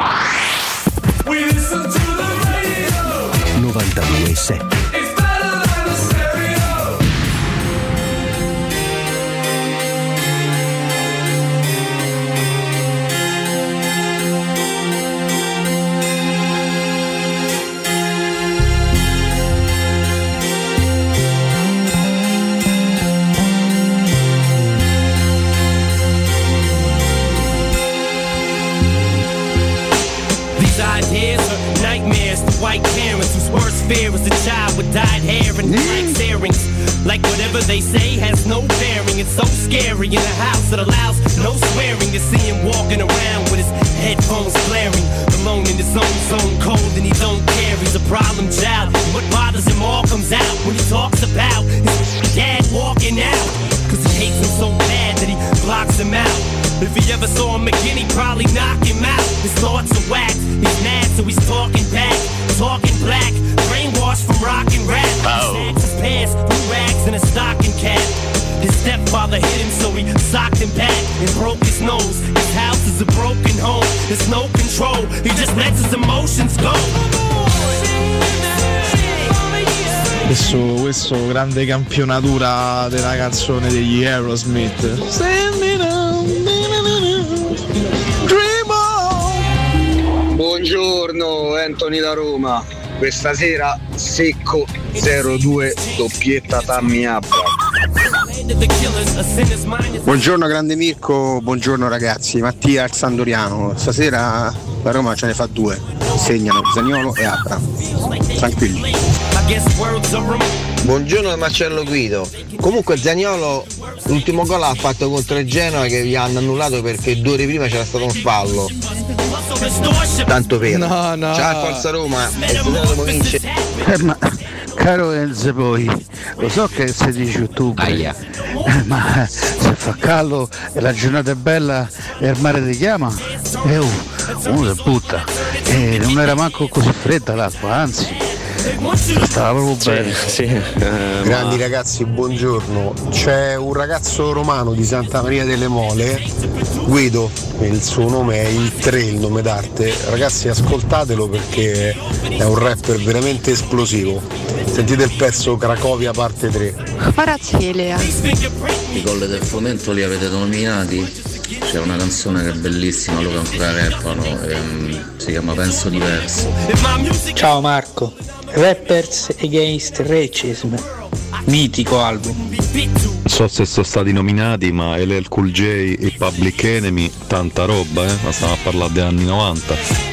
[SPEAKER 27] 92.7.
[SPEAKER 3] White parents whose worst fear is a child with dyed hair and black earrings. Like whatever they say has no bearing. It's so scary in a house that allows no swearing. To see him walking around with his headphones blaring, alone in his own zone, cold and he don't care. He's a problem child. And what bothers him all comes out when he talks about his dad walking out. Cause he hates him so bad that he blocks him out. If he ever saw him again, he'd probably knock him out. His thoughts are whacked. He's mad, so he's talking back. rockin' rap. His pants, blue rags, and a stocking cap. His stepfather hit him, so he socked him back and broke his nose. His house is a broken home. There's no control. He just lets his emotions go.
[SPEAKER 9] Questo grande campionatura della canzone degli Aerosmith.
[SPEAKER 6] Buongiorno Anthony da Roma. Questa sera secco 02 doppietta Tammy Abbra. Buongiorno grande Mirko, buongiorno ragazzi. Mattia al Sandoriano. Stasera la Roma ce ne fa 2. Segnano Zaniolo e Abbra. Tranquilli.
[SPEAKER 30] Buongiorno Marcello Guido. Comunque Zaniolo l'ultimo gol l'ha fatto contro il Genoa, che vi hanno annullato perché 2 ore prima c'era stato un fallo. Tanto per.
[SPEAKER 6] No.
[SPEAKER 30] Ciao Forza Roma. E stasera dopo vince.
[SPEAKER 11] Ma caro Enzo, poi lo so che è 16 ottobre, ma se fa caldo e la giornata è bella e il mare ti chiama, uno si butta e non era manco così fredda l'acqua, anzi stava proprio bene.
[SPEAKER 6] Grandi ragazzi, buongiorno. C'è un ragazzo romano di Santa Maria delle Mole, Guido, il suo nome è il 3, il nome d'arte. Ragazzi, ascoltatelo perché è un rapper veramente esplosivo. Sentite il pezzo Cracovia parte 3.
[SPEAKER 1] Paracelia. I gol del Fomento li avete nominati? C'è una canzone che è bellissima, loro ancora rappano, si chiama Penso Diverso.
[SPEAKER 4] Ciao Marco. Rappers Against Racism, mitico album.
[SPEAKER 7] Non so se sono stati nominati, ma LL Cool J e Public Enemy, tanta roba, ma stiamo a parlare degli anni 90.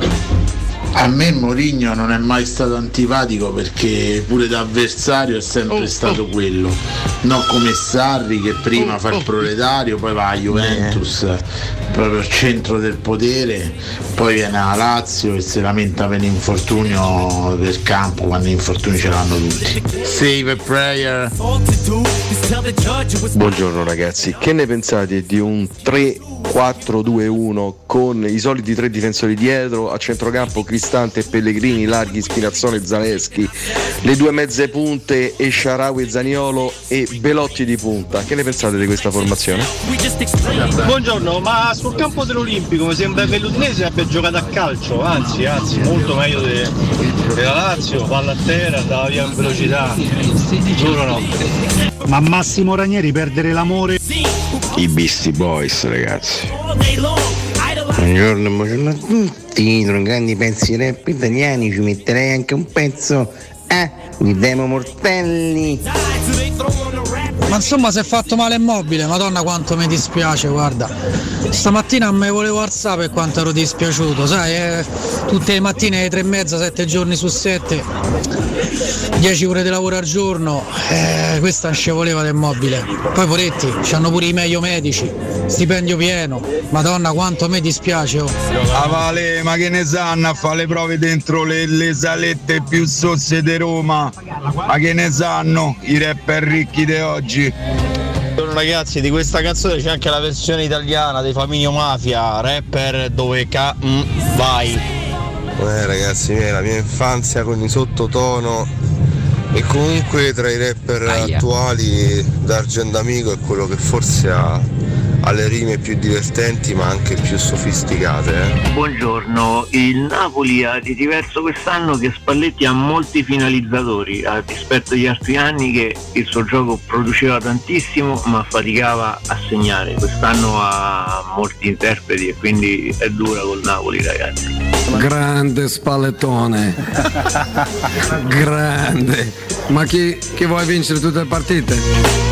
[SPEAKER 11] A me Mourinho non è mai stato antipatico perché pure da avversario è sempre stato quello, non come Sarri che prima fa il proletario, poi va a Juventus, proprio al centro del potere, poi viene a Lazio e si lamenta per l'infortunio del campo, quando gli infortuni ce l'hanno tutti. Save a prayer.
[SPEAKER 8] Buongiorno ragazzi, che ne pensate di un 3-4-2-1 con i soliti 3 difensori dietro, a centrocampo Cristante e Pellegrini, Larghi, Spinazzola e Zaleschi, le 2 mezze punte e Shaarawy e Zaniolo e Belotti di punta? Che ne pensate di questa formazione?
[SPEAKER 12] Buongiorno, ma sul campo dell'Olimpico mi sembra che l'Udinese abbia giocato a calcio, anzi molto meglio della Lazio, palla a terra, andava via in velocità, giuro no.
[SPEAKER 23] Ma Massimo Ranieri perdere l'amore?
[SPEAKER 30] I Beastie Boys ragazzi. Buongiorno a tutti, tra grandi pezzi rap italiani ci metterei anche un pezzo di Demo Mortelli.
[SPEAKER 23] Ma insomma si è fatto male immobile, madonna quanto mi dispiace, guarda. Stamattina me volevo alzare per quanto ero dispiaciuto, sai, tutte le mattine alle 3:30, 7 giorni su 7, 10 ore di lavoro al giorno, questa scevoleva d'immobile. Poi poretti, c'hanno pure i meglio medici, stipendio pieno, madonna quanto mi dispiace.
[SPEAKER 24] Vale, ma che ne sanno a fare le prove dentro le salette più sosse di Roma? Ma che ne sanno i rapper ricchi di oggi?
[SPEAKER 12] Buongiorno ragazzi, di questa canzone c'è anche la versione italiana dei Flaminio Mafia, rapper dove vai.
[SPEAKER 30] Ragazzi, la mia infanzia con i sottotono e comunque tra i rapper attuali D'Argent Amico è quello che forse ha le rime più divertenti ma anche più sofisticate.
[SPEAKER 25] Buongiorno, il Napoli ha di diverso quest'anno che Spalletti ha molti finalizzatori a dispetto degli altri anni che il suo gioco produceva tantissimo ma faticava a segnare. Quest'anno ha molti interpreti e quindi è dura col Napoli ragazzi.
[SPEAKER 26] Grande Spallettone. Grande. Ma chi vuole vincere tutte le partite?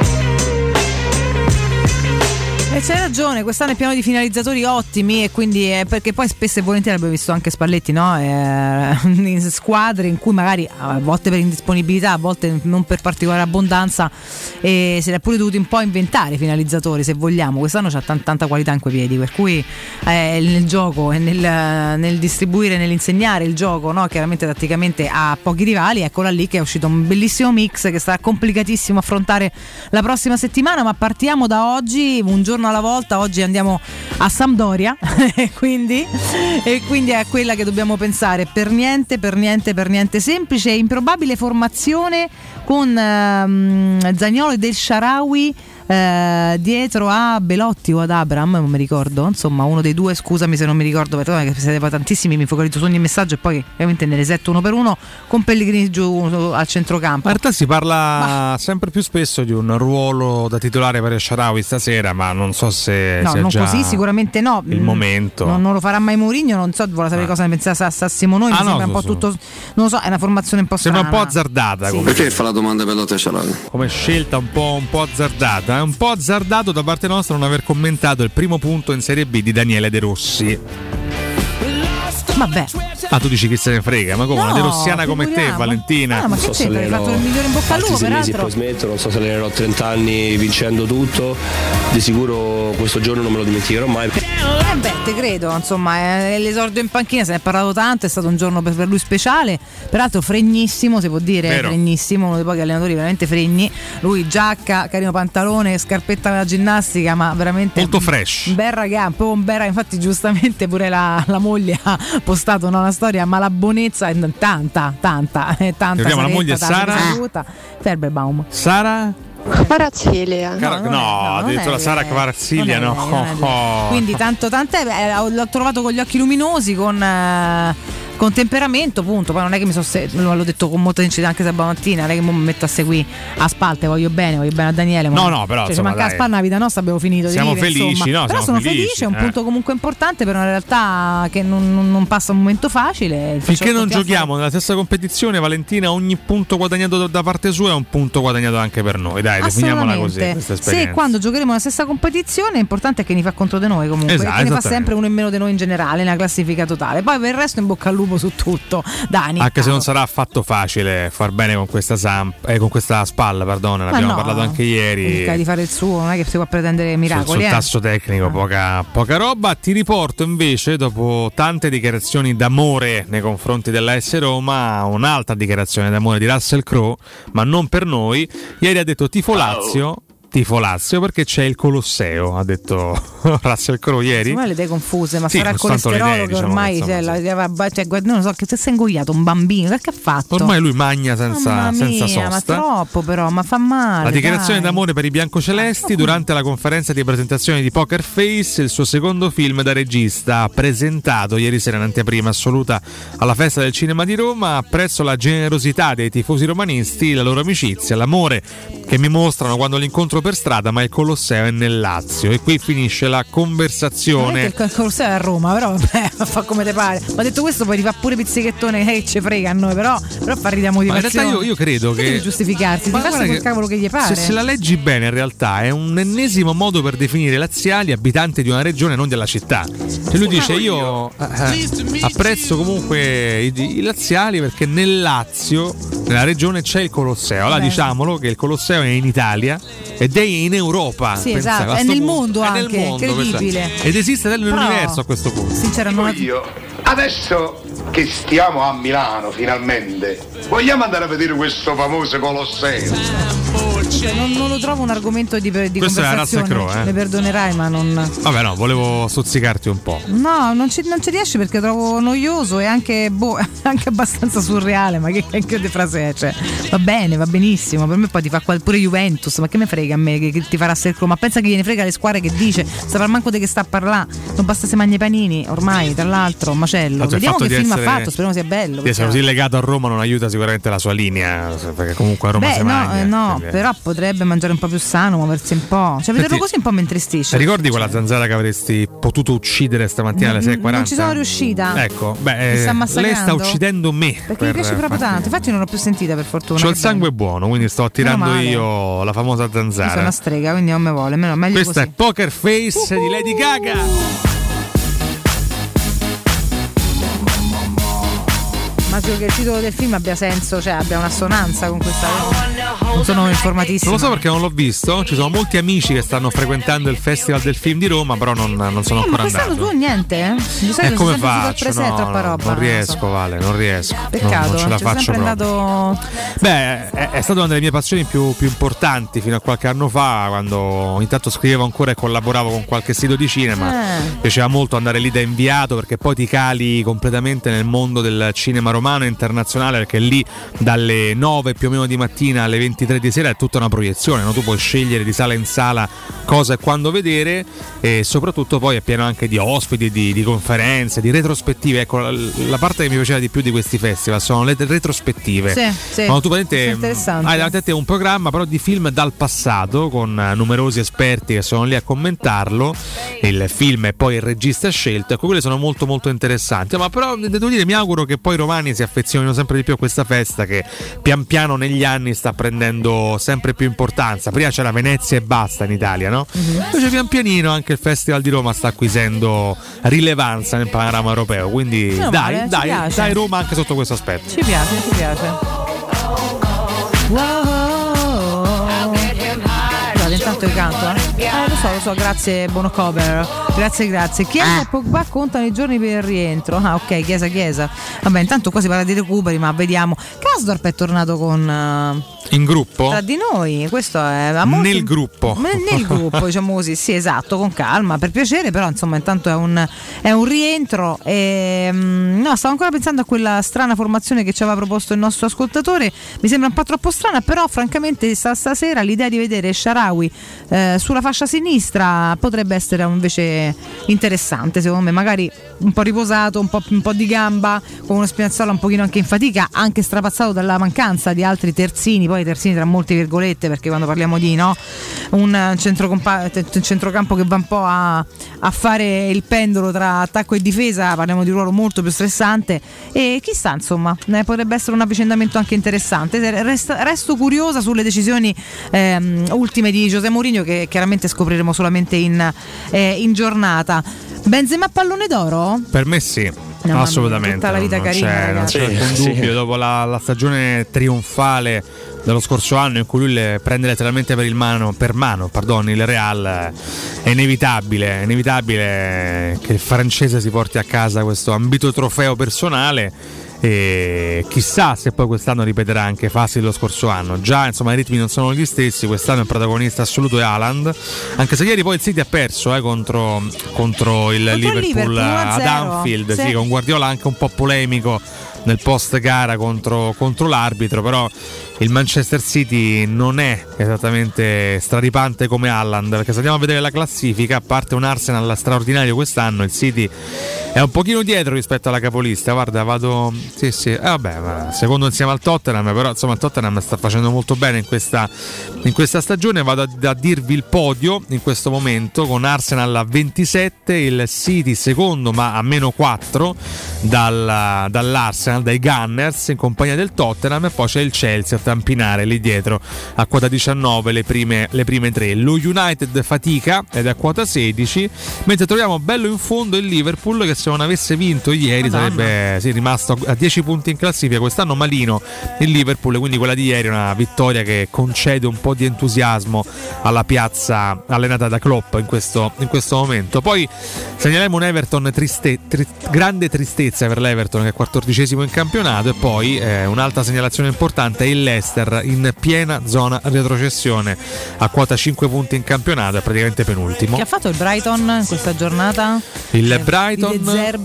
[SPEAKER 15] E c'hai ragione, quest'anno è pieno di finalizzatori ottimi e quindi perché poi spesso e volentieri abbiamo visto anche Spalletti, no? In squadre in cui magari a volte per indisponibilità, a volte non per particolare abbondanza, e se ne è pure dovuti un po' inventare finalizzatori se vogliamo. Quest'anno c'ha tanta qualità in quei piedi, per cui nel gioco e nel distribuire, nell'insegnare il gioco, no? Chiaramente tatticamente ha pochi rivali, eccola lì che è uscito un bellissimo mix che sarà complicatissimo affrontare la prossima settimana, ma partiamo da oggi, un giorno giorno alla volta. Oggi andiamo a Sampdoria e quindi è a quella che dobbiamo pensare. Per niente semplice e improbabile formazione con Zaniolo e Del Shaarawy dietro a Belotti o ad Abraham, non mi ricordo, insomma uno dei due, scusami se non mi ricordo, perché siete tantissimi, mi focalizzo su ogni messaggio e poi ovviamente ne resetto uno per uno, con Pellegrini giù al centrocampo.
[SPEAKER 2] Ma in realtà si parla sempre più spesso di un ruolo da titolare per El Shaarawy stasera, ma non so se
[SPEAKER 15] no,
[SPEAKER 2] sia
[SPEAKER 15] non
[SPEAKER 2] già
[SPEAKER 15] così, sicuramente no,
[SPEAKER 2] il momento.
[SPEAKER 15] Non lo farà mai Mourinho, non so, vuole sapere cosa ne pensassimo noi, mi sembra un po' tutto, non lo so, è una formazione un po' strana.
[SPEAKER 2] Sembra un po' azzardata,
[SPEAKER 15] sì.
[SPEAKER 2] come
[SPEAKER 26] Perché fa la domanda Belotti a Shaarawy?
[SPEAKER 2] Come scelta un po' azzardata. È un po' azzardato da parte nostra non aver commentato il primo punto in Serie B di Daniele De Rossi.
[SPEAKER 15] Vabbè.
[SPEAKER 2] Ah, tu dici che se ne frega, ma come una De Rossiana come te, Valentina?
[SPEAKER 15] Ma che c'entra? Hai fatto il migliore in bocca al lupo, peraltro.
[SPEAKER 5] Poi smetto, non so se allenerò 30 anni vincendo tutto, di sicuro questo giorno non me lo dimenticherò mai.
[SPEAKER 15] Beh, te credo, insomma, l'esordio in panchina se ne è parlato tanto, è stato un giorno per lui speciale, peraltro fregnissimo, si può dire,
[SPEAKER 2] vero.
[SPEAKER 15] Fregnissimo, uno dei pochi allenatori veramente fregni, lui giacca, carino pantalone, scarpetta da ginnastica, ma veramente
[SPEAKER 2] molto fresh,
[SPEAKER 15] un bel ragazzo, infatti giustamente pure la moglie ha postato una storia, ma la bonezza è tanta
[SPEAKER 2] la moglie Sara
[SPEAKER 15] Ferberbaum.
[SPEAKER 2] Sara
[SPEAKER 10] Kvaratskhelia.
[SPEAKER 2] No, addirittura Sara Kvaratskhelia, no.
[SPEAKER 15] Quindi tanto è, l'ho trovato con gli occhi luminosi, con temperamento, punto. Poi non è che l'ho detto con molta sincerità anche sabato mattina, non è che mi metto a seguire a spalle, voglio bene a Daniele.
[SPEAKER 2] No, però
[SPEAKER 15] cioè, se manca a spalla la vita nostra abbiamo finito
[SPEAKER 2] siamo
[SPEAKER 15] di vivere,
[SPEAKER 2] felici, no?
[SPEAKER 15] Però sono felice, è un punto comunque importante per una realtà che non passa un momento facile.
[SPEAKER 2] Finché non giochiamo nella stessa competizione, Valentina, ogni punto guadagnato da parte sua è un punto guadagnato anche per noi. Dai, definiamola così.
[SPEAKER 15] Se quando giocheremo nella stessa competizione, l'importante è che ne fa contro di noi comunque, che ne fa sempre uno in meno di noi in generale nella classifica totale. Poi per il resto in bocca al lupo su tutto, Dani.
[SPEAKER 2] Anche se non sarà affatto facile far bene con questa spalla, perdona, ne abbiamo parlato anche ieri.
[SPEAKER 15] Di fare il suo, non è che si può pretendere miracoli.
[SPEAKER 2] Sul tasso tecnico, poca roba. Ti riporto invece, dopo tante dichiarazioni d'amore nei confronti dell'AS Roma, un'altra dichiarazione d'amore di Russell Crowe, ma non per noi. Ieri ha detto tifo Lazio perché c'è il Colosseo, ha detto Russell Crowe ieri.
[SPEAKER 15] Sono le idee confuse, ma sarà il colesterolo che ormai non so, che si è ingoiato un bambino, che ha fatto?
[SPEAKER 2] Ormai lui magna senza sosta.
[SPEAKER 15] Ma troppo però, ma fa male.
[SPEAKER 2] La dichiarazione d'amore per i biancocelesti durante la conferenza di presentazione di Poker Face, il suo secondo film da regista, presentato ieri sera in anteprima assoluta alla Festa del Cinema di Roma. Apprezzo la generosità dei tifosi romanisti, la loro amicizia, l'amore che mi mostrano quando li incontro per strada, ma il Colosseo è nel Lazio. E qui finisce la conversazione.
[SPEAKER 15] Il Colosseo è a Roma, però fa come te pare. Ma detto questo poi ti fa pure pizzichettone che ci frega a noi, però fa ridere motivazione.
[SPEAKER 2] Ma in realtà io credo che
[SPEAKER 15] deve giustificarsi, ti fa quel cavolo che gli pare.
[SPEAKER 2] Se la leggi bene, in realtà è un ennesimo modo per definire i laziali abitanti di una regione, non della città. Cioè lui dice io apprezzo comunque i laziali perché nel Lazio, nella regione, c'è il Colosseo. Allora diciamolo che il Colosseo è in Italia ed è in Europa.
[SPEAKER 15] Sì, esatto, è nel mondo anche, incredibile.
[SPEAKER 2] Ed esiste nell'universo a questo punto.
[SPEAKER 13] Sinceramente io adesso che stiamo a Milano finalmente, vogliamo andare a vedere questo famoso Colosseo?
[SPEAKER 15] Non lo trovo un argomento di
[SPEAKER 2] questo
[SPEAKER 15] conversazione.
[SPEAKER 2] È Crowe,
[SPEAKER 15] mi perdonerai, ma non.
[SPEAKER 2] Vabbè, no, volevo stuzzicarti un po'.
[SPEAKER 15] No, non ci riesci perché trovo noioso e anche anche abbastanza surreale. Ma che di frase è? Cioè, va bene, va benissimo. Per me poi ti fa pure Juventus. Ma che me frega a me che ti farà Russell Crowe? Ma pensa che gliene frega le squadre che dice. Saprà manco di che sta a parlare. Non basta se mangia i panini. Ormai, tra l'altro, macello. Vediamo che film ha fatto. Speriamo sia bello.
[SPEAKER 2] Di essere così legato a Roma non aiuta sicuramente la sua linea. Perché comunque a Roma si mangia.
[SPEAKER 15] No, però potrebbe mangiare un po' più sano, muoversi un po'. Cioè, vederlo così un po' mi intristisce.
[SPEAKER 2] Ricordi quella zanzara che avresti potuto uccidere stamattina alle 6:40?
[SPEAKER 15] Non ci sono riuscita.
[SPEAKER 2] Ecco, lei sta uccidendo me.
[SPEAKER 15] Perché mi piace proprio tanto. Infatti non l'ho più sentita, per fortuna.
[SPEAKER 2] C'ho il sangue buono, quindi sto attirando io la famosa zanzara.
[SPEAKER 15] Io sono una strega, quindi non me vuole. Meglio
[SPEAKER 2] questa
[SPEAKER 15] così.
[SPEAKER 2] È Poker Face di Lady Gaga.
[SPEAKER 15] immagino che il titolo del film abbia senso, cioè abbia un'assonanza con questa. Non sono informatissimo.
[SPEAKER 2] Non lo so perché non l'ho visto. Ci sono molti amici che stanno frequentando il Festival del Film di Roma, però non sono ancora andato.
[SPEAKER 15] Ma tu niente?
[SPEAKER 2] Come faccio? Non riesco, Vale, non riesco.
[SPEAKER 15] Peccato,
[SPEAKER 2] non ce la faccio proprio.
[SPEAKER 15] Andato...
[SPEAKER 2] Beh, è stata una delle mie passioni più importanti fino a qualche anno fa, quando intanto scrivevo ancora e collaboravo con qualche sito di cinema. Mi piaceva molto andare lì da inviato, perché poi ti cali completamente nel mondo del cinema romano e internazionale, perché lì dalle 9 più o meno di mattina alle 23 di sera è tutta una proiezione, no? Tu puoi scegliere di sala in sala cosa e quando vedere, e soprattutto poi è pieno anche di ospiti, di conferenze, di retrospettive. Ecco, la parte che mi piaceva di più di questi festival sono le retrospettive.
[SPEAKER 15] Sì,
[SPEAKER 2] quando tu hai davanti a te un programma però di film dal passato, con numerosi esperti che sono lì a commentarlo, il film e poi il regista scelto. Ecco, quelle sono molto molto interessanti. Ma però devo dire, mi auguro che poi i romani si affezionino sempre di più a questa festa, che pian piano negli anni sta prendendo sempre più importanza. Prima c'era Venezia e basta in Italia, no? Invece pian pianino anche il Festival di Roma sta acquisendo rilevanza nel panorama europeo, quindi dai Roma anche sotto questo aspetto.
[SPEAKER 15] Ci piace. Intanto il canto, lo so, grazie Bono Cover, grazie. Chiesa e Pogba contano i giorni per il rientro. Ok, Chiesa. Vabbè, intanto qua si parla di recuperi, ma vediamo. Kasdorp è tornato con
[SPEAKER 2] in gruppo?
[SPEAKER 15] Tra di noi, questo è
[SPEAKER 2] nel gruppo.
[SPEAKER 15] Nel gruppo, diciamo così, sì, esatto, con calma, per piacere, però insomma intanto è un rientro. No, stavo ancora pensando a quella strana formazione che ci aveva proposto il nostro ascoltatore. Mi sembra un po' troppo strana, però francamente stasera l'idea di vedere Shaarawy sulla fascia sinistra potrebbe essere invece interessante, secondo me, magari un po' riposato, un po' di gamba, con uno Spinazzola un pochino anche in fatica, anche strapazzato dalla mancanza di altri terzini, poi terzini tra molte virgolette, perché quando parliamo di un centrocampo che va un po' a fare il pendolo tra attacco e difesa, parliamo di un ruolo molto più stressante, e chissà, insomma, potrebbe essere un avvicendamento anche interessante. Resto curiosa sulle decisioni ultime di José Mourinho, che chiaramente scopriremo solamente in giornata. Benzema pallone d'oro?
[SPEAKER 2] Per me sì. No, assolutamente.
[SPEAKER 15] Tutta la vita carina,
[SPEAKER 2] non c'è alcun dubbio. Dopo la stagione trionfale dello scorso anno, in cui lui le prende letteralmente per mano il Real, è inevitabile che il francese si porti a casa questo ambito trofeo personale. E chissà se poi quest'anno ripeterà anche fasi dello scorso anno. Già insomma i ritmi non sono gli stessi, quest'anno il protagonista assoluto è Haaland, anche se ieri poi il City ha perso contro il Liverpool ad Anfield, sì, con Guardiola anche un po' polemico nel post gara contro l'arbitro, però il Manchester City non è esattamente straripante come Haaland, perché se andiamo a vedere la classifica, a parte un Arsenal straordinario quest'anno, il City è un pochino dietro rispetto alla capolista. Guarda, vado secondo insieme al Tottenham, però insomma il Tottenham sta facendo molto bene in questa stagione. Vado a dirvi il podio in questo momento, con Arsenal a 27, il City secondo ma a meno 4 dall'Arsenal, dai Gunners, in compagnia del Tottenham, e poi c'è il Chelsea a tampinare lì dietro a quota 19 le prime 3. Lo United fatica ed è a quota 16, mentre troviamo bello in fondo il Liverpool, che se non avesse vinto ieri sarebbe rimasto a 10 punti in classifica. Quest'anno malino il Liverpool, quindi quella di ieri è una vittoria che concede un po' di entusiasmo alla piazza allenata da Klopp in questo momento. Poi segnaliamo un Everton grande tristezza per l'Everton, che è 14esimo in campionato, e poi un'altra segnalazione importante è il Leicester in piena zona retrocessione a quota 5 punti in campionato, è praticamente penultimo.
[SPEAKER 15] Che ha fatto il Brighton in questa giornata?
[SPEAKER 2] Il Brighton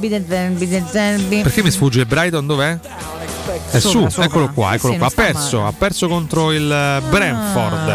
[SPEAKER 15] Zerbi.
[SPEAKER 2] Perché mi sfugge il Brighton? Dov'è? È sopra. Eccolo qua. Ha perso contro il Brentford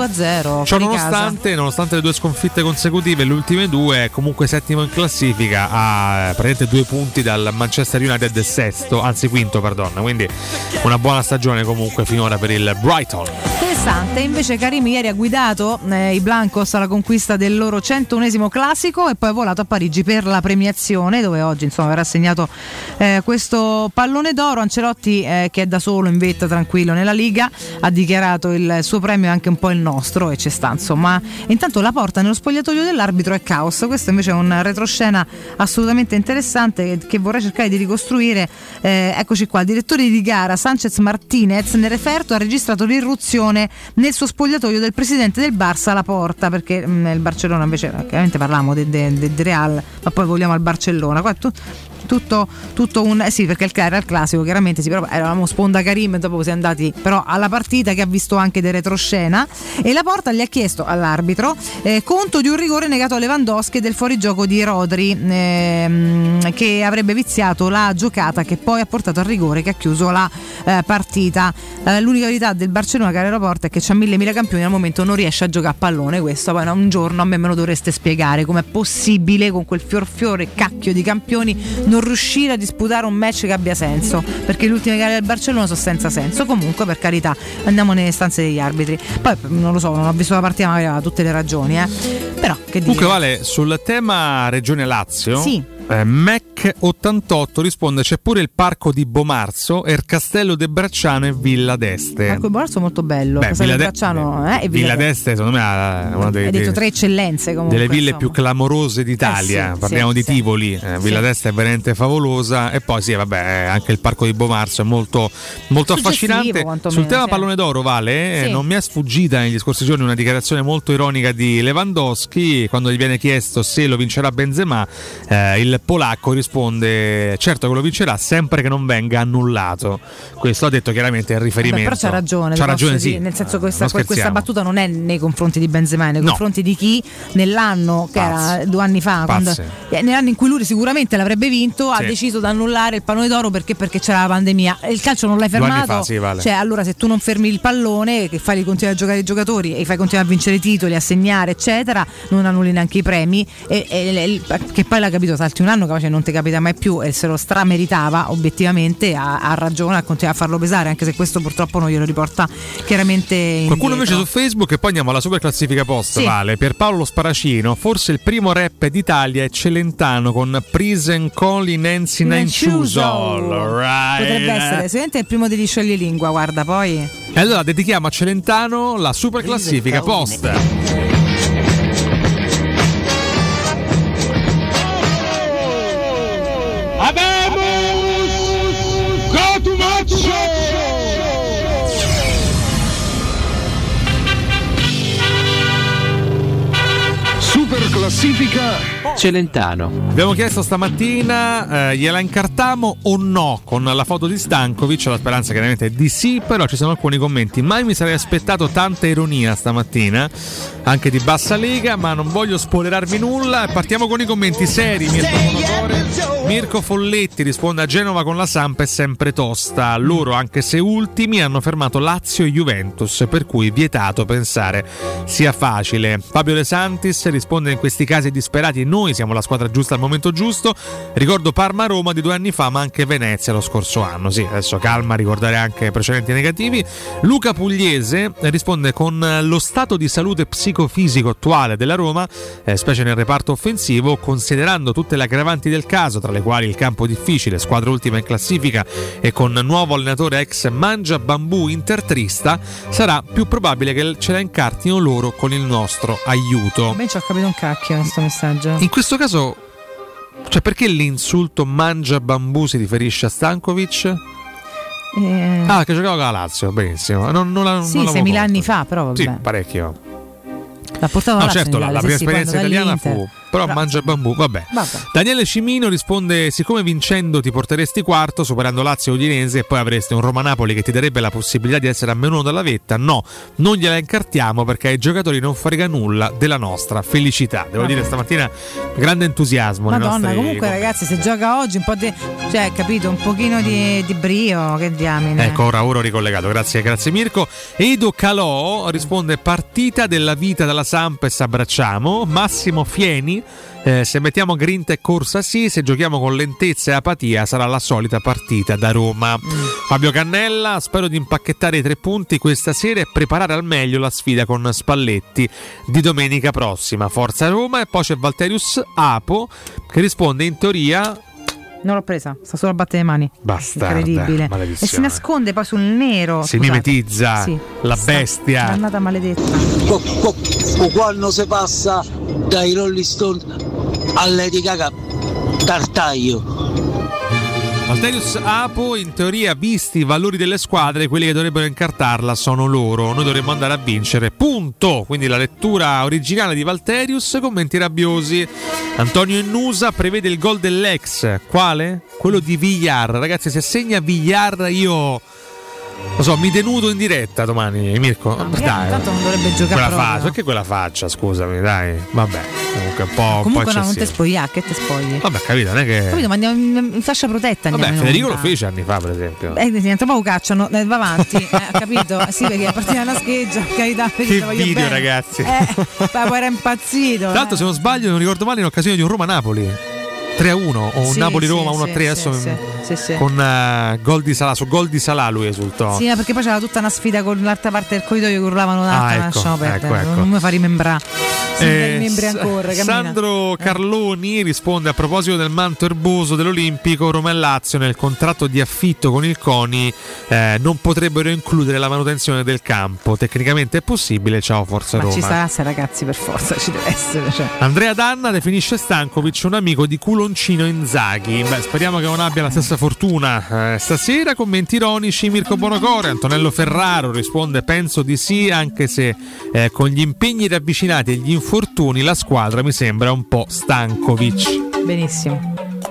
[SPEAKER 2] 2-0. Nonostante le 2 sconfitte consecutive, le ultime 2, è comunque settimo in classifica, a praticamente 2 punti dal Manchester United, quinto, quindi una buona stagione comunque finora per il Brighton.
[SPEAKER 15] Interessante. Invece Karim ieri ha guidato i Blancos alla conquista del loro 101esimo classico, e poi ha volato a Parigi per la premiazione, dove oggi insomma verrà assegnato questo pallone d'oro. Ancelotti che è da solo in vetta tranquillo nella Liga, ha dichiarato il suo premio è anche un po' il nostro e ci sta, insomma. Intanto la porta nello spogliatoio dell'arbitro è caos. Questo invece è un retroscena assolutamente interessante che vorrei cercare di ricostruire. Eccoci qua, il direttore di gara Sanchez Martinez nel referto ha registrato l'irruzione nel suo spogliatoio del presidente del Barça Laporta, perché nel Barcellona invece chiaramente parliamo del Real, ma poi vogliamo al Barcellona. Qua tutto un sì, perché era il classico, chiaramente sì, però eravamo sponda Karim, dopo si è andati però alla partita che ha visto anche del retroscena, e Laporta gli ha chiesto all'arbitro conto di un rigore negato a Lewandowski del fuorigioco di Rodri che avrebbe viziato la giocata che poi ha portato al rigore che ha chiuso la partita. L'unica verità del Barcellona, caro Laporta, è che c'ha mille campioni, al momento non riesce a giocare a pallone. Questo poi un giorno a me lo dovreste spiegare com'è possibile con quel fiore cacchio di campioni non riuscire a disputare un match che abbia senso, perché le ultime gare del Barcellona sono senza senso. Comunque, per carità, andiamo nelle stanze degli arbitri. Poi non lo so, non ho visto la partita, magari aveva tutte le ragioni, però che dire.
[SPEAKER 2] Comunque Vale, sul tema Regione Lazio,
[SPEAKER 15] sì.
[SPEAKER 2] Mac 88 risponde: c'è pure il parco di Bomarzo, Ercastello de Bracciano e Villa d'Este.
[SPEAKER 15] Il parco di Bomarzo è molto bello.
[SPEAKER 2] Villa
[SPEAKER 15] Bracciano e
[SPEAKER 2] Villa d'Este secondo me è una
[SPEAKER 15] hai detto tre eccellenze comunque,
[SPEAKER 2] delle ville
[SPEAKER 15] insomma.
[SPEAKER 2] più clamorose d'Italia.
[SPEAKER 15] Sì,
[SPEAKER 2] parliamo di Tivoli, Villa d'Este è veramente favolosa, e poi anche il parco di Bomarzo è molto affascinante. Sul tema pallone d'oro, Vale, non mi è sfuggita negli scorsi giorni una dichiarazione molto ironica di Lewandowski quando gli viene chiesto se lo vincerà Benzema. Il polacco risponde: certo che lo vincerà sempre che non venga annullato. Questo ha detto chiaramente il riferimento.
[SPEAKER 15] Però c'ha ragione, sì. Nel senso che questa battuta non è nei confronti di Benzema, nei confronti di chi nell'anno che era 2 anni fa, nell'anno in cui lui sicuramente l'avrebbe vinto, ha deciso di annullare il pallone d'oro perché c'era la pandemia. Il calcio non l'hai fermato,
[SPEAKER 2] vale.
[SPEAKER 15] Cioè, allora se tu non fermi il pallone, che fai continuare a giocare i giocatori e fai continuare a vincere i titoli, a segnare eccetera, non annulli neanche i premi, che poi l'ha capito, salti un anno capace non ti capita mai più e se lo strameritava obiettivamente, ha ragione a continuare a farlo pesare, anche se questo purtroppo non glielo riporta chiaramente indietro.
[SPEAKER 2] Qualcuno invece su Facebook, e poi andiamo alla super classifica post, Vale, Pierpaolo Sparacino: forse il primo rap d'Italia è Celentano con Prison Calling Nancy Nanciusol, right.
[SPEAKER 15] Potrebbe essere sicuramente il primo degli scioglilingua, guarda, poi
[SPEAKER 2] e allora dedichiamo a Celentano la super classifica post.
[SPEAKER 27] Super classifica Celentano.
[SPEAKER 2] Abbiamo chiesto stamattina gliela incartamo o no con la foto di Stankovic, la speranza chiaramente è di sì, però ci sono alcuni commenti: mai mi sarei aspettato tanta ironia stamattina, anche di bassa lega, ma non voglio spoilerarvi nulla. Partiamo con i commenti seri. Mirko Folletti risponde: a Genova con la Samp è sempre tosta, loro anche se ultimi hanno fermato Lazio e Juventus, per cui vietato pensare sia facile. Fabio De Santis risponde: in questi casi disperati noi siamo la squadra giusta al momento giusto. Ricordo Parma-Roma di 2 anni fa, ma anche Venezia lo scorso anno. Sì, adesso calma, ricordare anche precedenti negativi. Luca Pugliese risponde: con lo stato di salute psicofisico attuale della Roma, specie nel reparto offensivo, considerando tutte le aggravanti del caso, tra le quali il campo difficile, squadra ultima in classifica e con nuovo allenatore ex Mangia Bambù intertrista, sarà più probabile che ce la incartino loro con il nostro aiuto.
[SPEAKER 15] Ben ci ho capito un cacchio questo messaggio.
[SPEAKER 2] In questo caso, cioè, perché l'insulto Mangia Bambù si riferisce a Stankovic? Che giocava con la Lazio, benissimo. Non
[SPEAKER 15] 6.000 anni fa, però vabbè.
[SPEAKER 2] Sì, parecchio.
[SPEAKER 15] L'ha portato la
[SPEAKER 2] certo, la prima esperienza italiana fu però Mangia Bambù, vabbè. Daniele Cimino risponde: siccome vincendo ti porteresti quarto, superando Lazio e Udinese, e poi avresti un Roma-Napoli che ti darebbe la possibilità di essere a meno 1 dalla vetta, no, non gliela incartiamo perché ai giocatori non frega nulla della nostra felicità. Devo dire stamattina grande entusiasmo.
[SPEAKER 15] Madonna, comunque ragazzi, se gioca oggi un po' di, cioè, capito, un pochino di brio, che diamine.
[SPEAKER 2] Ecco, ora ho ricollegato, grazie Mirko. Edo Calò risponde: partita della vita dalla Samp e s'abbracciamo. Massimo Fieni: se mettiamo grinta e corsa sì, se giochiamo con lentezza e apatia sarà la solita partita da Roma. Fabio Cannella: spero di impacchettare i 3 punti questa sera e preparare al meglio la sfida con Spalletti di domenica prossima. Forza Roma. E poi c'è Valterius Apo che risponde: in teoria
[SPEAKER 15] Non l'ho presa, sta solo a battere le mani.
[SPEAKER 2] Bastarda,
[SPEAKER 15] incredibile.
[SPEAKER 2] maledizione.
[SPEAKER 15] E si nasconde poi sul nero.
[SPEAKER 2] Si mimetizza la bestia.
[SPEAKER 15] È andata maledetta.
[SPEAKER 23] Quando si passa dai Rolling Stone a Lady Gaga, tartaglio.
[SPEAKER 2] Valterius Apo, in teoria, visti i valori delle squadre, quelli che dovrebbero incartarla sono loro. Noi dovremmo andare a vincere, punto. Quindi la lettura originale di Valterius, commenti rabbiosi. Antonio Innusa prevede il gol dell'ex. Quale? Quello di Villar. Ragazzi, se segna Villar io... lo so, mi denudo in diretta domani, Mirko. Dai,
[SPEAKER 15] tanto non dovrebbe giocare
[SPEAKER 2] quella
[SPEAKER 15] proprio.
[SPEAKER 2] faccia, perché quella faccia, scusami, dai. Vabbè, comunque un po'.
[SPEAKER 15] Comunque no, non
[SPEAKER 2] eccessivo.
[SPEAKER 15] te spogliare, che te spogli?
[SPEAKER 2] Vabbè, capito, non è che.
[SPEAKER 15] Capito, ma andiamo in fascia protetta.
[SPEAKER 2] Vabbè,
[SPEAKER 15] andiamo
[SPEAKER 2] Federico
[SPEAKER 15] in
[SPEAKER 2] lo fece anni fa, per esempio.
[SPEAKER 15] Niente, proprio cacciano, va avanti, capito? Sì, perché a partire dalla scheggia, carità,
[SPEAKER 2] Che
[SPEAKER 15] voglio
[SPEAKER 2] video,
[SPEAKER 15] bene.
[SPEAKER 2] ragazzi.
[SPEAKER 15] Poi era impazzito.
[SPEAKER 2] Tra l'altro, se non sbaglio, non ricordo male, in occasione di un Roma-Napoli 3-1 o un
[SPEAKER 15] Sì,
[SPEAKER 2] Napoli-Roma
[SPEAKER 15] sì,
[SPEAKER 2] 1-3 adesso
[SPEAKER 15] sì.
[SPEAKER 2] con gol di Salà, su gol di Salà lui esultò.
[SPEAKER 15] Sì, perché poi c'era tutta una sfida con l'altra parte del corridoio che urlavano l'altra, lasciamo perdere.
[SPEAKER 2] ecco.
[SPEAKER 15] Non mi fa rimembrare. I membri ancora,
[SPEAKER 2] Sandro Carloni risponde a proposito del manto erboso dell'Olimpico. Roma e Lazio nel contratto di affitto con il CONI non potrebbero includere la manutenzione del campo. Tecnicamente è possibile, ciao Forza Roma.
[SPEAKER 15] Ma ci sarà, se ragazzi, per forza ci deve essere, cioè.
[SPEAKER 2] Andrea Danna definisce Stankovic un amico di culoncino Inzaghi. Beh, speriamo che non abbia la stessa fortuna stasera. Commenti ironici Mirko Bonocore. Antonello Ferraro risponde penso di sì, anche se con gli impegni ravvicinati e gli infortuni la squadra mi sembra un po' Stankovic.
[SPEAKER 15] Benissimo.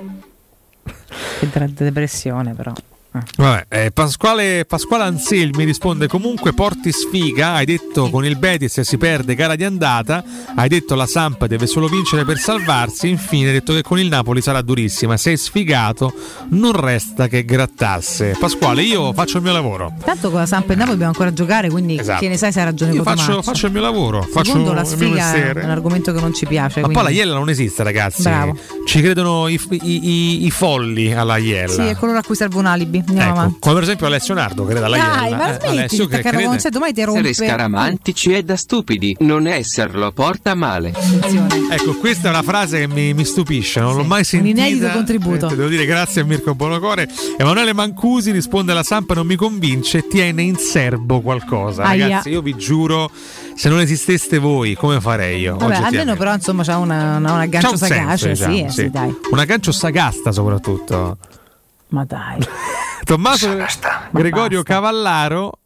[SPEAKER 15] Che depressione però.
[SPEAKER 2] Vabbè, Pasquale Anselmi risponde comunque porti sfiga, hai detto con il Betis si perde gara di andata, hai detto la Samp deve solo vincere per salvarsi, infine hai detto che con il Napoli sarà durissima, sei sfigato, non resta che grattasse. Pasquale, io faccio il mio lavoro.
[SPEAKER 15] Tanto con la Samp e Napoli dobbiamo ancora giocare, quindi che ne sai se hai ragione
[SPEAKER 2] io
[SPEAKER 15] con
[SPEAKER 2] faccio il mio lavoro.
[SPEAKER 15] Secondo
[SPEAKER 2] faccio
[SPEAKER 15] la
[SPEAKER 2] il mio
[SPEAKER 15] sfiga
[SPEAKER 2] mestiere.
[SPEAKER 15] è un argomento che non ci piace.
[SPEAKER 2] Ma
[SPEAKER 15] quindi...
[SPEAKER 2] poi la Iella non esiste, ragazzi.
[SPEAKER 15] Bravo.
[SPEAKER 2] Ci credono i folli alla Iella.
[SPEAKER 15] Sì, è coloro a cui serve un alibi. Andiamo avanti.
[SPEAKER 2] Come per esempio Alessio Nardo crede alla Iella.
[SPEAKER 15] Dai, ma smetti di attaccare con sé, domani ti rompe.
[SPEAKER 10] Essere scaramantici è da stupidi, non esserlo porta male.
[SPEAKER 15] Attenzione.
[SPEAKER 2] Ecco, questa è una frase che mi stupisce, non l'ho mai sentita.
[SPEAKER 15] Un inedito contributo.
[SPEAKER 2] Devo dire grazie a Mirko Bonocore. Emanuele Mancusi risponde alla Samp non mi convince, tiene in serbo qualcosa.
[SPEAKER 15] Aia.
[SPEAKER 2] Ragazzi, io vi giuro, se non esisteste voi, come farei io?
[SPEAKER 15] Vabbè, almeno però insomma c'ha un aggancio
[SPEAKER 2] C'ha un
[SPEAKER 15] sagace,
[SPEAKER 2] senso, diciamo,
[SPEAKER 15] sì, dai.
[SPEAKER 2] Un aggancio sagasta soprattutto.
[SPEAKER 15] Ma dai.
[SPEAKER 2] Tommaso Gregorio Cavallaro.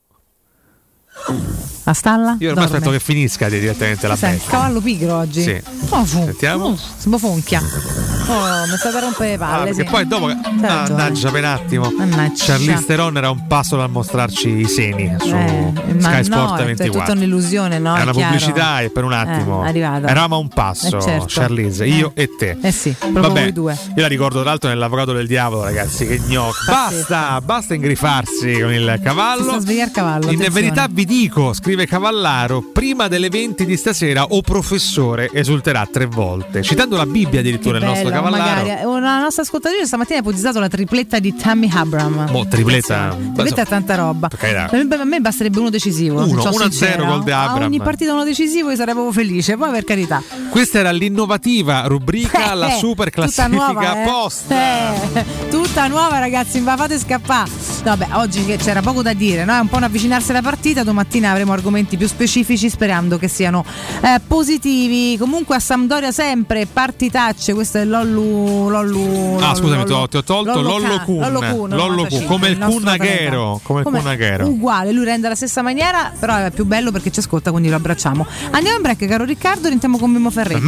[SPEAKER 15] La stalla?
[SPEAKER 2] Io ormai aspetto che finisca direttamente la bestia.
[SPEAKER 15] Cavallo pigro oggi.
[SPEAKER 2] Sì. Sentiamo.
[SPEAKER 15] Sbofonchia. Oh, mi state a rompere le palle.
[SPEAKER 2] Perché
[SPEAKER 15] sì.
[SPEAKER 2] poi dopo mannaggia per un attimo. Charlize Theron era un passo dal mostrarci i seni su Sky Sport 24.
[SPEAKER 15] È tutta un'illusione, no?
[SPEAKER 2] È una
[SPEAKER 15] chiaro.
[SPEAKER 2] pubblicità e per un attimo eravamo a un passo,
[SPEAKER 15] certo.
[SPEAKER 2] Charlize, io e te.
[SPEAKER 15] Sì, proprio
[SPEAKER 2] vabbè,
[SPEAKER 15] voi due.
[SPEAKER 2] Io la ricordo tra l'altro nell'Avvocato del Diavolo, ragazzi, che gnocco. Basta ingrifarsi con il cavallo.
[SPEAKER 15] Si sta svegliare il cavallo.
[SPEAKER 2] In
[SPEAKER 15] attenzione.
[SPEAKER 2] verità vi dico, scrive Cavallaro, prima delle 20 di stasera o professore esulterà 3 volte. Citando la Bibbia addirittura il nostro Cavallaro.
[SPEAKER 15] Magari. Una nostra ascoltatrice stamattina ha ipotizzato la tripletta di Tammy Abraham.
[SPEAKER 2] Tripletta
[SPEAKER 15] è tanta roba. A me basterebbe uno decisivo.
[SPEAKER 2] 1-0 gol di Abraham.
[SPEAKER 15] A ogni partita uno decisivo io sarei proprio felice. Poi per carità.
[SPEAKER 2] Questa era l'innovativa rubrica, la super classifica post.
[SPEAKER 15] Tutta nuova, ragazzi, ma fate scappare. Vabbè, oggi che c'era poco da dire, no? È un po' un avvicinarsi alla partita. Domattina avremo argomenti più specifici, sperando che siano positivi. Comunque a Sampdoria sempre partitacce. Questo è Lollu.
[SPEAKER 2] Scusami, ti ho tolto Lollo Kun, come il Kun Aghero.
[SPEAKER 15] Uguale, lui rende alla stessa maniera, però è più bello perché ci ascolta, quindi lo abbracciamo. Andiamo in break, caro Riccardo, rientriamo con Mimmo Ferretti.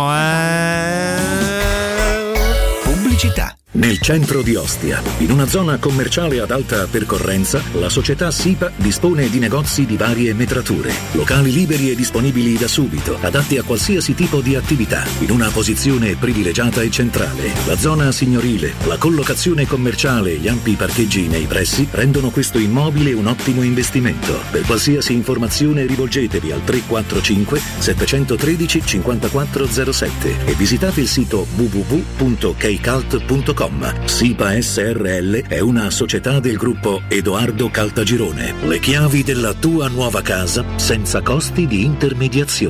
[SPEAKER 27] Pubblicità. Nel centro di Ostia, in una zona commerciale ad alta percorrenza, la società SIPA dispone di negozi di varie metrature, locali liberi e disponibili da subito, adatti a qualsiasi tipo di attività, in una posizione privilegiata e centrale. La zona signorile, la collocazione commerciale e gli ampi parcheggi nei pressi rendono questo immobile un ottimo investimento. Per qualsiasi informazione rivolgetevi al 345 713 5407 e visitate il sito www.kcult.com. SIPA SRL è una società del gruppo Edoardo Caltagirone. Le chiavi della tua nuova casa senza costi di intermediazione.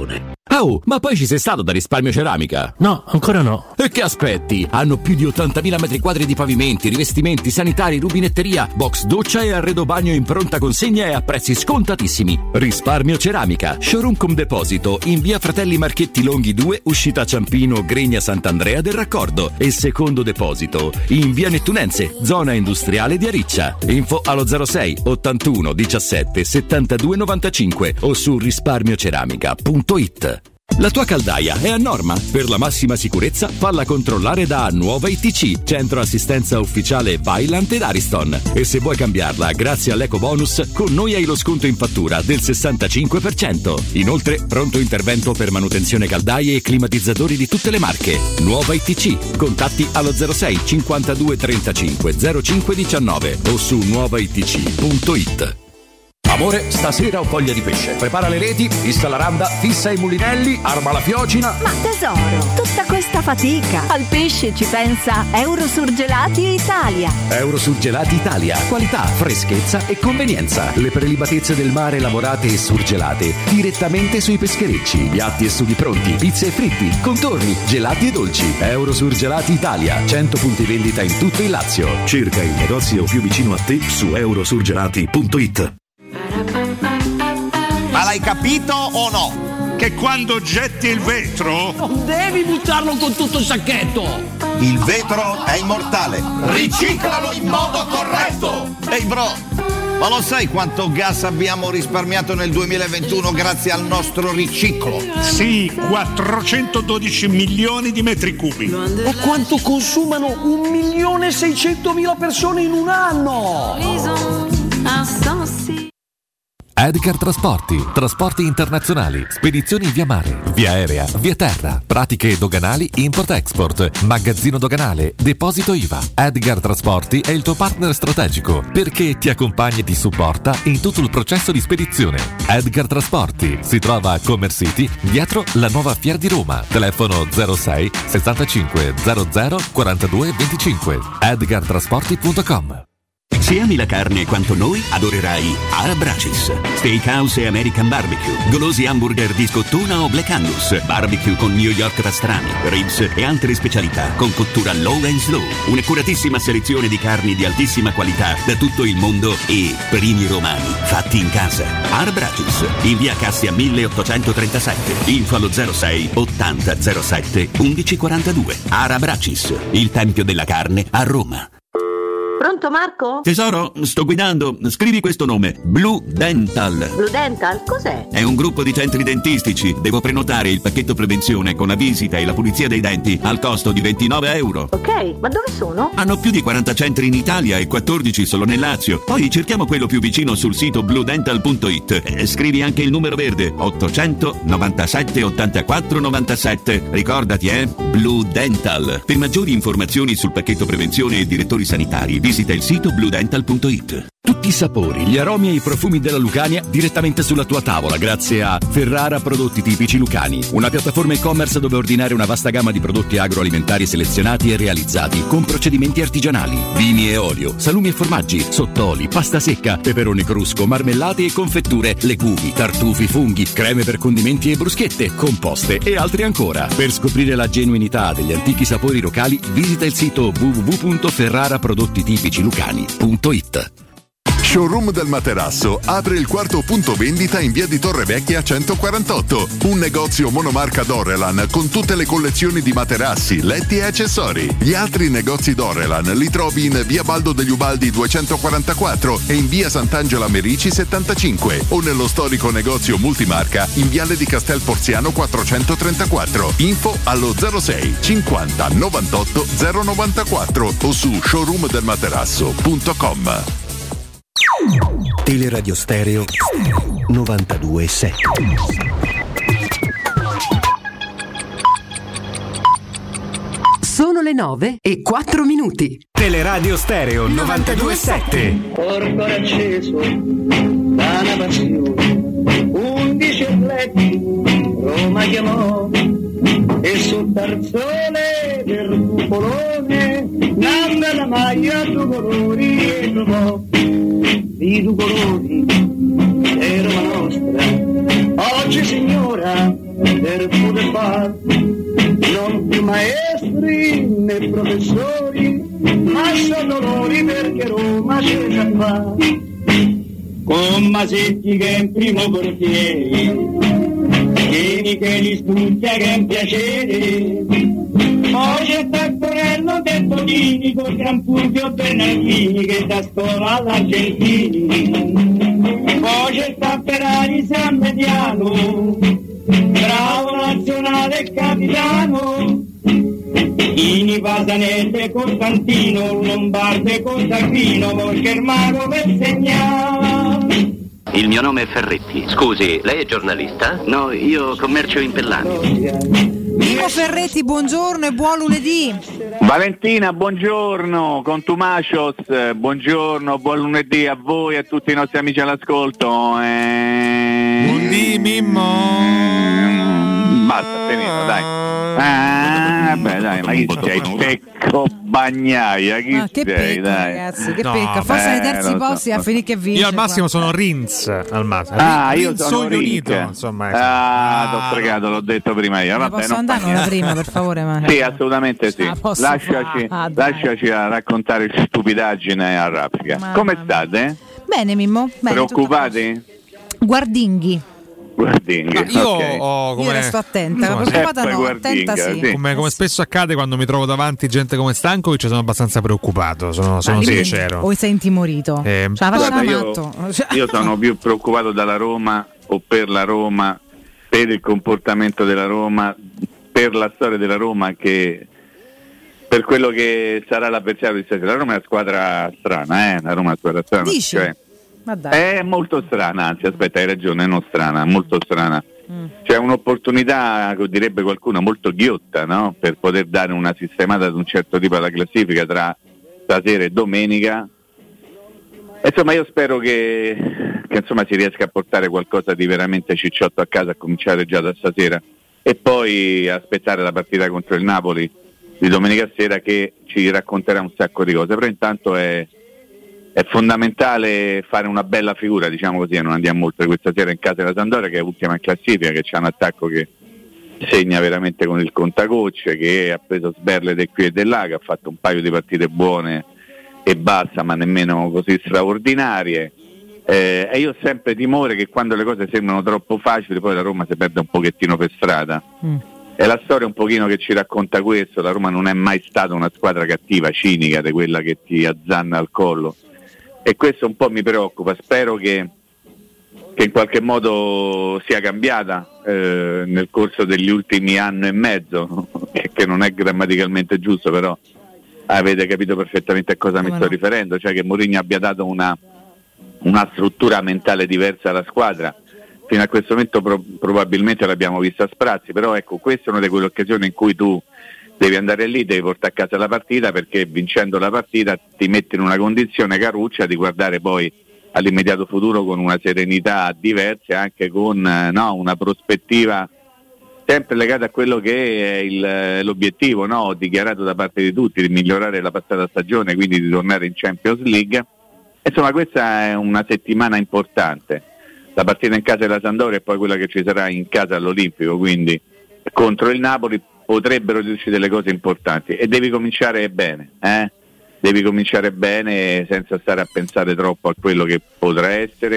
[SPEAKER 14] Oh, ma poi ci sei stato da Risparmio Ceramica?
[SPEAKER 16] No, ancora no.
[SPEAKER 14] E che aspetti? Hanno più di 80.000 metri quadri di pavimenti, rivestimenti, sanitari, rubinetteria, box doccia e arredo bagno in pronta consegna e a prezzi scontatissimi. Risparmio Ceramica, showroom con deposito in via Fratelli Marchetti Longhi 2, uscita Ciampino, Gregna Sant'Andrea del Raccordo, e secondo deposito in via Nettunense, zona industriale di Ariccia. Info allo 06 81 17 72 95 o su risparmioceramica.it. La tua caldaia è a norma? Per la massima sicurezza falla controllare da Nuova ITC, centro assistenza ufficiale Vaillant ed Ariston. E se vuoi cambiarla grazie all'eco bonus, con noi hai lo sconto in fattura del 65%. Inoltre, pronto intervento per manutenzione caldaie e climatizzatori di tutte le marche. Nuova ITC. Contatti allo 06 52 35 05 19 o su nuovaitc.it. Amore, stasera ho voglia di pesce. Prepara le reti, fissa la randa, fissa i mulinelli, arma la fiocina.
[SPEAKER 17] Ma tesoro, tutta questa fatica. Al pesce ci pensa Eurosurgelati Italia.
[SPEAKER 27] Eurosurgelati Italia. Qualità, freschezza e convenienza. Le prelibatezze del mare lavorate e surgelate direttamente sui pescherecci. Piatti e sughi pronti, pizze e fritti, contorni, gelati e dolci. Eurosurgelati Italia. 100 punti vendita in tutto il Lazio. Cerca il negozio più vicino a te su eurosurgelati.it.
[SPEAKER 18] Ma l'hai capito o no? Che quando getti il vetro
[SPEAKER 16] non devi buttarlo con tutto il sacchetto.
[SPEAKER 18] Il vetro è immortale. Riciclalo in modo corretto. Ehi bro, ma lo sai quanto gas abbiamo risparmiato nel 2021 grazie al nostro riciclo? Sì, 412 milioni di metri cubi.
[SPEAKER 16] E quanto consumano 1.600.000 persone in un anno?
[SPEAKER 27] Edgar trasporti internazionali, spedizioni via mare, via aerea, via terra, pratiche doganali, import-export, magazzino doganale, deposito IVA. Edgar Trasporti è il tuo partner strategico perché ti accompagna e ti supporta in tutto il processo di spedizione. Edgar Trasporti si trova a Commerce City, dietro la nuova Fiera di Roma. Telefono 06 65 00 42 25. edgartrasporti.com. Se ami la carne quanto noi, adorerai Arabracis. Steakhouse e American Barbecue, golosi hamburger di scottuna o Black Angus, barbecue con New York pastrami, ribs e altre specialità con cottura low and slow. Un'accuratissima selezione di carni di altissima qualità da tutto il mondo e primi romani fatti in casa. Arabracis, in via Cassia 1837. Info allo 06 80 07 1142. Arabracis, il tempio della carne a Roma.
[SPEAKER 17] Pronto Marco?
[SPEAKER 27] Tesoro, sto guidando. Scrivi questo nome: Blue Dental.
[SPEAKER 17] Blue Dental? Cos'è?
[SPEAKER 27] È un gruppo di centri dentistici. Devo prenotare il pacchetto prevenzione con la visita e la pulizia dei denti al costo di €29.
[SPEAKER 17] Ok, ma dove sono?
[SPEAKER 27] Hanno più di 40 centri in Italia e 14 solo nel Lazio. Poi cerchiamo quello più vicino sul sito bluedental.it. Scrivi anche il numero verde: 800 97 84 97. Ricordati, Blue Dental. Per maggiori informazioni sul pacchetto prevenzione e direttori sanitari, visita il sito bluedental.it. Tutti i sapori, gli aromi e i profumi della Lucania direttamente sulla tua tavola grazie a Ferrara Prodotti Tipici Lucani, una piattaforma e-commerce dove ordinare una vasta gamma di prodotti agroalimentari selezionati e realizzati con procedimenti artigianali, vini e olio, salumi e formaggi, sottoli, pasta secca, peperone crusco, marmellate e confetture, legumi, tartufi, funghi, creme per condimenti e bruschette, composte e altri ancora. Per scoprire la genuinità degli antichi sapori locali, visita il sito www.ferraraprodottitipicilucani.it.
[SPEAKER 19] Showroom del Materasso apre il quarto punto vendita in via di Torrevecchia 148. Un negozio monomarca Dorelan con tutte le collezioni di materassi, letti e accessori. Gli altri negozi Dorelan li trovi in via Baldo degli Ubaldi 244 e in via Sant'Angela Merici 75 o nello storico negozio multimarca in viale di Castel Porziano 434. Info allo 06 50 98 094 o su showroomdelmaterasso.com.
[SPEAKER 27] Teleradio Stereo 92.7.
[SPEAKER 10] Sono le 9:04.
[SPEAKER 27] Teleradio Stereo 92.7.
[SPEAKER 9] Corpo acceso da una passione, 11 letti Roma chiamò e sul tarzone del cupolone nanda la maglia due colori e trovò di due colori è Roma nostra oggi signora del
[SPEAKER 1] per poter fare. Non più maestri né professori, ma sono loro perché Roma c'è già fa. Con Masetti che è in primo portiere, e Micheli Spuglia che è un piacere, poi c'è Taccorello De Bonini con Gran Fulvio Bernardini che da scuola all'Argentini, poi c'è Tapperari San Mediano, bravo nazionale capitano, Ini Pasanelle Costantino, Lombarde Costantino, perché il mago per segnare.
[SPEAKER 10] Il mio nome è Ferretti. Scusi, lei è giornalista? No, io commercio in Pellami.
[SPEAKER 15] Mimmo Ferretti, buongiorno e buon lunedì.
[SPEAKER 3] Valentina, buongiorno, Contumacios, buongiorno, buon lunedì a voi e a tutti i nostri amici all'ascolto.
[SPEAKER 2] Buondì Mimmo.
[SPEAKER 3] Basta, finito, dai. Beh, dai, ma chi sei? Pecco Bagnaia, chi
[SPEAKER 15] che
[SPEAKER 3] sei?
[SPEAKER 15] pecca,
[SPEAKER 3] Dai.
[SPEAKER 15] ragazzi, che pecca. Forse nei terzi posti a finire che vince.
[SPEAKER 2] Io al massimo sono Rins, al massimo.
[SPEAKER 3] Io sono
[SPEAKER 2] Unito,
[SPEAKER 3] Rick.
[SPEAKER 2] insomma.
[SPEAKER 3] T'ho fregato, l'ho detto prima io. Vabbè,
[SPEAKER 15] posso andare la prima, per favore?
[SPEAKER 3] Sì, assolutamente sì.
[SPEAKER 15] posso
[SPEAKER 3] Lasciaci a raccontare stupidaggine a raffica. Come state?
[SPEAKER 15] Bene, Mimmo. Bene,
[SPEAKER 3] preoccupati?
[SPEAKER 15] Guardinghi.
[SPEAKER 2] Io ho
[SPEAKER 15] Io resto attenta, preoccupata no, attenta sì.
[SPEAKER 2] Come spesso accade quando mi trovo davanti gente come Stankovic, sono abbastanza preoccupato, sono sincero.
[SPEAKER 15] O sei intimorito?
[SPEAKER 3] Guarda, io sono più preoccupato dalla Roma o per la Roma, per il comportamento della Roma, per la storia della Roma, che per quello che sarà l'avversario di stasera. La Roma è una squadra strana, La Roma è una squadra strana.
[SPEAKER 15] Dici?
[SPEAKER 3] Cioè, è molto strana, anzi aspetta, hai ragione, non strana, molto strana. C'è un'opportunità, direbbe qualcuno, molto ghiotta, no? Per poter dare una sistemata ad un certo tipo alla classifica tra stasera e domenica. Insomma, io spero che insomma si riesca a portare qualcosa di veramente cicciotto a casa, a cominciare già da stasera e poi aspettare la partita contro il Napoli di domenica sera, che ci racconterà un sacco di cose. Però intanto è fondamentale fare una bella figura, diciamo così, e non andiamo oltre questa sera in casa della Sampdoria, che è ultima in classifica, che c'ha un attacco che segna veramente con il contagocce, che ha preso sberle di qui e di là, che ha fatto un paio di partite buone e basta, ma nemmeno così straordinarie. E io ho sempre timore che quando le cose sembrano troppo facili poi la Roma si perde un pochettino per strada. E la storia un pochino che ci racconta questo. La Roma non è mai stata una squadra cattiva, cinica, di quella che ti azzanna al collo, e questo un po' mi preoccupa. Spero che in qualche modo sia cambiata nel corso degli ultimi anno e mezzo, che non è grammaticalmente giusto, però avete capito perfettamente a cosa mi sto riferendo, cioè che Mourinho abbia dato una struttura mentale diversa alla squadra. Fino a questo momento probabilmente l'abbiamo vista a sprazzi, però ecco, questa è una di quelle occasioni in cui tu devi andare lì, devi portare a casa la partita, perché vincendo la partita ti metti in una condizione, caruccia, di guardare poi all'immediato futuro con una serenità diversa e anche con una prospettiva sempre legata a quello che è l'obiettivo, no? Dichiarato da parte di tutti, di migliorare la passata stagione, quindi di tornare in Champions League. Insomma, questa è una settimana importante, la partita in casa della Sampdoria e poi quella che ci sarà in casa all'Olimpico, quindi contro il Napoli potrebbero dirci delle cose importanti, e devi cominciare bene, devi cominciare bene senza stare a pensare troppo a quello che potrà essere,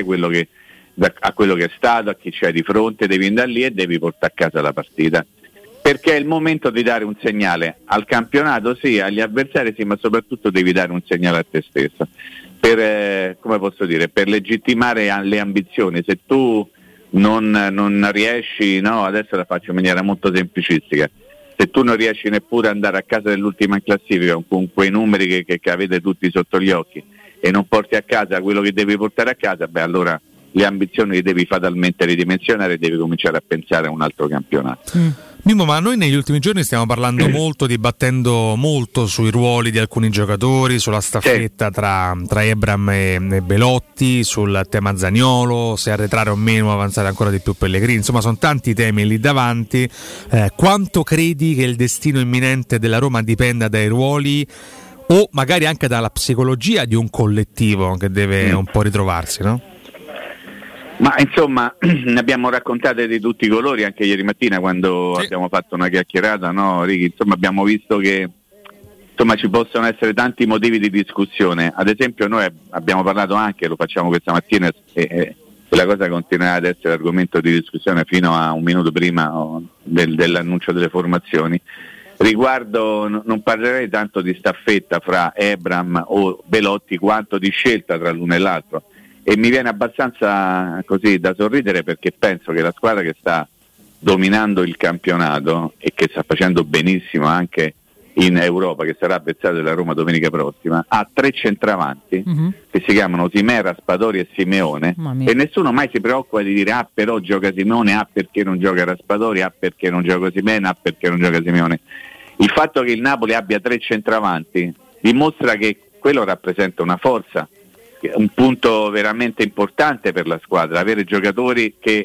[SPEAKER 3] a quello che è stato, a chi c'è di fronte. Devi andare lì e devi portare a casa la partita, perché è il momento di dare un segnale al campionato, sì, agli avversari sì, ma soprattutto devi dare un segnale a te stesso per, come posso dire, per legittimare le ambizioni. Se tu non riesci, adesso la faccio in maniera molto semplicistica, se tu non riesci neppure ad andare a casa dell'ultima in classifica con quei numeri che avete tutti sotto gli occhi e non porti a casa quello che devi portare a casa, allora le ambizioni le devi fatalmente ridimensionare e devi cominciare a pensare a un altro campionato.
[SPEAKER 2] Mimmo, ma noi negli ultimi giorni stiamo parlando molto, dibattendo molto sui ruoli di alcuni giocatori, sulla staffetta tra Ebram e Belotti, sul tema Zaniolo, se arretrare o meno, avanzare ancora di più Pellegrini. Insomma, sono tanti temi lì davanti. Quanto credi che il destino imminente della Roma dipenda dai ruoli o magari anche dalla psicologia di un collettivo che deve un po' ritrovarsi, no?
[SPEAKER 3] Ma insomma ne abbiamo raccontate di tutti i colori anche ieri mattina quando abbiamo fatto una chiacchierata, no Ricky? Insomma abbiamo visto che ci possono essere tanti motivi di discussione. Ad esempio noi abbiamo parlato anche, lo facciamo questa mattina e la cosa continuerà ad essere argomento di discussione fino a un minuto prima dell'annuncio delle formazioni. Riguardo, non parlerei tanto di staffetta fra Ebram o Belotti quanto di scelta tra l'uno e l'altro, e mi viene abbastanza così da sorridere perché penso che la squadra che sta dominando il campionato e che sta facendo benissimo anche in Europa, che sarà avversario della Roma domenica prossima, ha 3 centravanti che si chiamano Osimhen, Raspadori e Simeone, e nessuno mai si preoccupa di dire però gioca Simeone, perché non gioca Raspadori, perché non gioca Osimhen, perché non gioca Simeone. Il fatto che il Napoli abbia 3 centravanti dimostra che quello rappresenta una forza, un punto veramente importante per la squadra, avere giocatori che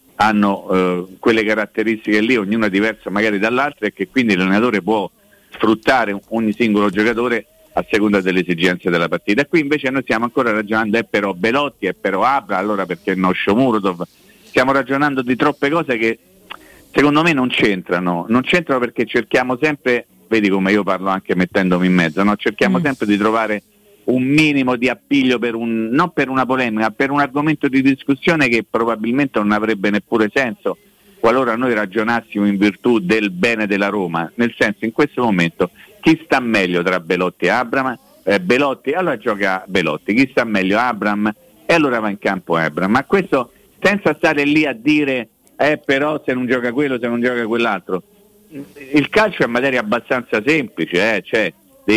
[SPEAKER 3] hanno quelle caratteristiche lì, ognuna diversa magari dall'altra, e che quindi l'allenatore può sfruttare ogni singolo giocatore a seconda delle esigenze della partita. E qui invece noi stiamo ancora ragionando però Belotti, però Abra, allora perché no Shomurodov? Stiamo ragionando di troppe cose che secondo me non c'entrano perché cerchiamo sempre, vedi come io parlo anche mettendomi in mezzo, no? Cerchiamo sempre di trovare un minimo di appiglio non per una polemica, per un argomento di discussione che probabilmente non avrebbe neppure senso qualora noi ragionassimo in virtù del bene della Roma, nel senso, in questo momento chi sta meglio tra Belotti e Abram? Belotti, allora gioca Belotti. Chi sta meglio? Abram, e allora va in campo Abram. Ma questo senza stare lì a dire però se non gioca quello, se non gioca quell'altro. Il calcio è materia abbastanza semplice, cioè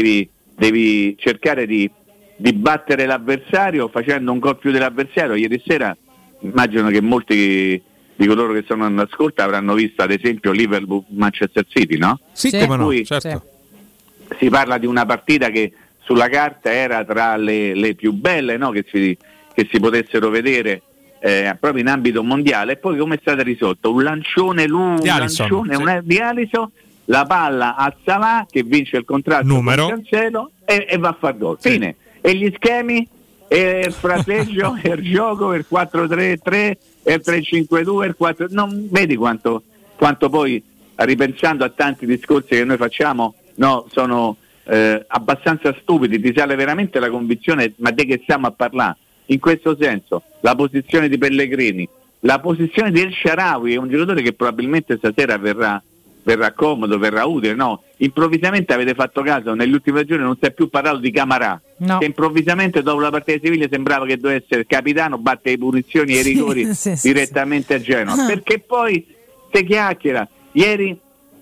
[SPEAKER 3] devi cercare di battere l'avversario facendo un gol più dell'avversario. Ieri sera immagino che molti di coloro che sono all'ascolto avranno visto ad esempio Liverpool-Manchester City, no?
[SPEAKER 2] Sì, come no, certo.
[SPEAKER 3] Si parla di una partita che sulla carta era tra le più belle, no? che si potessero vedere proprio in ambito mondiale, e poi come è stata risolta? Un lancione lungo, di Alisson, la palla a Salah che vince il contratto con Cancelo e va a far gol. Fine. E gli schemi? E il fraseggio, e il gioco, il 4-3-3, e il 3-5-2, il 4... Non vedi quanto poi, ripensando a tanti discorsi che noi facciamo, no, sono abbastanza stupidi, ti sale veramente la convinzione, ma di che stiamo a parlare? In questo senso, la posizione di Pellegrini, la posizione di El Shaarawy, è un giocatore che probabilmente stasera verrà comodo, verrà utile, no? Improvvisamente avete fatto caso, negli ultimi giorni non si è più parlato di Camarà, che improvvisamente dopo la partita di Siviglia sembrava che dovesse essere il capitano, batte le punizioni e i rigori direttamente a Genova, perché poi si chiacchiera. Ieri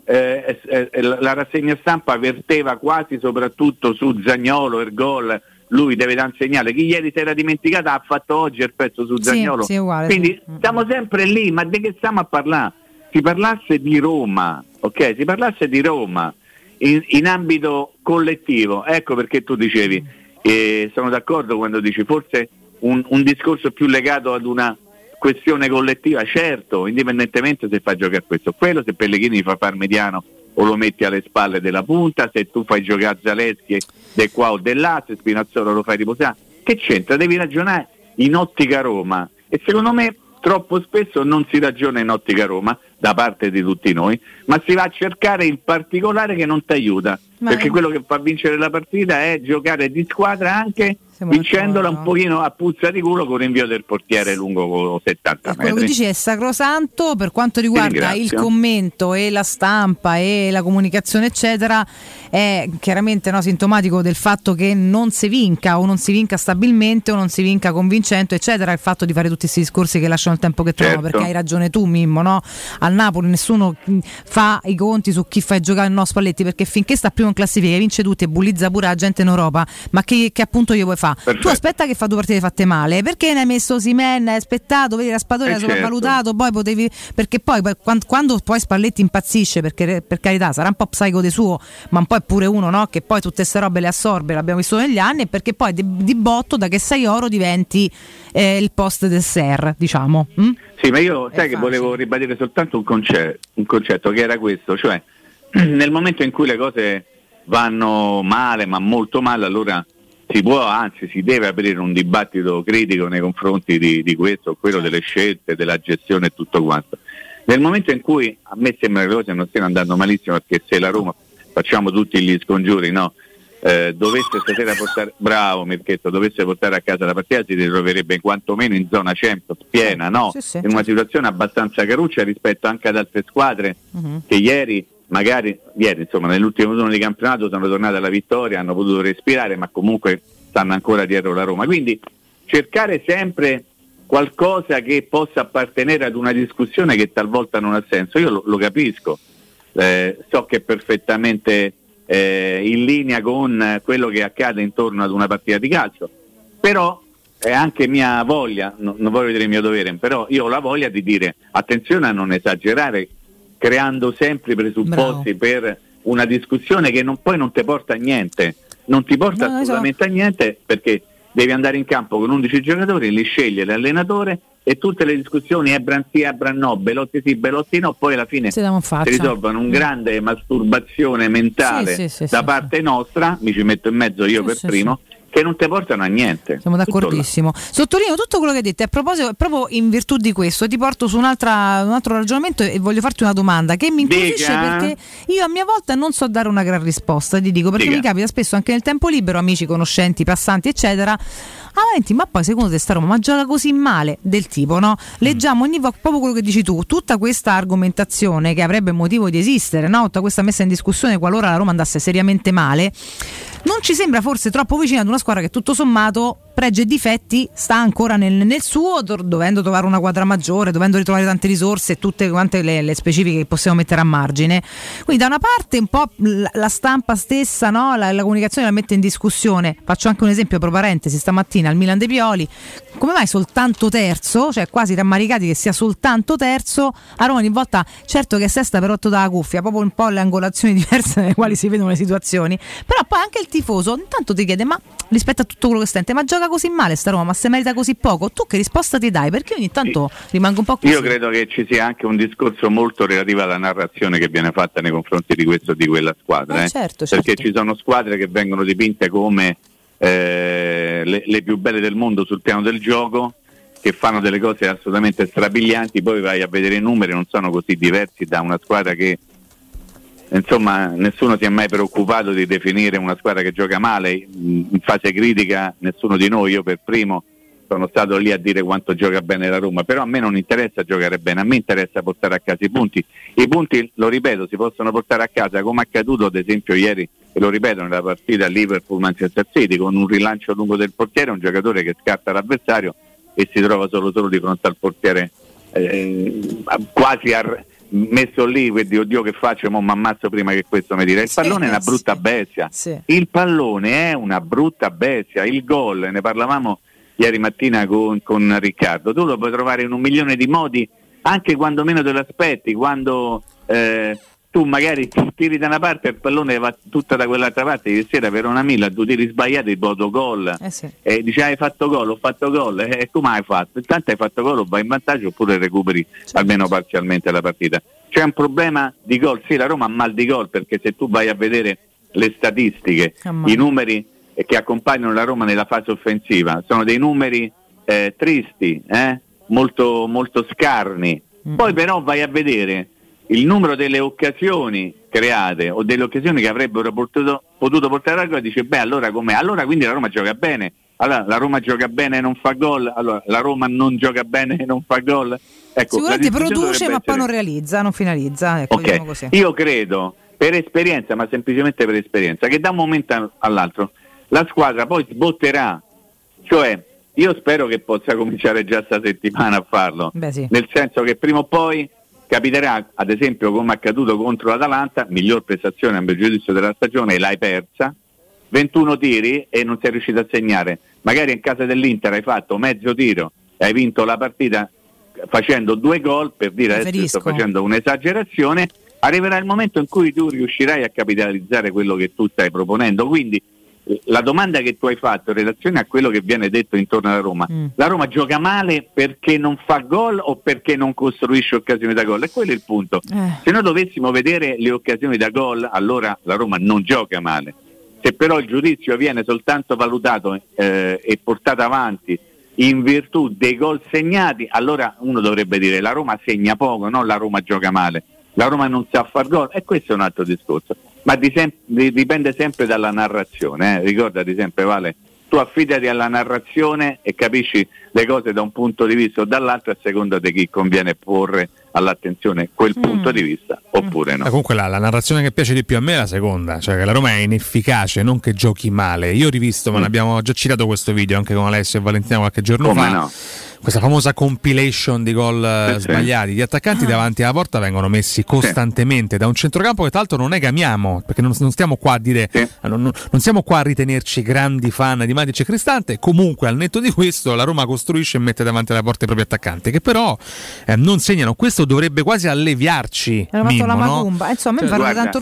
[SPEAKER 3] la rassegna stampa verteva quasi soprattutto su Zaniolo, il gol, lui deve dare un segnale. Chi ieri si era dimenticato ha fatto oggi il pezzo su Zaniolo, quindi stiamo sempre lì, ma di che stiamo a parlare? Si parlasse di Roma, ok? Si parlasse di Roma in ambito collettivo, ecco perché tu dicevi, sono d'accordo quando dici forse un discorso più legato ad una questione collettiva, certo, indipendentemente se fa giocare questo o quello, se Pellegrini fa far mediano o lo metti alle spalle della punta, se tu fai giocare Zaleschi del qua o dell'A, se Spinazzola lo fai riposare, che c'entra? Devi ragionare in ottica Roma, e secondo me troppo spesso non si ragiona in ottica Roma da parte di tutti noi, ma si va a cercare il particolare che non ti aiuta, perché quello che fa vincere la partita è giocare di squadra anche vincendola un pochino a puzza di culo con rinvio del portiere lungo 70 metri.
[SPEAKER 15] Quello che dici è sacrosanto per quanto riguarda il commento e la stampa e la comunicazione eccetera, è chiaramente sintomatico del fatto che non si vinca, o non si vinca stabilmente o non si vinca convincente eccetera, il fatto di fare tutti questi discorsi che lasciano il tempo che trovano, perché hai ragione tu Mimmo, no? Al Napoli nessuno fa i conti su chi fa giocare Spalletti, perché finché sta primo in classifica vince tutti e bullizza pure la gente in Europa, ma che appunto io vuoi fare? Tu aspetta che fa 2 partite fatte male, perché ne hai messo Osimhen, hai aspettato, vedi Raspadori era sopravvalutato, poi potevi, perché poi quando poi Spalletti impazzisce, perché per carità sarà un po' psico de suo, ma un po' è pure uno, no? Che poi tutte queste robe le assorbe, l'abbiamo visto negli anni, e perché poi di botto da che sei oro diventi il post del Ser, diciamo.
[SPEAKER 3] Sì, ma io sai che volevo ribadire soltanto un concetto che era questo, cioè nel momento in cui le cose vanno male, ma molto male, allora si può, anzi si deve aprire un dibattito critico nei confronti di questo o quello, delle scelte, della gestione e tutto quanto. Nel momento in cui a me sembra che le cose non stiano andando malissimo, perché se la Roma, facciamo tutti gli scongiuri, no? Dovesse stasera portare, bravo Mirchetto, dovesse portare a casa la partita, si ritroverebbe quantomeno in zona Champions piena, no?
[SPEAKER 15] Sì.
[SPEAKER 3] In una situazione abbastanza caruccia rispetto anche ad altre squadre che ieri insomma nell'ultimo turno di campionato sono tornate alla vittoria, hanno potuto respirare, ma comunque stanno ancora dietro la Roma. Quindi cercare sempre qualcosa che possa appartenere ad una discussione che talvolta non ha senso, io lo capisco, so che è perfettamente in linea con quello che accade intorno ad una partita di calcio, però è anche mia voglia, non voglio dire mio dovere, però io ho la voglia di dire attenzione a non esagerare, creando sempre i presupposti per una discussione che poi non ti porta a niente, non ti porta assolutamente a niente, perché devi andare in campo con 11 giocatori, li sceglie l'allenatore e tutte le discussioni Ebram sì, Ebram no, Belotti sì, Belotti no, poi alla fine si risolvono un grande masturbazione mentale da parte nostra, mi ci metto in mezzo io per primo, che non ti portano a niente.
[SPEAKER 15] Siamo d'accordissimo. Sottolineo tutto quello che hai detto. A proposito, proprio in virtù di questo, ti porto su un altro ragionamento e voglio farti una domanda che mi incuriosisce, perché io a mia volta non so dare una gran risposta. Ti dico perché mi capita spesso anche nel tempo libero, amici, conoscenti, passanti, eccetera. Ma poi secondo te sta Roma ma gioca così male, del tipo, no? Leggiamo ogni volta proprio quello che dici tu, tutta questa argomentazione che avrebbe motivo di esistere, no? Tutta questa messa in discussione qualora la Roma andasse seriamente male, non ci sembra forse troppo vicina ad una squadra che tutto sommato pregi e difetti sta ancora nel suo, dovendo trovare una quadra maggiore, dovendo ritrovare tante risorse e tutte quante le specifiche che possiamo mettere a margine. Quindi da una parte un po' la stampa stessa, no? La comunicazione la mette in discussione. Faccio anche un esempio pro parentesi, stamattina al Milan De Pioli, come mai soltanto terzo, cioè quasi rammaricati che sia soltanto terzo, a Roma ogni volta, certo che è sesta per 8 dalla cuffia, proprio un po' le angolazioni diverse nelle quali si vedono le situazioni, però poi anche il tifoso intanto ti chiede, ma rispetto a tutto quello che sente, ma gioca così male sta Roma, ma se merita così poco, tu che risposta ti dai? Perché ogni tanto rimango un po' così.
[SPEAKER 3] Io credo che ci sia anche un discorso molto relativo alla narrazione che viene fatta nei confronti di questo o di quella squadra,
[SPEAKER 15] certo.
[SPEAKER 3] Perché ci sono squadre che vengono dipinte come le più belle del mondo sul piano del gioco, che fanno delle cose assolutamente strabilianti, poi vai a vedere i numeri, non sono così diversi da una squadra che, insomma, nessuno si è mai preoccupato di definire una squadra che gioca male. In fase critica nessuno di noi, io per primo, sono stato lì a dire quanto gioca bene la Roma, però a me non interessa giocare bene, a me interessa portare a casa i punti. I punti, lo ripeto, si possono portare a casa, come è accaduto ad esempio ieri, e lo ripeto, nella partita Liverpool-Manchester City, con un rilancio lungo del portiere, un giocatore che scarta l'avversario e si trova solo di fronte al portiere, quasi messo lì, quindi oddio che faccio, mo' mi ammazzo prima che questo mi dire. Il pallone è una brutta bestia, il pallone è una brutta bestia, il gol, ne parlavamo ieri mattina con Riccardo, tu lo puoi trovare in 1 milione di modi, anche quando meno te lo aspetti, quando tu magari ti tiri da una parte e il pallone va tutta da quell'altra parte. Ieri sera per una milla, 2 tiri sbagliati, il autogol, e dici hai fatto gol, ho fatto gol, e come hai fatto? Intanto hai fatto gol, o vai in vantaggio oppure recuperi almeno parzialmente la partita. C'è un problema di gol, sì, la Roma ha mal di gol, perché se tu vai a vedere le statistiche, i numeri che accompagnano la Roma nella fase offensiva sono dei numeri tristi, molto, molto scarni. Poi però vai a vedere il numero delle occasioni create o delle occasioni che avrebbero potuto portare a gol, e dice beh, allora com'è? Allora quindi la Roma gioca bene. Allora la Roma gioca bene e non fa gol, allora la Roma non gioca bene e non fa gol. Ecco,
[SPEAKER 15] sicuramente produce ma poi non realizza, non finalizza, ecco, diciamo così.
[SPEAKER 3] Io credo, per esperienza, ma semplicemente per esperienza, che da un momento all'altro la squadra poi sbotterà, cioè io spero che possa cominciare già sta settimana a farlo, nel senso che prima o poi capiterà, ad esempio come è accaduto contro l'Atalanta, miglior prestazione a mio giudizio della stagione, e l'hai persa, 21 tiri e non sei riuscito a segnare. Magari in casa dell'Inter hai fatto mezzo tiro e hai vinto la partita facendo 2 gol, per dire adesso sto facendo un'esagerazione. Arriverà il momento in cui tu riuscirai a capitalizzare quello che tu stai proponendo. Quindi la domanda che tu hai fatto in relazione a quello che viene detto intorno alla Roma, la Roma gioca male perché non fa gol o perché non costruisce occasioni da gol? E quello è il punto. Se noi dovessimo vedere le occasioni da gol, allora la Roma non gioca male. Se però il giudizio viene soltanto valutato e portato avanti in virtù dei gol segnati, allora uno dovrebbe dire la Roma segna poco, non la Roma gioca male, la Roma non sa far gol, e questo è un altro discorso, ma dipende sempre dalla narrazione, ricordati sempre, Vale, tu affidati alla narrazione e capisci le cose da un punto di vista o dall'altro, a seconda di chi conviene porre all'attenzione quel punto di vista oppure no.
[SPEAKER 2] Comunque la narrazione che piace di più a me è la seconda, cioè che la Roma è inefficace, non che giochi male. Io ho rivisto, ma ne abbiamo già citato questo video anche con Alessio e Valentina qualche giorno fa.
[SPEAKER 3] No?
[SPEAKER 2] Questa famosa compilation di gol sbagliati. Gli attaccanti davanti alla porta vengono messi costantemente da un centrocampo che tra l'altro non è che amiamo, perché non stiamo qua a dire non siamo qua a ritenerci grandi fan di Matic e Cristante. Comunque al netto di questo la Roma costruisce e mette davanti alla porta i propri attaccanti, che però non segnano. Questo dovrebbe quasi alleviarci.
[SPEAKER 15] Hanno fatto la macumba.
[SPEAKER 2] Insomma,
[SPEAKER 15] a me fanno tanto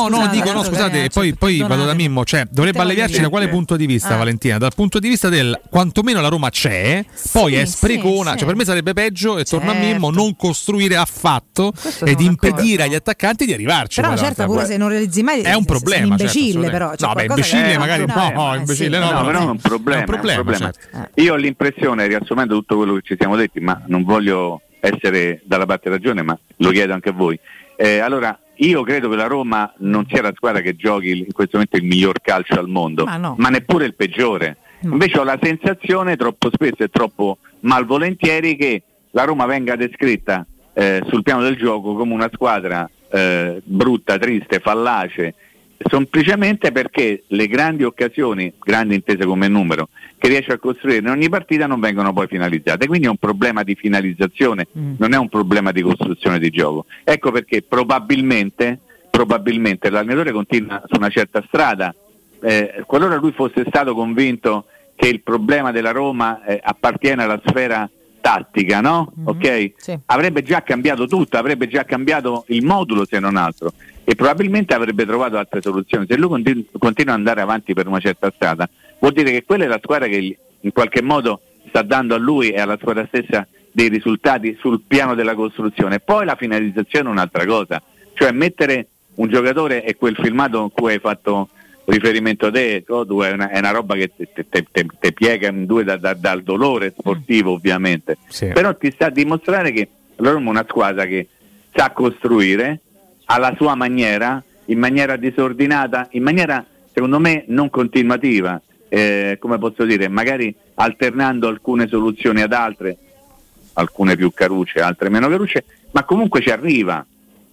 [SPEAKER 2] scusate, poi vado da Mimmo, cioè dovrebbe alleviarci da quale punto di vista, Valentina? Dal punto di vista del quantomeno la Roma c'è, poi è sprecona, cioè per me sarebbe peggio, e torno a Mimmo, non costruire affatto ed impedire agli attaccanti di arrivarci.
[SPEAKER 15] Però certo, pure se non realizzi mai
[SPEAKER 2] è un problema,
[SPEAKER 15] imbecille, però
[SPEAKER 2] imbecille magari imbecille
[SPEAKER 3] no, però è un problema.
[SPEAKER 2] Certo.
[SPEAKER 3] Io ho l'impressione, riassumendo tutto quello che ci siamo detti, ma non voglio essere dalla parte ragione, ma lo chiedo anche a voi. Allora, io credo che la Roma non sia la squadra che giochi in questo momento il miglior calcio al mondo, ma neppure il peggiore. Invece ho la sensazione, troppo spesso e troppo malvolentieri, che la Roma venga descritta sul piano del gioco come una squadra brutta, triste, fallace, semplicemente perché le grandi occasioni, grandi intese come numero, che riesce a costruire in ogni partita non vengono poi finalizzate. Quindi è un problema di finalizzazione, non è un problema di costruzione di gioco. Ecco perché probabilmente l'allenatore continua su una certa strada. Qualora lui fosse stato convinto che il problema della Roma appartiene alla sfera tattica, no? Ok? Sì. Avrebbe già cambiato tutto, avrebbe già cambiato il modulo, se non altro, e probabilmente avrebbe trovato altre soluzioni. Se lui continua ad andare avanti per una certa strada, vuol dire che quella è la squadra che in qualche modo sta dando a lui e alla squadra stessa dei risultati sul piano della costruzione. Poi la finalizzazione è un'altra cosa, cioè mettere un giocatore, e quel filmato in cui hai fatto riferimento a te, è una roba che te piega in due dal dolore sportivo, ovviamente, però ti sta a dimostrare che la Roma è una squadra che sa costruire alla sua maniera, in maniera disordinata, in maniera secondo me non continuativa, come posso dire, magari alternando alcune soluzioni ad altre, alcune più carucce, altre meno carucce, ma comunque ci arriva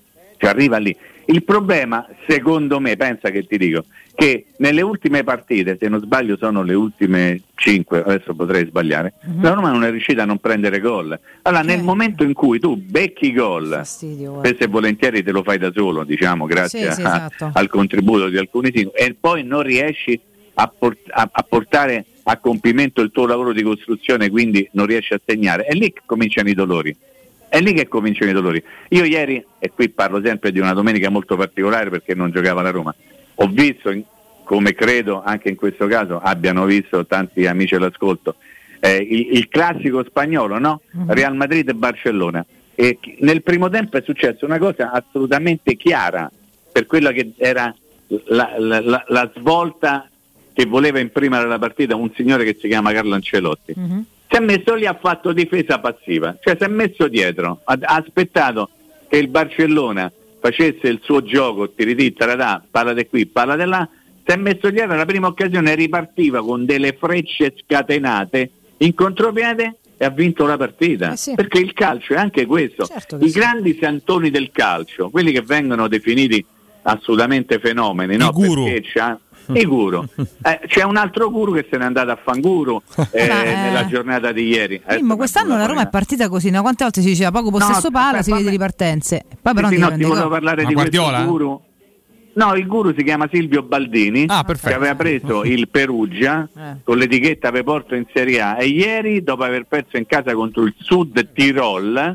[SPEAKER 3] lì. Il problema, secondo me, pensa che ti dico, che nelle ultime partite, se non sbaglio sono le ultime 5, adesso potrei sbagliare, la Roma non è riuscita a non prendere gol. Allora nel momento in cui tu becchi gol, spesso e volentieri te lo fai da solo, diciamo, grazie al contributo di alcuni singoli, e poi non riesci a portare a compimento il tuo lavoro di costruzione, quindi non riesci a segnare, è lì che cominciano i dolori. Io ieri, e qui parlo sempre di una domenica molto particolare perché non giocava la Roma, ho visto, come credo anche in questo caso abbiano visto tanti amici all'ascolto, il classico spagnolo, no? Real Madrid e Barcellona, e nel primo tempo è successa una cosa assolutamente chiara per quella che era la svolta che voleva imprimere la partita un signore che si chiama Carlo Ancelotti. Si è messo lì, ha fatto difesa passiva, cioè si è messo dietro, ha aspettato che il Barcellona facesse il suo gioco, tiritì, taradà, palla di qui, palla di là, si è messo dietro, alla prima occasione ripartiva con delle frecce scatenate in contropiede e ha vinto la partita, perché il calcio è anche questo. I grandi santoni del calcio, quelli che vengono definiti assolutamente fenomeni, no? Perché i guru. C'è un altro guru che se n'è andato a fanguru nella giornata di ieri.
[SPEAKER 15] Quest'anno la Roma è partita così, no? Quante volte si diceva poco possesso palla, si vede ripartenze. Poi però
[SPEAKER 3] ti volevo parlare di questo guru. No, il guru si chiama Silvio Baldini, che aveva preso il Perugia con l'etichetta per Porto in Serie A, e ieri, dopo aver perso in casa contro il Sud Tirol,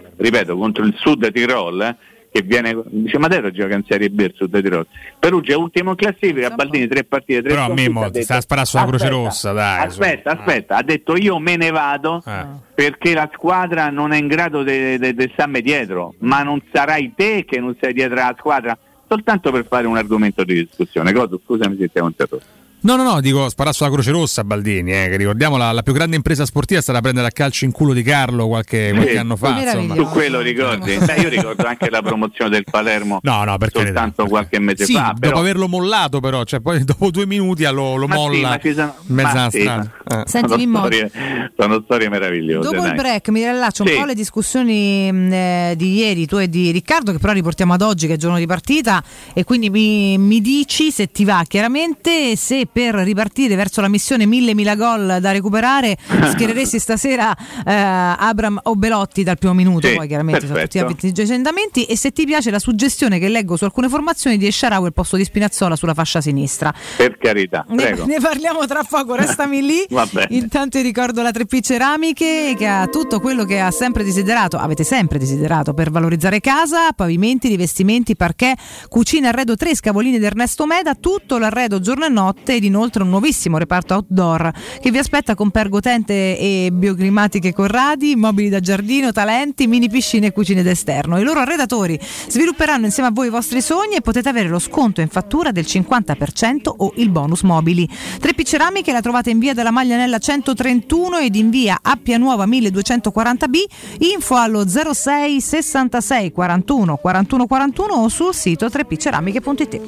[SPEAKER 3] che viene, dice Matera gioca in Serie B il Sud Tirol, Perugia è ultimo in classifica, Baldini 3 partite, 3
[SPEAKER 2] però Mimmo sta a sparare sulla Croce Rossa, dai.
[SPEAKER 3] Aspetta, ha detto io me ne vado perché la squadra non è in grado di starmi dietro, ma non sarai te che non sei dietro alla squadra, soltanto per fare un argomento di discussione. Scusami se ti ho interrotto.
[SPEAKER 2] No, dico, sparà sulla Croce Rossa Baldini, che ricordiamo la più grande impresa sportiva è stata prendere a calcio in culo di Carlo qualche anno fa. Insomma.
[SPEAKER 3] Tu quello ricordi? Io ricordo anche la promozione del Palermo soltanto qualche mese fa.
[SPEAKER 2] Dopo averlo mollato però, cioè poi dopo 2 minuti lo molla in mezzo alla strada.
[SPEAKER 15] Senti,
[SPEAKER 3] sono storie meravigliose.
[SPEAKER 15] Dopo il break mi riallaccio un po' alle discussioni di ieri, tu e di Riccardo, che però riportiamo ad oggi che è giorno di partita, e quindi mi dici se ti va chiaramente se per ripartire verso la missione 1000 gol da recuperare schiereresti stasera Abram o Belotti dal primo minuto, poi chiaramente sono tutti avvicendamenti, e se ti piace la suggestione che leggo su alcune formazioni di Esharawi al posto di Spinazzola sulla fascia sinistra.
[SPEAKER 3] Per carità, prego.
[SPEAKER 15] Ne parliamo tra poco, restami lì. Intanto ti ricordo la 3P Ceramiche, che ha tutto quello che ha sempre desiderato, avete sempre desiderato, per valorizzare casa: pavimenti, rivestimenti, parquet, cucina, arredo 3, Scavolini ed Ernesto Meda, tutto l'arredo giorno e notte, ed inoltre un nuovissimo reparto outdoor che vi aspetta con pergotente e bioclimatiche Corradi, mobili da giardino, talenti, mini piscine e cucine d'esterno. I loro arredatori svilupperanno insieme a voi i vostri sogni e potete avere lo sconto in fattura del 50% o il bonus mobili. 3P Ceramiche la trovate in via della Maglianella 131 ed in via Appia Nuova 1240B. Info allo 06 66 41 41 41 o sul sito 3pceramiche.it.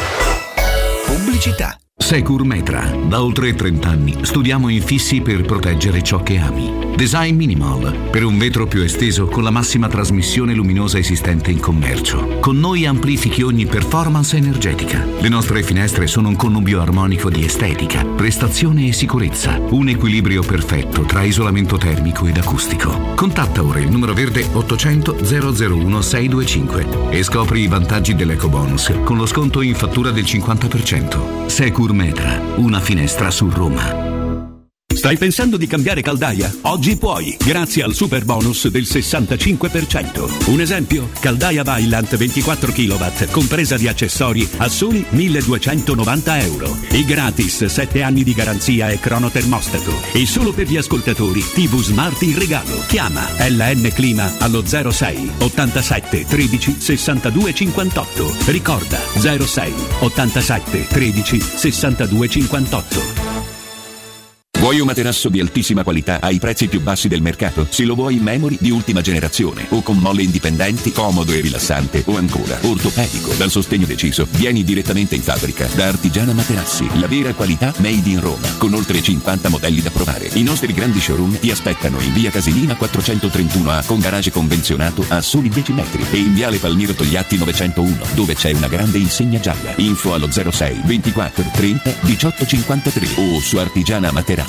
[SPEAKER 27] Pubblicità. Securmetra. Da oltre 30 anni studiamo infissi per proteggere ciò che ami. Design minimal, per un vetro più esteso con la massima trasmissione luminosa esistente in commercio. Con noi amplifichi ogni performance energetica. Le nostre finestre sono un connubio armonico di estetica, prestazione e sicurezza. Un equilibrio perfetto tra isolamento termico ed acustico. Contatta ora il numero verde 800 001 625 e scopri i vantaggi dell'ecobonus con lo sconto in fattura del 50%. Securmetra, una finestra su Roma.
[SPEAKER 4] Stai pensando di cambiare caldaia? Oggi puoi, grazie al super bonus del 65%. Un esempio? Caldaia Vaillant 24 kW, compresa di accessori, a soli 1.290 euro. E gratis 7 anni di garanzia e cronotermostato. E solo per gli ascoltatori, TV Smart in regalo. Chiama LN Clima allo 06 87 13 62 58. Ricorda 06 87 13 62 58.
[SPEAKER 6] Vuoi un materasso di altissima qualità ai prezzi più bassi del mercato? Se lo vuoi in memory di ultima generazione o con molle indipendenti, comodo e rilassante, o ancora ortopedico dal sostegno deciso, vieni direttamente in fabbrica da Artigiana Materassi, la vera qualità made in Roma, con oltre 50 modelli da provare. I nostri grandi showroom ti aspettano in via Casilina 431A con garage convenzionato a soli 10 metri e in viale Palmiro Togliatti 901, dove c'è una grande insegna gialla. Info allo 06 24 30 18 53 o su artigianamaterassi.com.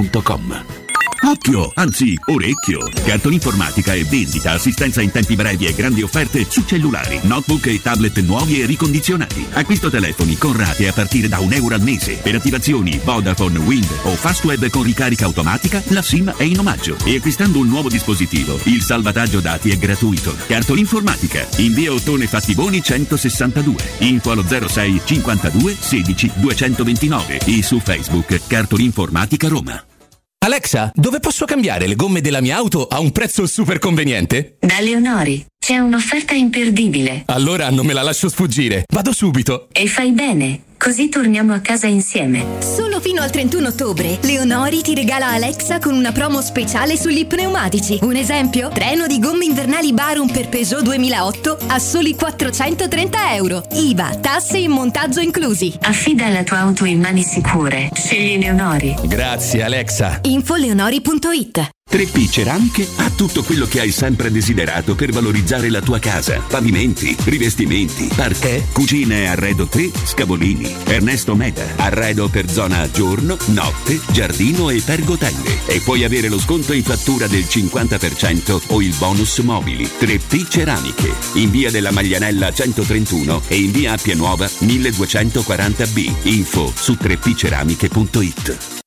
[SPEAKER 4] Occhio, anzi orecchio. Cartolinformatica e vendita, assistenza in tempi brevi e grandi offerte su cellulari, notebook e tablet nuovi e ricondizionati. Acquisto telefoni con rate a partire da €1 al mese. Per attivazioni Vodafone, Wind o Fastweb con ricarica automatica, la SIM è in omaggio. E acquistando un nuovo dispositivo, il salvataggio dati è gratuito. Cartolinformatica, in via Ottone Fattiboni 162. Info allo 06 52 16 229 e su Facebook Cartolinformatica Roma.
[SPEAKER 7] Alexa, dove posso cambiare le gomme della mia auto a un prezzo super conveniente?
[SPEAKER 8] Da Leonori. C'è un'offerta imperdibile.
[SPEAKER 7] Allora non me la lascio sfuggire. Vado subito.
[SPEAKER 8] E fai bene. Così torniamo a casa insieme.
[SPEAKER 11] Solo fino al 31 ottobre, Leonori ti regala Alexa con una promo speciale sugli pneumatici. Un esempio? Treno di gomme invernali Barum per Peugeot 2008 a soli €430. IVA, tasse e montaggio inclusi.
[SPEAKER 8] Affida la tua auto in mani sicure. Scegli Leonori.
[SPEAKER 7] Grazie Alexa.
[SPEAKER 11] Info leonori.it.
[SPEAKER 4] 3P Ceramiche ha tutto quello che hai sempre desiderato per valorizzare la tua casa. Pavimenti, rivestimenti, parquet, cucina e arredo 3, Scavolini. Ernesto Meda, arredo per zona giorno, notte, giardino e pergotelle. E puoi avere lo sconto in fattura del 50% o il bonus mobili. 3P Ceramiche, in via della Maglianella 131 e in via Appia Nuova 1240B. Info su 3pceramiche.it.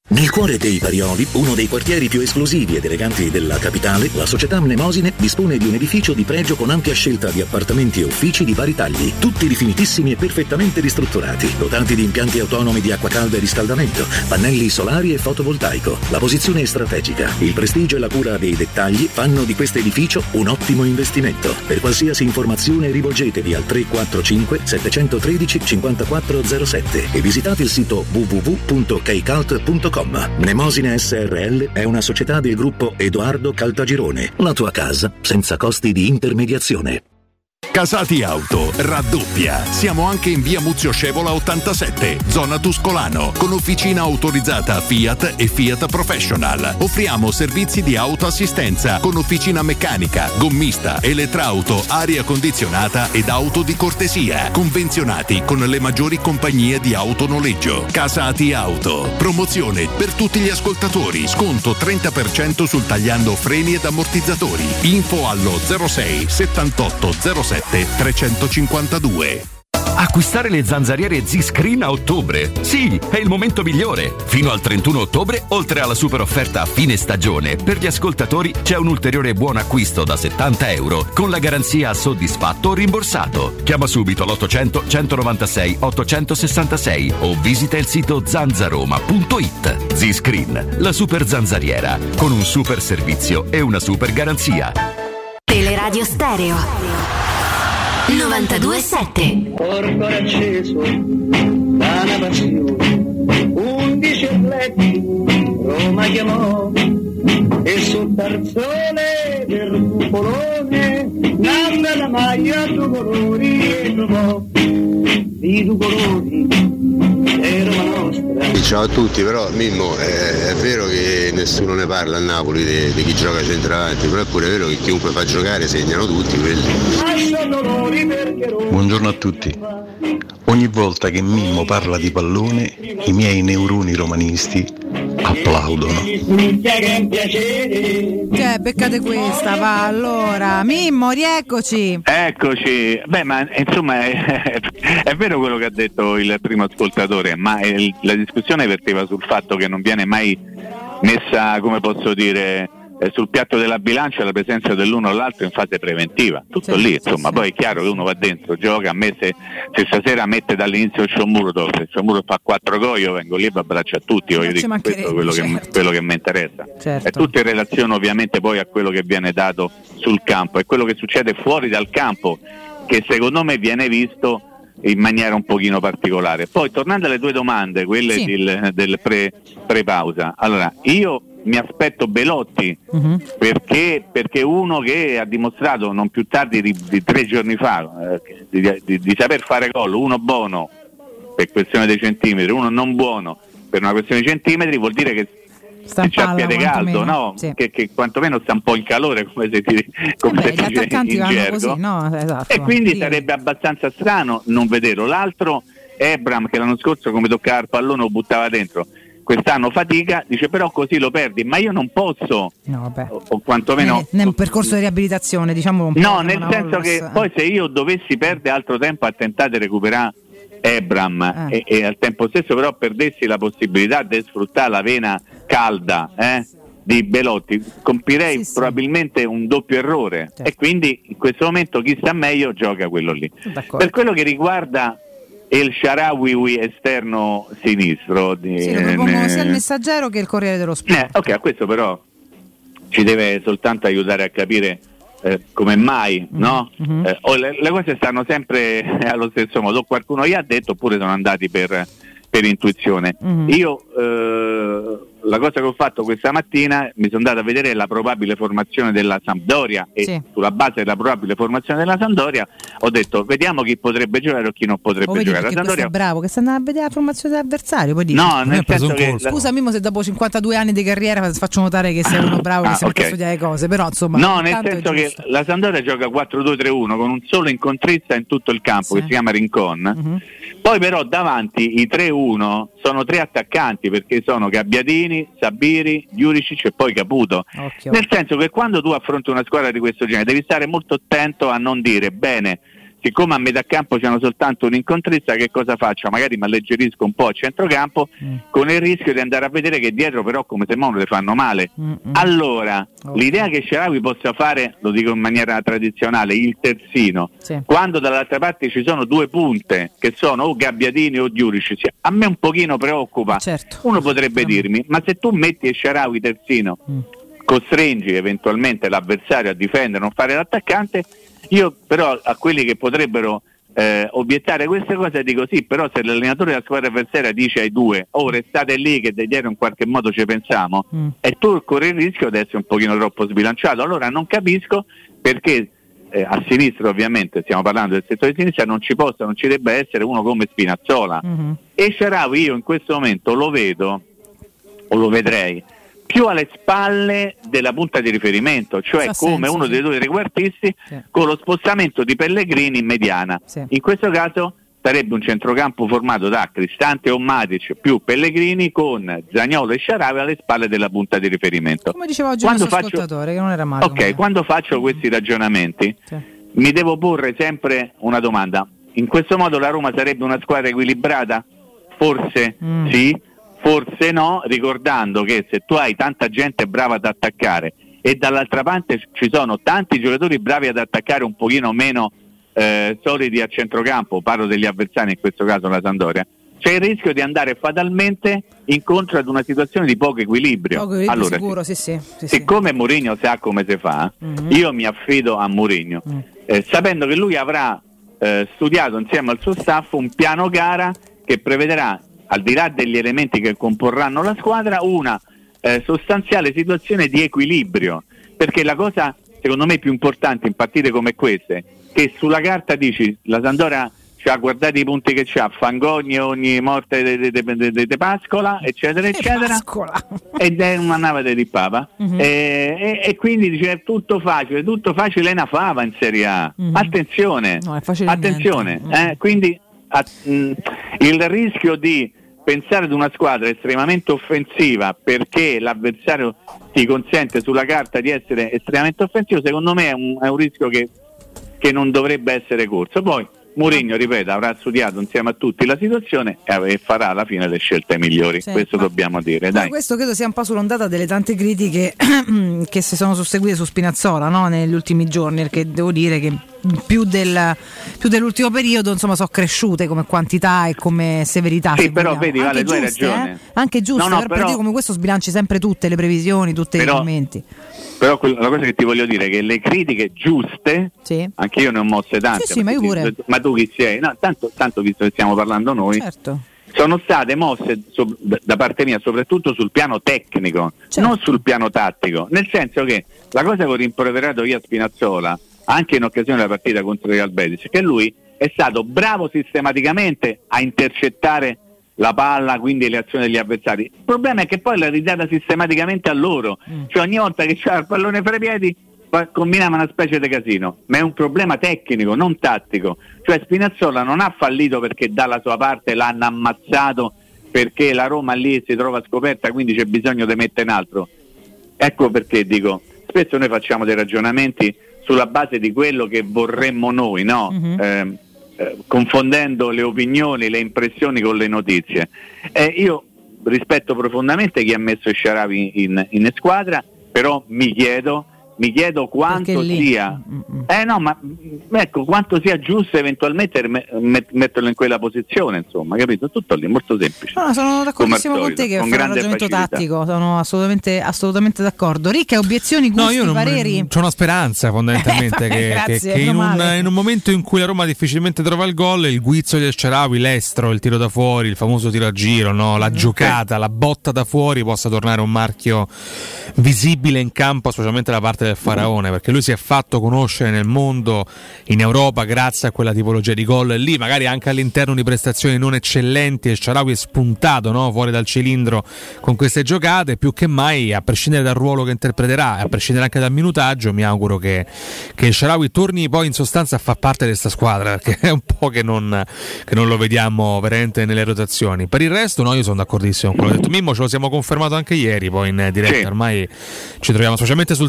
[SPEAKER 27] Nel cuore dei Parioli, uno dei quartieri più esclusivi ed eleganti della capitale, la società Mnemosine dispone di un edificio di pregio con ampia scelta di appartamenti e uffici di vari tagli, tutti rifinitissimi e perfettamente ristrutturati, dotati di impianti autonomi di acqua calda e riscaldamento, pannelli solari e fotovoltaico. La posizione è strategica, il prestigio e la cura dei dettagli fanno di questo edificio un ottimo investimento. Per qualsiasi informazione rivolgetevi al 345 713 5407 e visitate il sito www.kcalt.com. Mnemosine SRL è una società del gruppo Edoardo Caltagirone. La tua casa senza costi di intermediazione.
[SPEAKER 19] Casati Auto raddoppia. Siamo anche in via Muzio Scevola 87, zona Tuscolano, con officina autorizzata Fiat e Fiat Professional. Offriamo servizi di autoassistenza con officina meccanica, gommista, elettrauto, aria condizionata ed auto di cortesia, convenzionati con le maggiori compagnie di autonoleggio. Casati Auto. Promozione per tutti gli ascoltatori. Sconto 30% sul tagliando freni ed ammortizzatori. Info allo 06 78 07 352.
[SPEAKER 27] Acquistare le zanzariere Z-Screen a ottobre. Sì, è il momento migliore. Fino al 31 ottobre, oltre alla super offerta a fine stagione, per gli ascoltatori c'è un ulteriore buon acquisto da €70 con la garanzia soddisfatto o rimborsato. Chiama subito all'800 196 866 o visita il sito zanzaroma.it. Z-Screen, la super zanzariera, con un super servizio e una super garanzia.
[SPEAKER 8] Teleradio Stereo 92.7.
[SPEAKER 1] Corpo acceso da una passione, 11 atleti Roma chiamò e sul tarzone del cupolone nanda la maglia due colori e trovò di due colori e Roma nostra.
[SPEAKER 12] Ciao a tutti, però Mimmo è vero che nessuno ne parla a Napoli di chi gioca centravanti, però è pure vero che chiunque fa giocare segnano tutti quelli.
[SPEAKER 20] Buongiorno a tutti. Ogni volta che Mimmo parla di pallone, i miei neuroni romanisti applaudono.
[SPEAKER 15] Cioè, beccate questa, va allora. Mimmo, rieccoci.
[SPEAKER 3] Eccoci. Beh, ma insomma è vero quello che ha detto il primo ascoltatore, ma la discussione verteva sul fatto che non viene mai messa, come posso dire, sul piatto della bilancia la presenza dell'uno o l'altro in fase preventiva, tutto lì, insomma. Poi è chiaro che uno va dentro, gioca. A me se stasera mette dall'inizio il Sciomuro, se il Sciomuro fa 4 gol io vengo lì e abbraccio a tutti, voglio dire, questo è quello che mi interessa. È tutto in relazione ovviamente poi a quello che viene dato sul campo, e quello che succede fuori dal campo che secondo me viene visto in maniera un pochino particolare. Poi tornando alle tue domande, quelle del pre-pausa, allora io mi aspetto Belotti, perché uno che ha dimostrato non più tardi di 3 giorni fa di saper fare gol, uno buono per questione dei centimetri, uno non buono per una questione di centimetri, vuol dire che c'è il piede caldo, no? Sì. Che quantomeno sta un po' in calore, come se ti
[SPEAKER 15] gli attaccanti vanno gergo. Così, no? Esatto,
[SPEAKER 3] e quindi sarebbe abbastanza strano non vederlo. L'altro, Ebram, che l'anno scorso come toccava il pallone lo buttava dentro, quest'anno fatica, dice però così lo perdi, ma io non posso, o quantomeno
[SPEAKER 15] nel percorso di riabilitazione, diciamo.
[SPEAKER 3] No, nel senso che poi se io dovessi perdere altro tempo a tentare di recuperare Ebram e al tempo stesso però perdessi la possibilità di sfruttare la vena calda di Belotti, compirei probabilmente un doppio errore, e quindi in questo momento chi sta meglio gioca quello lì. Per quello che riguarda il Shaarawy esterno sinistro
[SPEAKER 15] sia il Messaggero che il Corriere dello Sport.
[SPEAKER 3] Ok, a questo però ci deve soltanto aiutare a capire come mai, no? Le cose stanno sempre allo stesso modo, qualcuno gli ha detto oppure sono andati per intuizione. Io la cosa che ho fatto questa mattina, mi sono andato a vedere la probabile formazione della Sampdoria e sulla base della probabile formazione della Sampdoria ho detto vediamo chi potrebbe giocare o chi non potrebbe giocare. La Sampdoria
[SPEAKER 15] è bravo che sta andando a vedere la formazione dell'avversario, poi dici,
[SPEAKER 3] no, nel senso che
[SPEAKER 15] scusa Mimmo se dopo 52 anni di carriera faccio notare che sei uno bravo che si mette a studiare cose, però insomma
[SPEAKER 3] no, nel senso che la Sampdoria gioca 4-2-3-1 con un solo incontrista in tutto il campo che si chiama Rincon. Poi però davanti i 3-1 sono 3 attaccanti, perché sono Gabbiadini, Sabiri, Juricic e poi Caputo. Nel senso che quando tu affronti una squadra di questo genere devi stare molto attento a non dire bene, siccome a metà campo c'hanno soltanto un incontrista, che cosa faccio? Magari mi alleggerisco un po' a centrocampo con il rischio di andare a vedere che dietro però come se non le fanno male. Allora, l'idea che Shaarawy possa fare, lo dico in maniera tradizionale, il terzino, quando dall'altra parte ci sono due punte che sono o Gabbiadini o Djuricic, a me un pochino preoccupa. Uno potrebbe dirmi, ma se tu metti Shaarawy terzino, costringi eventualmente l'avversario a difendere, non fare l'attaccante. Io però a quelli che potrebbero obiettare queste cose dico sì, però se l'allenatore della squadra avversaria dice ai due restate lì che dietro in qualche modo ci pensiamo, e tu corri il rischio di essere un pochino troppo sbilanciato. Allora non capisco perché a sinistra, ovviamente stiamo parlando del settore di sinistra, non ci debba essere uno come Spinazzola. E Shaarawy io in questo momento lo vedo o lo vedrei più alle spalle della punta di riferimento, cioè come uno dei due trequartisti, con lo spostamento di Pellegrini in mediana. In questo caso sarebbe un centrocampo formato da Cristante o Matic più Pellegrini, con Zaniolo e Shaarawy alle spalle della punta di riferimento.
[SPEAKER 15] Come diceva oggi il nostro ascoltatore, che non era male.
[SPEAKER 3] Ok, quando faccio questi ragionamenti mi devo porre sempre una domanda: in questo modo la Roma sarebbe una squadra equilibrata? Forse sì, forse no, ricordando che se tu hai tanta gente brava ad attaccare e dall'altra parte ci sono tanti giocatori bravi ad attaccare un pochino meno solidi a centrocampo, parlo degli avversari, in questo caso la Sampdoria, c'è il rischio di andare fatalmente incontro ad una situazione di poco equilibrio. Allora,
[SPEAKER 15] sicuro,
[SPEAKER 3] siccome Mourinho sa come si fa, io mi affido a Mourinho, sapendo che lui avrà studiato insieme al suo staff un piano gara che prevederà, al di là degli elementi che comporranno la squadra, una sostanziale situazione di equilibrio, perché la cosa secondo me più importante in partite come queste, che sulla carta dici la Sampdoria ci ha guardato i punti che c'ha, Fangogni ogni morte de Pascola, eccetera eccetera, ed è una nave di Papa, e quindi dice è tutto facile una fava in Serie A. Attenzione, quindi il rischio di pensare ad una squadra estremamente offensiva perché l'avversario ti consente sulla carta di essere estremamente offensivo, secondo me è un rischio che non dovrebbe essere corso. Poi Mourinho, ripeto, avrà studiato insieme a tutti la situazione e farà alla fine le scelte migliori, questo dobbiamo dire. Dai.
[SPEAKER 15] Questo credo sia un po' sull'ondata delle tante critiche che si sono susseguite su Spinazzola, no? Negli ultimi giorni, perché devo dire che più dell'ultimo periodo insomma sono cresciute come quantità e come severità.
[SPEAKER 3] Sì, però vedi, Vale, tu hai ragione.
[SPEAKER 15] Anche giusto, però come questo sbilanci sempre tutte le previsioni, tutti i commenti.
[SPEAKER 3] Però la cosa che ti voglio dire è che le critiche giuste, anche io ne ho mosse tante.
[SPEAKER 15] Sì, ma io pure.
[SPEAKER 3] Ma tu chi sei? No, tanto visto che stiamo parlando noi, sono state mosse da parte mia soprattutto sul piano tecnico, non sul piano tattico. Nel senso che la cosa che ho rimproverato io a Spinazzola, anche in occasione della partita contro il Real Betis, che lui è stato bravo sistematicamente a intercettare la palla, quindi le azioni degli avversari. Il problema è che poi l'ha ridata sistematicamente a loro, cioè ogni volta che c'era il pallone fra i piedi combinava una specie di casino, ma è un problema tecnico, non tattico. Cioè Spinazzola non ha fallito perché dalla sua parte l'hanno ammazzato, perché la Roma lì si trova scoperta, quindi c'è bisogno di mettere in altro. Ecco perché dico, spesso noi facciamo dei ragionamenti sulla base di quello che vorremmo noi, no? Confondendo le opinioni, le impressioni con le notizie. Io rispetto profondamente chi ha messo Shaarawy in squadra, però mi chiedo quanto sia quanto sia giusto eventualmente metterlo in quella posizione, insomma, capito? Tutto lì, molto semplice.
[SPEAKER 15] No, sono d'accordissimo con te che è un ragionamento tattico, sono assolutamente d'accordo. Ricca, obiezioni, gusti, pareri?
[SPEAKER 2] C'ho una speranza fondamentalmente che in un momento in cui la Roma difficilmente trova il gol, il guizzo di Shaarawy, l'estro, il tiro da fuori, il famoso tiro a giro, no? La giocata, la botta da fuori possa tornare un marchio visibile in campo, specialmente da parte del Faraone, perché lui si è fatto conoscere nel mondo, in Europa, grazie a quella tipologia di gol lì, magari anche all'interno di prestazioni non eccellenti, e Shaarawy è spuntato, no? Fuori dal cilindro con queste giocate. Più che mai, a prescindere dal ruolo che interpreterà e a prescindere anche dal minutaggio, mi auguro che Shaarawy torni poi in sostanza a far parte di questa squadra, perché è un po' che non lo vediamo veramente nelle rotazioni. Per il resto io sono d'accordissimo con quello che ha detto Mimmo, ce lo siamo confermato anche ieri poi in diretta. Ormai ci troviamo, specialmente sul tema Belotti,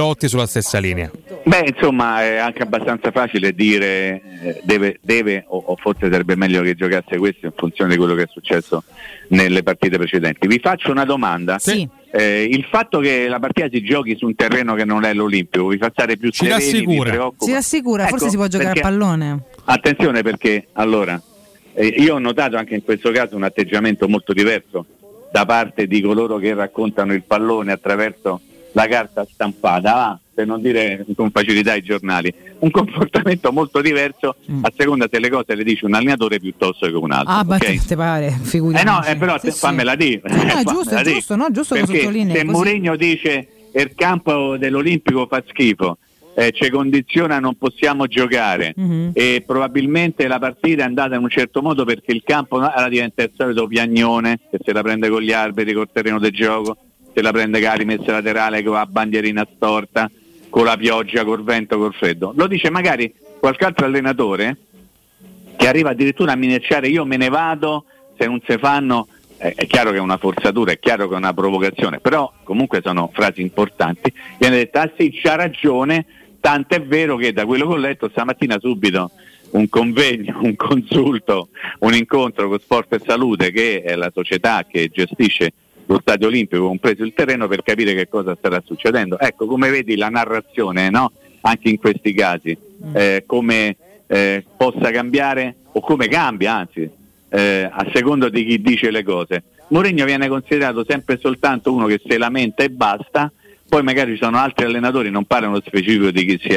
[SPEAKER 2] Belotti sulla stessa linea.
[SPEAKER 3] Beh, insomma, è anche abbastanza facile dire deve o forse sarebbe meglio che giocasse questo in funzione di quello che è successo nelle partite precedenti. Vi faccio una domanda.
[SPEAKER 15] Sì.
[SPEAKER 3] Il fatto che la partita si giochi su un terreno che non è l'Olimpico vi fa stare più sereni?
[SPEAKER 15] Si rassicura,
[SPEAKER 3] ecco,
[SPEAKER 15] forse si può giocare a pallone.
[SPEAKER 3] Attenzione, perché allora io ho notato anche in questo caso un atteggiamento molto diverso da parte di coloro che raccontano il pallone attraverso la carta stampata, per non dire con facilità i giornali, un comportamento molto diverso a seconda se le cose le dice un allenatore piuttosto che un altro.
[SPEAKER 15] Ah, okay? Te pare, figuriamoci.
[SPEAKER 3] Però
[SPEAKER 15] sì,
[SPEAKER 3] fammela dire.
[SPEAKER 15] È giusto che sottolinei.
[SPEAKER 3] Se Mourinho dice il campo dell'Olimpico fa schifo, ci condiziona, non possiamo giocare, e probabilmente la partita è andata in un certo modo perché il campo diventa il solito piagnone che se la prende con gli arbitri, col terreno del gioco, se la prende con la rimessa laterale con la bandierina storta, con la pioggia, col vento, col freddo. Lo dice magari qualche altro allenatore che arriva addirittura a minacciare: io me ne vado se non si fanno. È chiaro che è una forzatura, è chiaro che è una provocazione, però comunque sono frasi importanti. Viene detto: ah sì, c'ha ragione, tant'è vero che da quello che ho letto stamattina subito un convegno, un consulto, un incontro con Sport e Salute, che è la società che gestisce lo Stadio Olimpico, compreso il terreno, per capire che cosa starà succedendo. Ecco, come vedi la narrazione, no? Anche in questi casi, come possa cambiare o come cambia, anzi, a seconda di chi dice le cose. Mourinho viene considerato sempre soltanto uno che si lamenta e basta, poi magari ci sono altri allenatori, non parlo nello specifico di chi si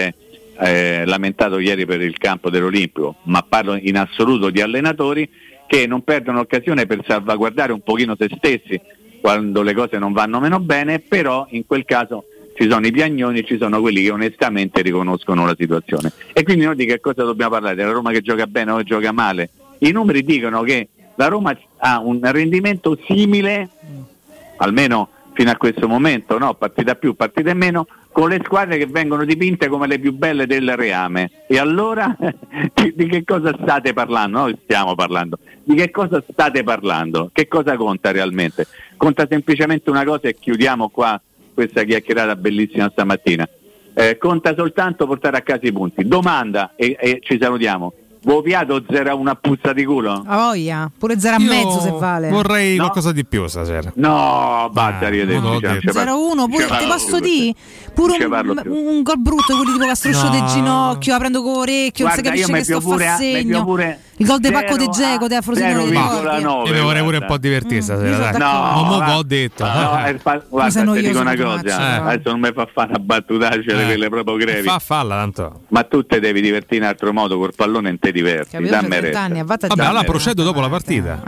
[SPEAKER 3] è lamentato ieri per il campo dell'Olimpico, ma parlo in assoluto di allenatori che non perdono occasione per salvaguardare un pochino se stessi quando le cose non vanno meno bene, però in quel caso ci sono i piagnoni, ci sono quelli che onestamente riconoscono la situazione. E quindi noi di che cosa dobbiamo parlare? Della Roma che gioca bene o che gioca male? I numeri dicono che la Roma ha un rendimento simile, almeno fino a questo momento, no? Partita più, partita meno, con le squadre che vengono dipinte come le più belle del reame. E allora di che cosa state parlando? Noi stiamo parlando. Di che cosa state parlando? Che cosa conta realmente? Conta semplicemente una cosa, e chiudiamo qua questa chiacchierata bellissima stamattina. Conta soltanto portare a casa i punti. Domanda, e ci salutiamo: Voviato 0-1 a puzza di culo?
[SPEAKER 15] A voglia, pure 0,5 se vale.
[SPEAKER 2] Vorrei qualcosa di più stasera.
[SPEAKER 3] No, basta, arrivederci.
[SPEAKER 15] 0-1, pure ti posso dire pure un gol brutto, quelli tipo Castruccio del ginocchio, aprendo con l'orecchio, non si capisce che sto fa segno. Il gol de Pacco De Geco, della Frosinone di Ricordi.
[SPEAKER 2] Io mi vorrei pure un po' divertire stasera.
[SPEAKER 3] No,
[SPEAKER 2] ho detto.
[SPEAKER 3] Guarda, ti dico una cosa, adesso non mi fa fare una battutaccia di quelle proprio grevi.
[SPEAKER 2] Falla tanto.
[SPEAKER 3] Ma tu te devi divertire in altro modo, col pallone in te diverti. Dammi retta.
[SPEAKER 2] Vabbè, allora procedo dopo la partita.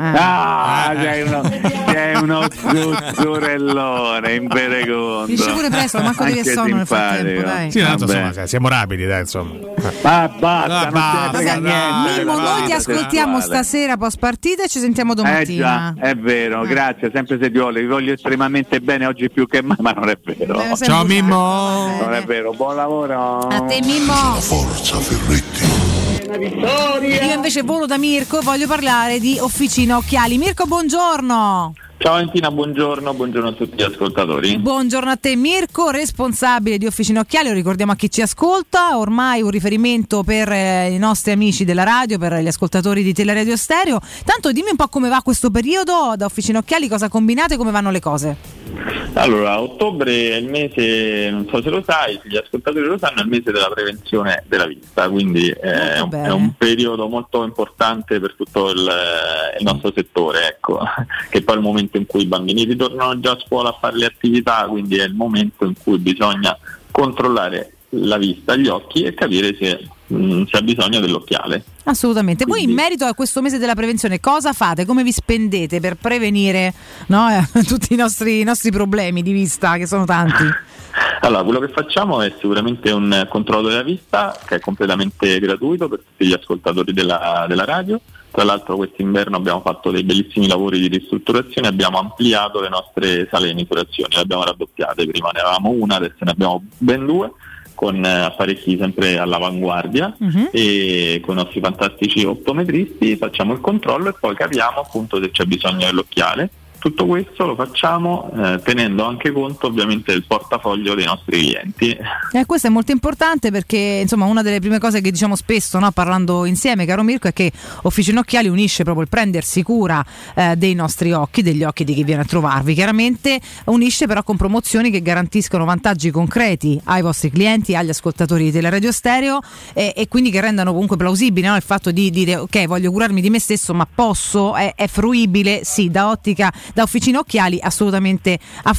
[SPEAKER 3] Sei uno zuzzurellone, imperegondo.
[SPEAKER 15] Finisce pure presto, manco devi sonno nel frattempo, dai.
[SPEAKER 2] Sì, insomma, siamo rapidi, dai, insomma.
[SPEAKER 3] Ma basta, non frega niente.
[SPEAKER 15] Mimmo, noi ti ascoltiamo stasera post partita e ci sentiamo domattina.
[SPEAKER 3] Già, è vero, grazie, sempre se ti vuole, vi voglio estremamente bene oggi più che mai, ma non è vero.
[SPEAKER 2] Ciao Mimmo.
[SPEAKER 3] Non è vero, buon lavoro.
[SPEAKER 15] A te Mimmo.
[SPEAKER 19] Forza Ferretti.
[SPEAKER 15] Io invece volo da Mirko, voglio parlare di Officina Occhiali. Mirko, buongiorno.
[SPEAKER 5] Ciao Valentina, buongiorno a tutti gli ascoltatori.
[SPEAKER 15] Buongiorno a te Mirko, responsabile di Officina Occhiali, lo ricordiamo a chi ci ascolta, ormai un riferimento per i nostri amici della radio, per gli ascoltatori di Teleradio Stereo. Tanto dimmi un po' come va questo periodo da Officina Occhiali, cosa combinate, come vanno le cose?
[SPEAKER 5] Allora, ottobre è il mese, non so se lo sai, se gli ascoltatori lo sanno, è il mese della prevenzione della vista, quindi è un periodo molto importante per tutto il nostro settore, ecco, che poi è il momento in cui i bambini ritornano già a scuola a fare le attività, quindi è il momento in cui bisogna controllare la vista, gli occhi e capire se c'è bisogno dell'occhiale.
[SPEAKER 15] Assolutamente. Quindi, voi in merito a questo mese della prevenzione cosa fate? Come vi spendete per prevenire tutti i nostri problemi di vista, che sono tanti?
[SPEAKER 5] Allora, quello che facciamo è sicuramente un controllo della vista che è completamente gratuito per tutti gli ascoltatori della radio. Tra l'altro quest'inverno abbiamo fatto dei bellissimi lavori di ristrutturazione, abbiamo ampliato le nostre sale di misurazione, le abbiamo raddoppiate, prima ne avevamo una, adesso ne abbiamo ben due, con apparecchi sempre all'avanguardia e con i nostri fantastici optometristi facciamo il controllo e poi capiamo appunto se c'è bisogno dell'occhiale Tutto questo lo facciamo tenendo anche conto ovviamente del portafoglio dei nostri clienti.
[SPEAKER 15] Questo è molto importante perché insomma una delle prime cose che diciamo spesso, no, parlando insieme, caro Mirko, è che Officine Occhiali unisce proprio il prendersi cura dei nostri occhi, degli occhi di chi viene a trovarvi. Chiaramente unisce però con promozioni che garantiscono vantaggi concreti ai vostri clienti, agli ascoltatori di Teleradio Stereo e quindi che rendano comunque plausibile, no, il fatto di dire ok, voglio curarmi di me stesso ma posso, è fruibile, sì, da Officine Occhiali assolutamente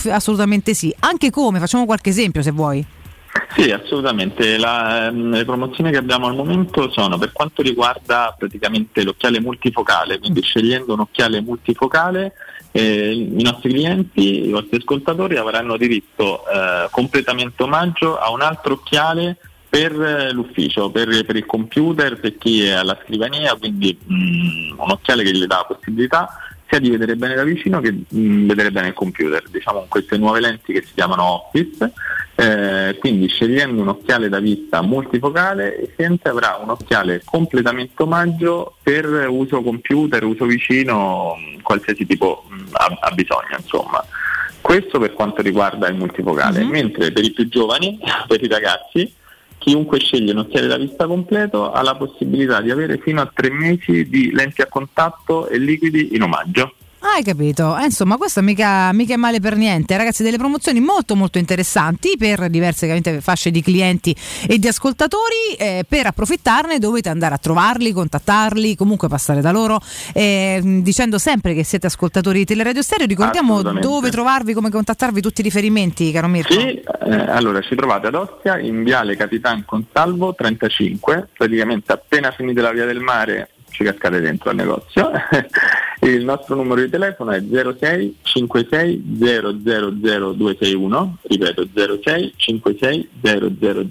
[SPEAKER 15] sì. Anche come? Facciamo qualche esempio se vuoi.
[SPEAKER 5] Sì, assolutamente. Le promozioni che abbiamo al momento sono per quanto riguarda praticamente l'occhiale multifocale, quindi scegliendo un occhiale multifocale i nostri clienti, i vostri ascoltatori avranno diritto completamente omaggio a un altro occhiale per l'ufficio, per il computer, per chi è alla scrivania, quindi un occhiale che gli dà la possibilità sia di vedere bene da vicino che vedere bene il computer, diciamo con queste nuove lenti che si chiamano Office. Quindi scegliendo un occhiale da vista multifocale il cliente avrà un occhiale completamente omaggio per uso computer, uso vicino, qualsiasi tipo ha bisogno, insomma. Questo per quanto riguarda il multifocale, mentre per i più giovani, per i ragazzi, chiunque sceglie un occhiale da vista completo ha la possibilità di avere fino a 3 mesi di lenti a contatto e liquidi in omaggio.
[SPEAKER 15] Hai capito? Insomma, questo mica è male per niente, ragazzi. Delle promozioni molto molto interessanti per diverse fasce di clienti e di ascoltatori. Per approfittarne dovete andare a trovarli, contattarli, comunque passare da loro, dicendo sempre che siete ascoltatori di Teleradio Stereo. Ricordiamo dove trovarvi, come contattarvi, tutti i riferimenti, caro Mirko.
[SPEAKER 5] Sì, allora ci trovate ad Ostia in Viale Capitan Consalvo 35, praticamente appena finite la Via del Mare ci cascate dentro al negozio. Il nostro numero di telefono è 06 56 000 261, ripeto 06 56 000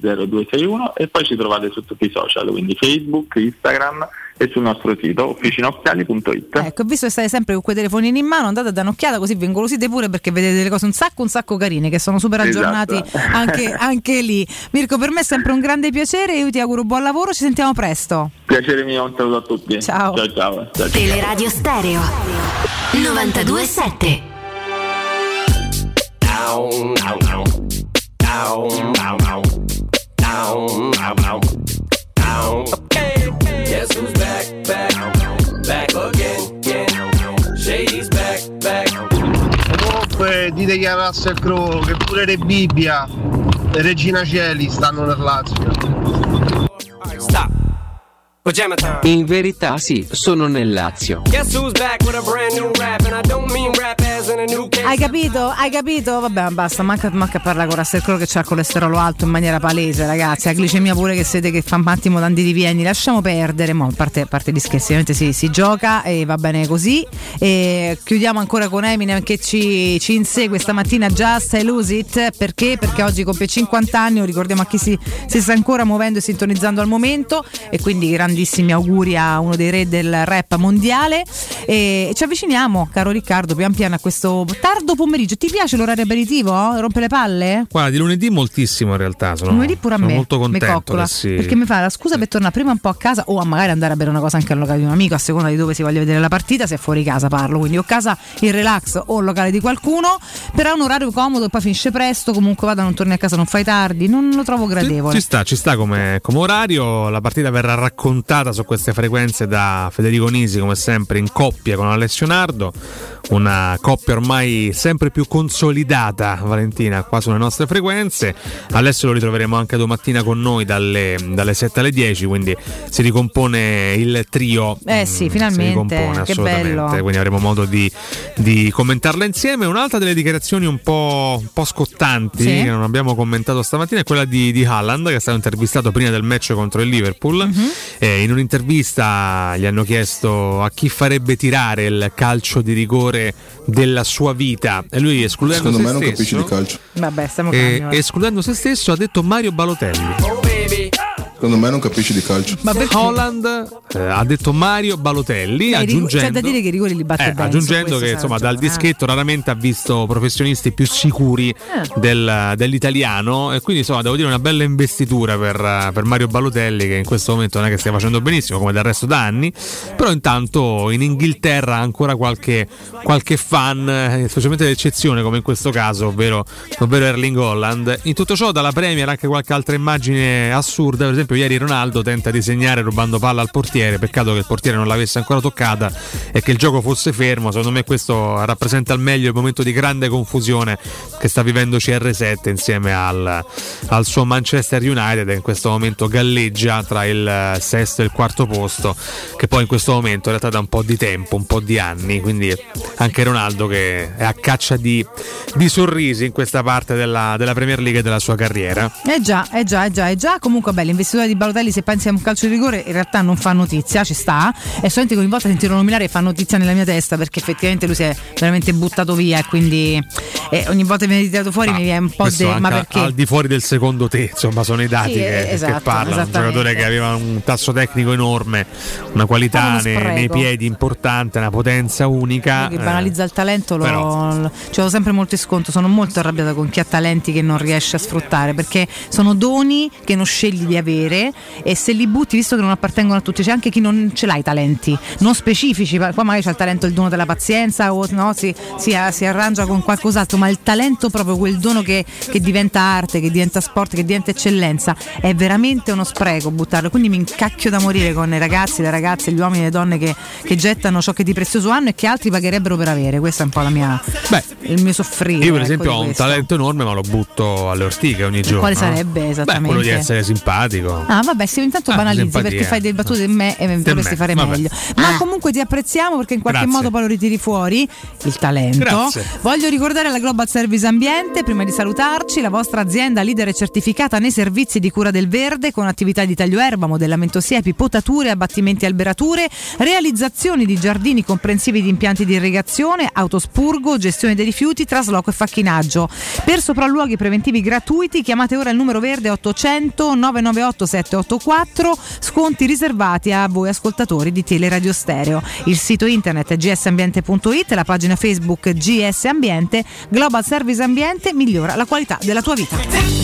[SPEAKER 5] 261, e poi ci trovate su tutti i social, quindi Facebook, Instagram e sul nostro sito officinocchiali.it.
[SPEAKER 15] Ecco, visto che state sempre con quei telefonini in mano, andate a dare un'occhiata così vi ingolosite pure, perché vedete delle cose un sacco carine che sono super aggiornati. Esatto. anche lì. Mirko, per me è sempre un grande piacere, io ti auguro buon lavoro, ci sentiamo presto.
[SPEAKER 5] Piacere mio, un saluto a tutti.
[SPEAKER 15] Ciao.
[SPEAKER 5] Ciao.
[SPEAKER 11] Teleradio Stereo 92.7.
[SPEAKER 13] Guess who's back again. Shady's back.
[SPEAKER 21] Comunque dite che a Russell Crowe che pure Re Bibbia e Regina Celi stanno nel Lazio.
[SPEAKER 13] Stop.
[SPEAKER 22] In verità sì, sono nel Lazio.
[SPEAKER 15] Hai capito? Vabbè, basta, manca a parlare con Russell Crowe che c'ha il colesterolo alto in maniera palese, ragazzi. La glicemia pure che siete che fa un attimo tanti divieni. Lasciamo perdere, a parte gli scherzi, ovviamente si gioca e va bene così. E chiudiamo ancora con Eminem che ci insegue stamattina. Just I Lose It, perché oggi compie 50 anni, lo ricordiamo a chi si sta ancora muovendo e sintonizzando al momento, e quindi grandissimi auguri a uno dei re del rap mondiale. E ci avviciniamo, caro Riccardo, pian piano a questo tardo pomeriggio. Ti piace l'orario aperitivo? Rompe le palle?
[SPEAKER 2] Guarda, di lunedì moltissimo in realtà.
[SPEAKER 15] Lunedì pure a me.
[SPEAKER 2] Sono molto contento
[SPEAKER 15] perché mi fa la scusa per tornare prima un po' a casa, o a magari andare a bere una cosa anche al locale di un amico, a seconda di dove si voglia vedere la partita. Se è fuori casa parlo, quindi o casa in relax o il locale di qualcuno, però è un orario comodo e poi finisce presto. Comunque vada, non torni a casa, non fai tardi, non lo trovo gradevole.
[SPEAKER 2] Ci sta come orario. La partita verrà raccontata su queste frequenze da Federico Nisi, come sempre in coppia con Alessio Nardo, una coppia ormai sempre più consolidata, Valentina, qua sulle nostre frequenze. Alessio lo ritroveremo anche domattina con noi dalle 7 alle 10, quindi si ricompone il trio.
[SPEAKER 15] Sì, finalmente,
[SPEAKER 2] si ricompone,
[SPEAKER 15] che
[SPEAKER 2] assolutamente,
[SPEAKER 15] bello.
[SPEAKER 2] quindi avremo modo di commentarla insieme. Un'altra delle dichiarazioni un po' scottanti che non abbiamo commentato stamattina è quella di Haaland, che è stato intervistato prima del match contro il Liverpool. In un'intervista gli hanno chiesto a chi farebbe tirare il calcio di rigore della sua vita, e lui, escludendo
[SPEAKER 23] secondo
[SPEAKER 2] se
[SPEAKER 23] me non
[SPEAKER 2] stesso,
[SPEAKER 23] capisci di calcio.
[SPEAKER 15] Vabbè, stiamo calmi.
[SPEAKER 2] escludendo se stesso, ha detto Mario Balotelli.
[SPEAKER 14] Secondo me non capisci di calcio.
[SPEAKER 15] Ma perché?
[SPEAKER 2] Holland ha detto Mario Balotelli, aggiungendo,
[SPEAKER 15] c'è da dire che i rigori li batte bene.
[SPEAKER 2] Aggiungendo che insomma dal dischetto raramente ha visto professionisti più sicuri dell'italiano, e quindi insomma devo dire una bella investitura per Mario Balotelli, che in questo momento non è che stia facendo benissimo come del resto da anni, però intanto in Inghilterra ha ancora qualche fan, specialmente d'eccezione come in questo caso, ovvero Erling Haaland. In tutto ciò dalla Premier anche qualche altra immagine assurda, per esempio ieri Ronaldo tenta di segnare rubando palla al portiere, peccato che il portiere non l'avesse ancora toccata e che il gioco fosse fermo. Secondo me questo rappresenta al meglio il momento di grande confusione che sta vivendo CR7 insieme al suo Manchester United, e in questo momento galleggia tra il sesto e il quarto posto, che poi in questo momento in realtà da un po' di tempo, un po' di anni, quindi anche Ronaldo che è a caccia di sorrisi in questa parte della Premier League e della sua carriera.
[SPEAKER 15] Già. Comunque l'investitore di Balotelli, se pensi a un calcio di rigore, in realtà non fa notizia, ci sta, e solamente ogni volta sentirlo nominare fa notizia nella mia testa, perché effettivamente lui si è veramente buttato via, e quindi ogni volta che viene tirato fuori mi viene un po' ma perché
[SPEAKER 2] al di fuori del secondo te, insomma, sono i dati che parlano. Un giocatore che aveva un tasso tecnico enorme, una qualità nei piedi importante, una potenza unica,
[SPEAKER 15] che banalizza il talento. Ci ho sempre molto sconto, sono molto arrabbiata con chi ha talenti che non riesce a sfruttare, perché sono doni che non scegli di avere, e se li butti, visto che non appartengono a tutti, c'è anche chi non ce l'ha i talenti non specifici, poi magari c'ha il talento, il dono della pazienza, o no, si arrangia con qualcos'altro, ma il talento, proprio quel dono che diventa arte, che diventa sport, che diventa eccellenza, è veramente uno spreco buttarlo. Quindi mi incacchio da morire con i ragazzi, le ragazze, gli uomini e le donne che gettano ciò che di prezioso hanno e che altri pagherebbero per avere. Questa è un po' il mio soffrire.
[SPEAKER 2] Io per esempio ho un talento enorme, ma lo butto alle ortiche ogni giorno.
[SPEAKER 15] Quale sarebbe esattamente?
[SPEAKER 2] Quello di essere simpatico.
[SPEAKER 15] Sì, intanto banalizzi perché fai delle battute in me e dovresti fare meglio. Ma comunque ti apprezziamo, perché in qualche modo poi lo ritiri fuori il talento.
[SPEAKER 2] Grazie.
[SPEAKER 15] Voglio ricordare la Global Service Ambiente, prima di salutarci, la vostra azienda leader e certificata nei servizi di cura del verde, con attività di taglio erba, modellamento siepi, potature, abbattimenti alberature, realizzazioni di giardini comprensivi di impianti di irrigazione, autospurgo, gestione dei rifiuti, trasloco e facchinaggio. Per sopralluoghi preventivi gratuiti chiamate ora il numero verde 800 998 784, sconti riservati a voi ascoltatori di Teleradio Stereo. Il sito internet è gsambiente.it, la pagina Facebook GS Ambiente. Global Service Ambiente migliora la qualità della tua vita.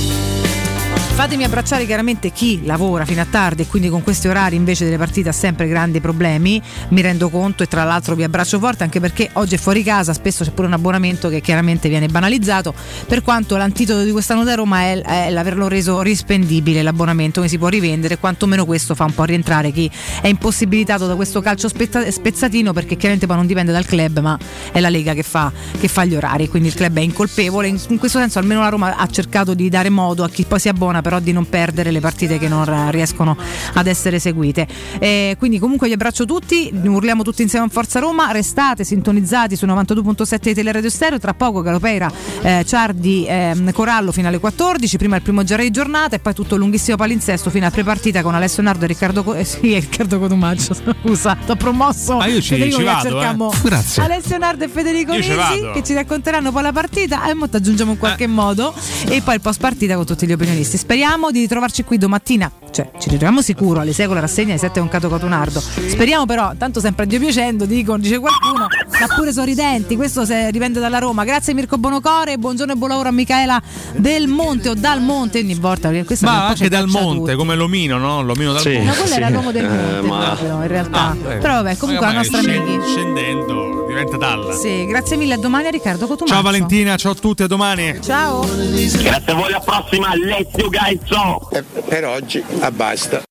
[SPEAKER 15] Fatemi abbracciare chiaramente chi lavora fino a tardi e quindi con questi orari invece delle partite ha sempre grandi problemi, mi rendo conto, e tra l'altro vi abbraccio forte, anche perché oggi è fuori casa, spesso c'è pure un abbonamento che chiaramente viene banalizzato, per quanto l'antidoto di quest'anno da Roma è l'averlo reso rispendibile l'abbonamento, che si può rivendere, quantomeno questo fa un po' rientrare chi è impossibilitato da questo calcio spezzatino, perché chiaramente poi non dipende dal club, ma è la Lega che fa gli orari, quindi il club è incolpevole. In questo senso almeno la Roma ha cercato di dare modo a chi poi si abbona però di non perdere le partite che non riescono ad essere seguite. Quindi comunque vi abbraccio tutti, urliamo tutti insieme a Forza Roma, restate sintonizzati su 92.7 di Teleradio Stereo, tra poco Galopeira, Ciardi, Corallo fino alle 14, prima il primo giro di giornata e poi tutto lunghissimo palinsesto fino a prepartita con Alessio Nardo e Riccardo Cotumaccio, scusa, t'ho promosso.
[SPEAKER 2] Ma io ci vado,
[SPEAKER 15] grazie. Alessio Nardo e Federico Nisi che ci racconteranno poi la partita e mo t'aggiungiamo in qualche modo, e poi il post partita con tutti gli opinionisti. Speriamo di ritrovarci qui domattina, cioè ci ritroviamo sicuro alle 6 con la rassegna, alle 7 con Cato Cotunardo. Speriamo però, tanto sempre a Dio piacendo, dice qualcuno, ma pure sorridenti, questo dipende dalla Roma. Grazie Mirko Bonocore, buongiorno e buon lavoro a Micaela Del Monte o Dal Monte ogni volta, perché
[SPEAKER 2] ma anche Dal Monte, come l'omino, no? L'omino Dal Monte.
[SPEAKER 15] Ma quello era l'uomo del Monte proprio, in realtà. Però vabbè, comunque la nostra amica
[SPEAKER 2] scendendo diventa Dalla.
[SPEAKER 15] Sì, grazie mille, a domani a Riccardo Cotumaccio.
[SPEAKER 2] Ciao Valentina, ciao a tutti, a domani.
[SPEAKER 15] Ciao.
[SPEAKER 9] Grazie a voi, alla prossima, Alessio Gaizzo.
[SPEAKER 16] Per oggi basta.